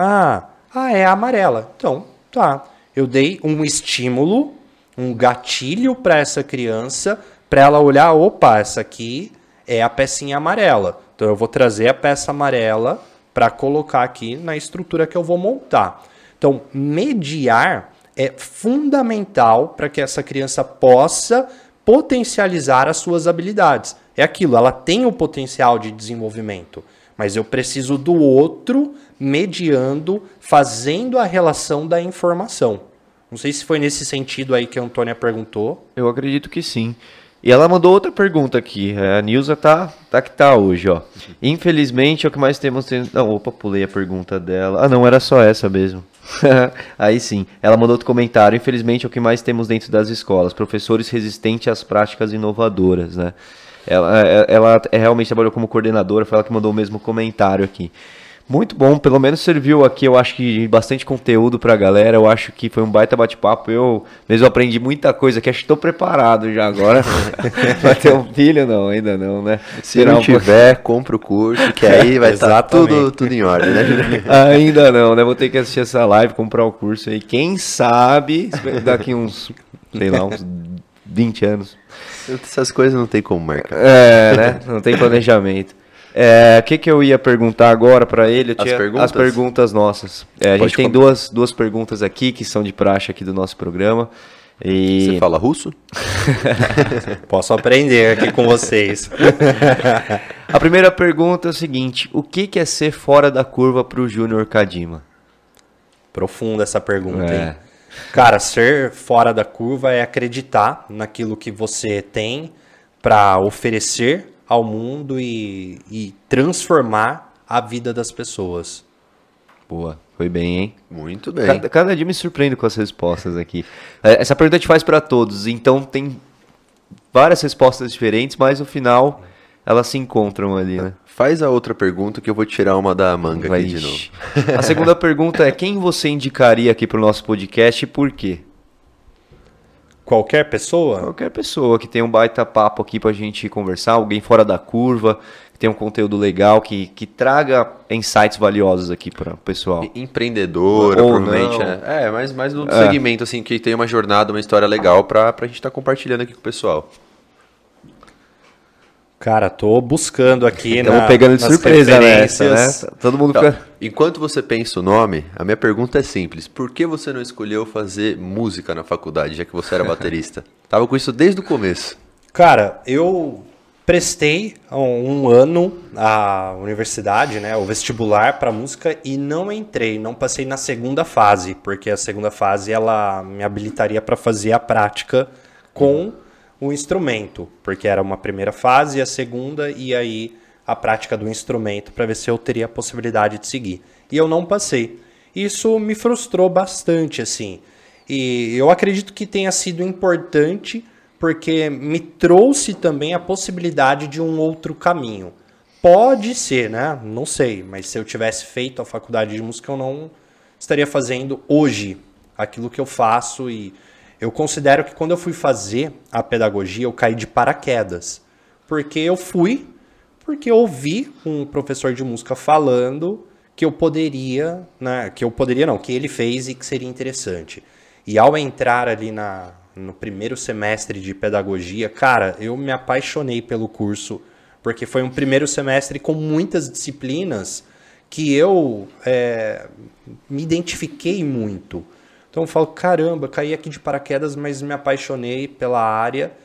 É amarela. Então, tá. Eu dei um estímulo, um gatilho para essa criança, para ela olhar, essa aqui é a pecinha amarela. Então eu vou trazer a peça amarela para colocar aqui na estrutura que eu vou montar. Então, mediar é fundamental para que essa criança possa potencializar as suas habilidades. É aquilo, ela tem o potencial de desenvolvimento, mas eu preciso do outro mediando, fazendo a relação da informação. Não sei se foi nesse sentido aí que a Antônia perguntou. Eu acredito que sim. E ela mandou outra pergunta aqui. A Nilza tá hoje, ó. Infelizmente é o que mais temos... Não, pulei a pergunta dela. Não, era só essa mesmo. Aí sim. Ela mandou outro comentário. Infelizmente é o que mais temos dentro das escolas. Professores resistentes às práticas inovadoras, né? Ela realmente trabalhou como coordenadora. Foi ela que mandou o mesmo comentário aqui. Muito bom, pelo menos serviu aqui, eu acho que bastante conteúdo pra galera, eu acho que foi um baita bate-papo, eu mesmo aprendi muita coisa aqui, acho que estou preparado já agora. Vai ter um filho? Não, ainda não, né? Se não tiver, compra o curso, que aí vai estar tudo em ordem, né? Ainda não, né? Vou ter que assistir essa live, comprar o curso aí, quem sabe, daqui uns 20 anos. Essas coisas não tem como marcar. Né? Não tem planejamento. O que eu ia perguntar agora para ele? As perguntas nossas. A gente tem duas perguntas aqui que são de praxe aqui do nosso programa. Você fala russo? Posso aprender aqui com vocês. A primeira pergunta é o seguinte: o que é ser fora da curva para o Júnior Kadima? Profunda essa pergunta, hein? Cara, ser fora da curva é acreditar naquilo que você tem para oferecer ao mundo e transformar a vida das pessoas. Boa, foi bem, hein? Muito bem. Cada dia me surpreendo com as respostas aqui. Essa pergunta a gente faz para todos, então tem várias respostas diferentes, mas no final elas se encontram ali, né? Faz a outra pergunta que eu vou tirar uma da manga aqui de novo. A segunda pergunta é: quem você indicaria aqui para o nosso podcast e por quê? Qualquer pessoa? Qualquer pessoa que tenha um baita papo aqui pra gente conversar, alguém fora da curva, que tenha um conteúdo legal, que traga insights valiosos aqui para o pessoal. Empreendedora, provavelmente. Mais no segmento, assim, que tem uma jornada, uma história legal pra gente estar compartilhando aqui com o pessoal. Cara, tô buscando aqui Estamos pegando de surpresa nessa, né? Todo mundo fica... Enquanto você pensa o nome, a minha pergunta é simples. Por que você não escolheu fazer música na faculdade, já que você era baterista? Tava com isso desde o começo. Cara, eu prestei um ano a universidade, né, o vestibular para música e não entrei, não passei na segunda fase, porque a segunda fase ela me habilitaria para fazer a prática com o instrumento, porque era uma primeira fase, a segunda, e aí a prática do instrumento, para ver se eu teria a possibilidade de seguir. E eu não passei. Isso me frustrou bastante, assim. E eu acredito que tenha sido importante, porque me trouxe também a possibilidade de um outro caminho. Pode ser, né? Não sei, mas se eu tivesse feito a faculdade de música, eu não estaria fazendo hoje aquilo que eu faço. E eu considero que quando eu fui fazer a pedagogia, eu caí de paraquedas. Porque eu ouvi um professor de música falando que eu poderia, né, que ele fez e que seria interessante. E ao entrar ali no primeiro semestre de pedagogia, cara, eu me apaixonei pelo curso, porque foi um primeiro semestre com muitas disciplinas que eu me identifiquei muito. Então eu falo, caramba, caí aqui de paraquedas, mas me apaixonei pela área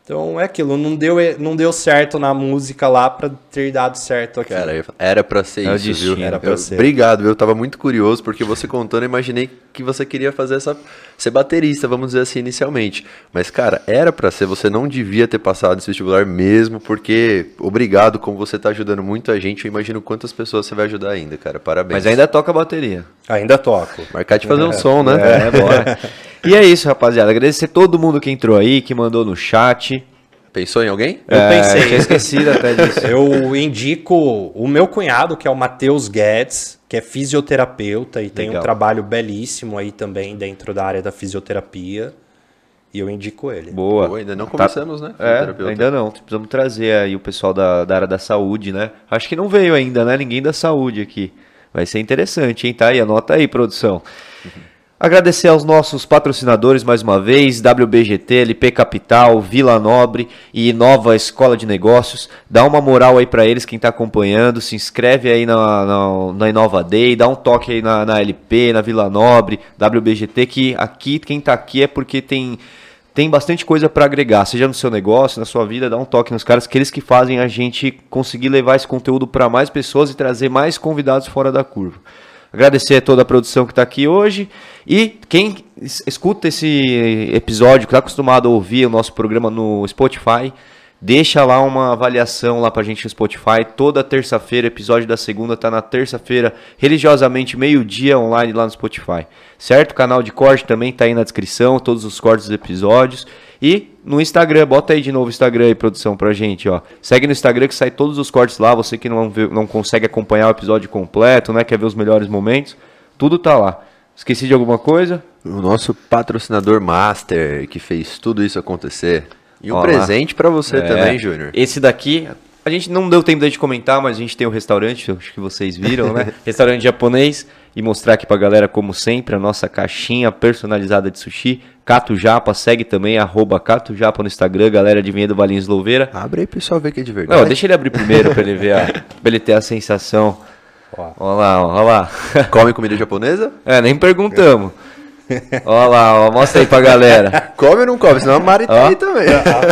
Então é aquilo, não deu certo na música lá pra ter dado certo aqui. Cara, era pra ser isso, destino, viu? Era pra ser. Obrigado, viu? Eu tava muito curioso, porque você contando, eu imaginei que você queria fazer ser baterista, vamos dizer assim, inicialmente. Mas, cara, era pra ser, você não devia ter passado esse vestibular mesmo, porque, obrigado, como você tá ajudando muito a gente, eu imagino quantas pessoas você vai ajudar ainda, cara. Parabéns. Mas ainda toca bateria. Ainda toco. Marcar de fazer um som, né? Bora. E é isso, rapaziada. Agradecer todo mundo que entrou aí, que mandou no chat. Pensou em alguém? Eu pensei. Tinha esquecido até disso. Eu indico o meu cunhado, que é o Matheus Guedes, que é fisioterapeuta e tem um trabalho belíssimo aí também dentro da área da fisioterapia. E eu indico ele. Boa. Ainda não começamos, né? Ainda não. Precisamos trazer aí o pessoal da área da saúde, né? Acho que não veio ainda, né? Ninguém da saúde aqui. Vai ser interessante, hein? Tá aí, anota aí, produção. Agradecer aos nossos patrocinadores mais uma vez, WBGT, LP Capital, Vila Nobre e Nova Escola de Negócios. Dá uma moral aí para eles, quem está acompanhando, se inscreve aí na Inova Day, dá um toque aí na LP, na Vila Nobre, WBGT, que aqui, quem está aqui é porque tem bastante coisa para agregar, seja no seu negócio, na sua vida, dá um toque nos caras, que eles que fazem a gente conseguir levar esse conteúdo para mais pessoas e trazer mais convidados fora da curva. Agradecer a toda a produção que está aqui hoje. E quem escuta esse episódio, que está acostumado a ouvir o nosso programa no Spotify, deixa lá uma avaliação lá pra gente no Spotify. Toda terça-feira, episódio da segunda tá na terça-feira, religiosamente, meio-dia, online lá no Spotify. Certo? O canal de corte também tá aí na descrição, todos os cortes dos episódios. E no Instagram, bota aí de novo o Instagram aí, produção, pra gente, ó. Segue no Instagram que sai todos os cortes lá. Você que não consegue acompanhar o episódio completo, né? Quer ver os melhores momentos, tudo tá lá. Esqueci de alguma coisa? O nosso patrocinador master, que fez tudo isso acontecer. E um Ó, presente pra você também, Júnior. Esse daqui, a gente não deu tempo de comentar, mas a gente tem um restaurante, acho que vocês viram, né? Restaurante japonês. E mostrar aqui pra galera, como sempre, a nossa caixinha personalizada de sushi. Cato Japa, segue também, @Cato Japa no Instagram, galera de Vinhedo Valinhos Louveira. Abre aí, pessoal, ver que é de verdade. Não, deixa ele abrir primeiro pra ele ver, pra ele ter a sensação. Olha lá. Come comida japonesa? Nem perguntamos. Olha lá, ó, mostra aí pra galera. Come ou não come? Senão a Mari tá aí também.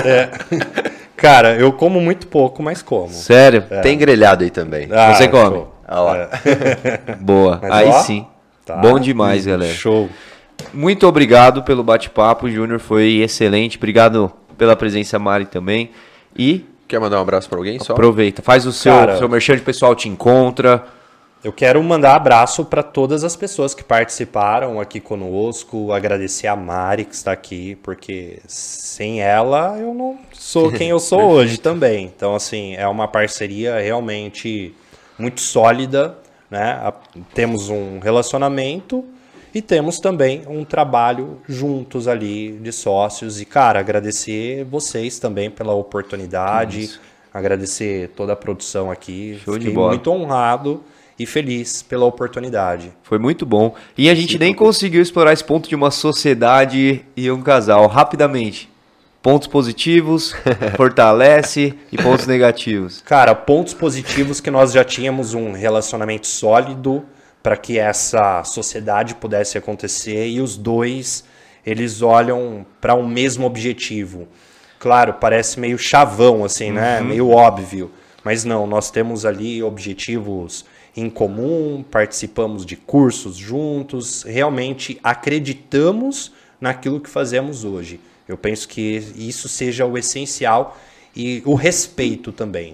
Cara, eu como muito pouco, mas como. Sério? Tem grelhado aí também. Você come? Olha lá. Boa, mas, aí sim. Tá. Bom demais, galera. Show. Muito obrigado pelo bate-papo, Júnior, foi excelente. Obrigado pela presença, Mari, também. E quer mandar um abraço pra alguém só? Aproveita, faz o seu merchan, o pessoal te encontra. Eu quero mandar abraço para todas as pessoas que participaram aqui conosco, agradecer a Mari que está aqui, porque sem ela eu não sou quem eu sou hoje também. Então, assim, é uma parceria realmente muito sólida, né? Temos um relacionamento e temos também um trabalho juntos ali de sócios. E, cara, agradecer vocês também pela oportunidade, agradecer toda a produção aqui. Show de Fiquei bola. muito honrado e feliz pela oportunidade. Foi muito bom. E a gente nem conseguiu explorar esse ponto de uma sociedade e um casal. Rapidamente. Pontos positivos, fortalece e pontos negativos. Cara, pontos positivos que nós já tínhamos um relacionamento sólido para que essa sociedade pudesse acontecer e os dois, eles olham para um mesmo objetivo. Claro, parece meio chavão assim, né? Meio óbvio, mas não, nós temos ali objetivos em comum, participamos de cursos juntos, realmente acreditamos naquilo que fazemos hoje. Eu penso que isso seja o essencial e o respeito também,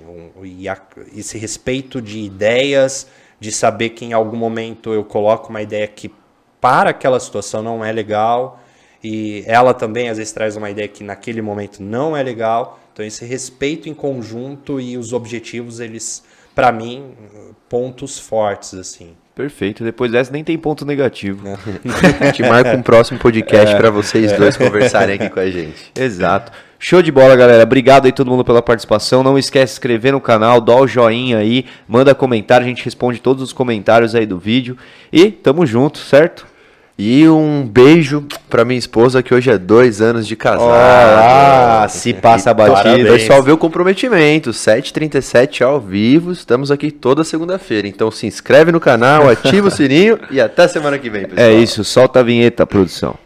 esse respeito de ideias, de saber que em algum momento eu coloco uma ideia que para aquela situação não é legal e ela também às vezes traz uma ideia que naquele momento não é legal. Então esse respeito em conjunto e os objetivos, eles, para mim, pontos fortes assim. Perfeito, depois dessa nem tem ponto negativo. Te marca um próximo podcast para vocês dois conversarem aqui com a gente. Exato. Show de bola, galera. Obrigado aí todo mundo pela participação. Não esquece de se inscrever no canal, dá o joinha aí, manda comentário, a gente responde todos os comentários aí do vídeo. E tamo junto, certo? E um beijo pra minha esposa, que hoje é 2 anos de casado. Se passa a batida. O pessoal vê o comprometimento, 7h37 ao vivo, estamos aqui toda segunda-feira. Então se inscreve no canal, ativa o sininho e até semana que vem, pessoal. É isso, solta a vinheta, produção.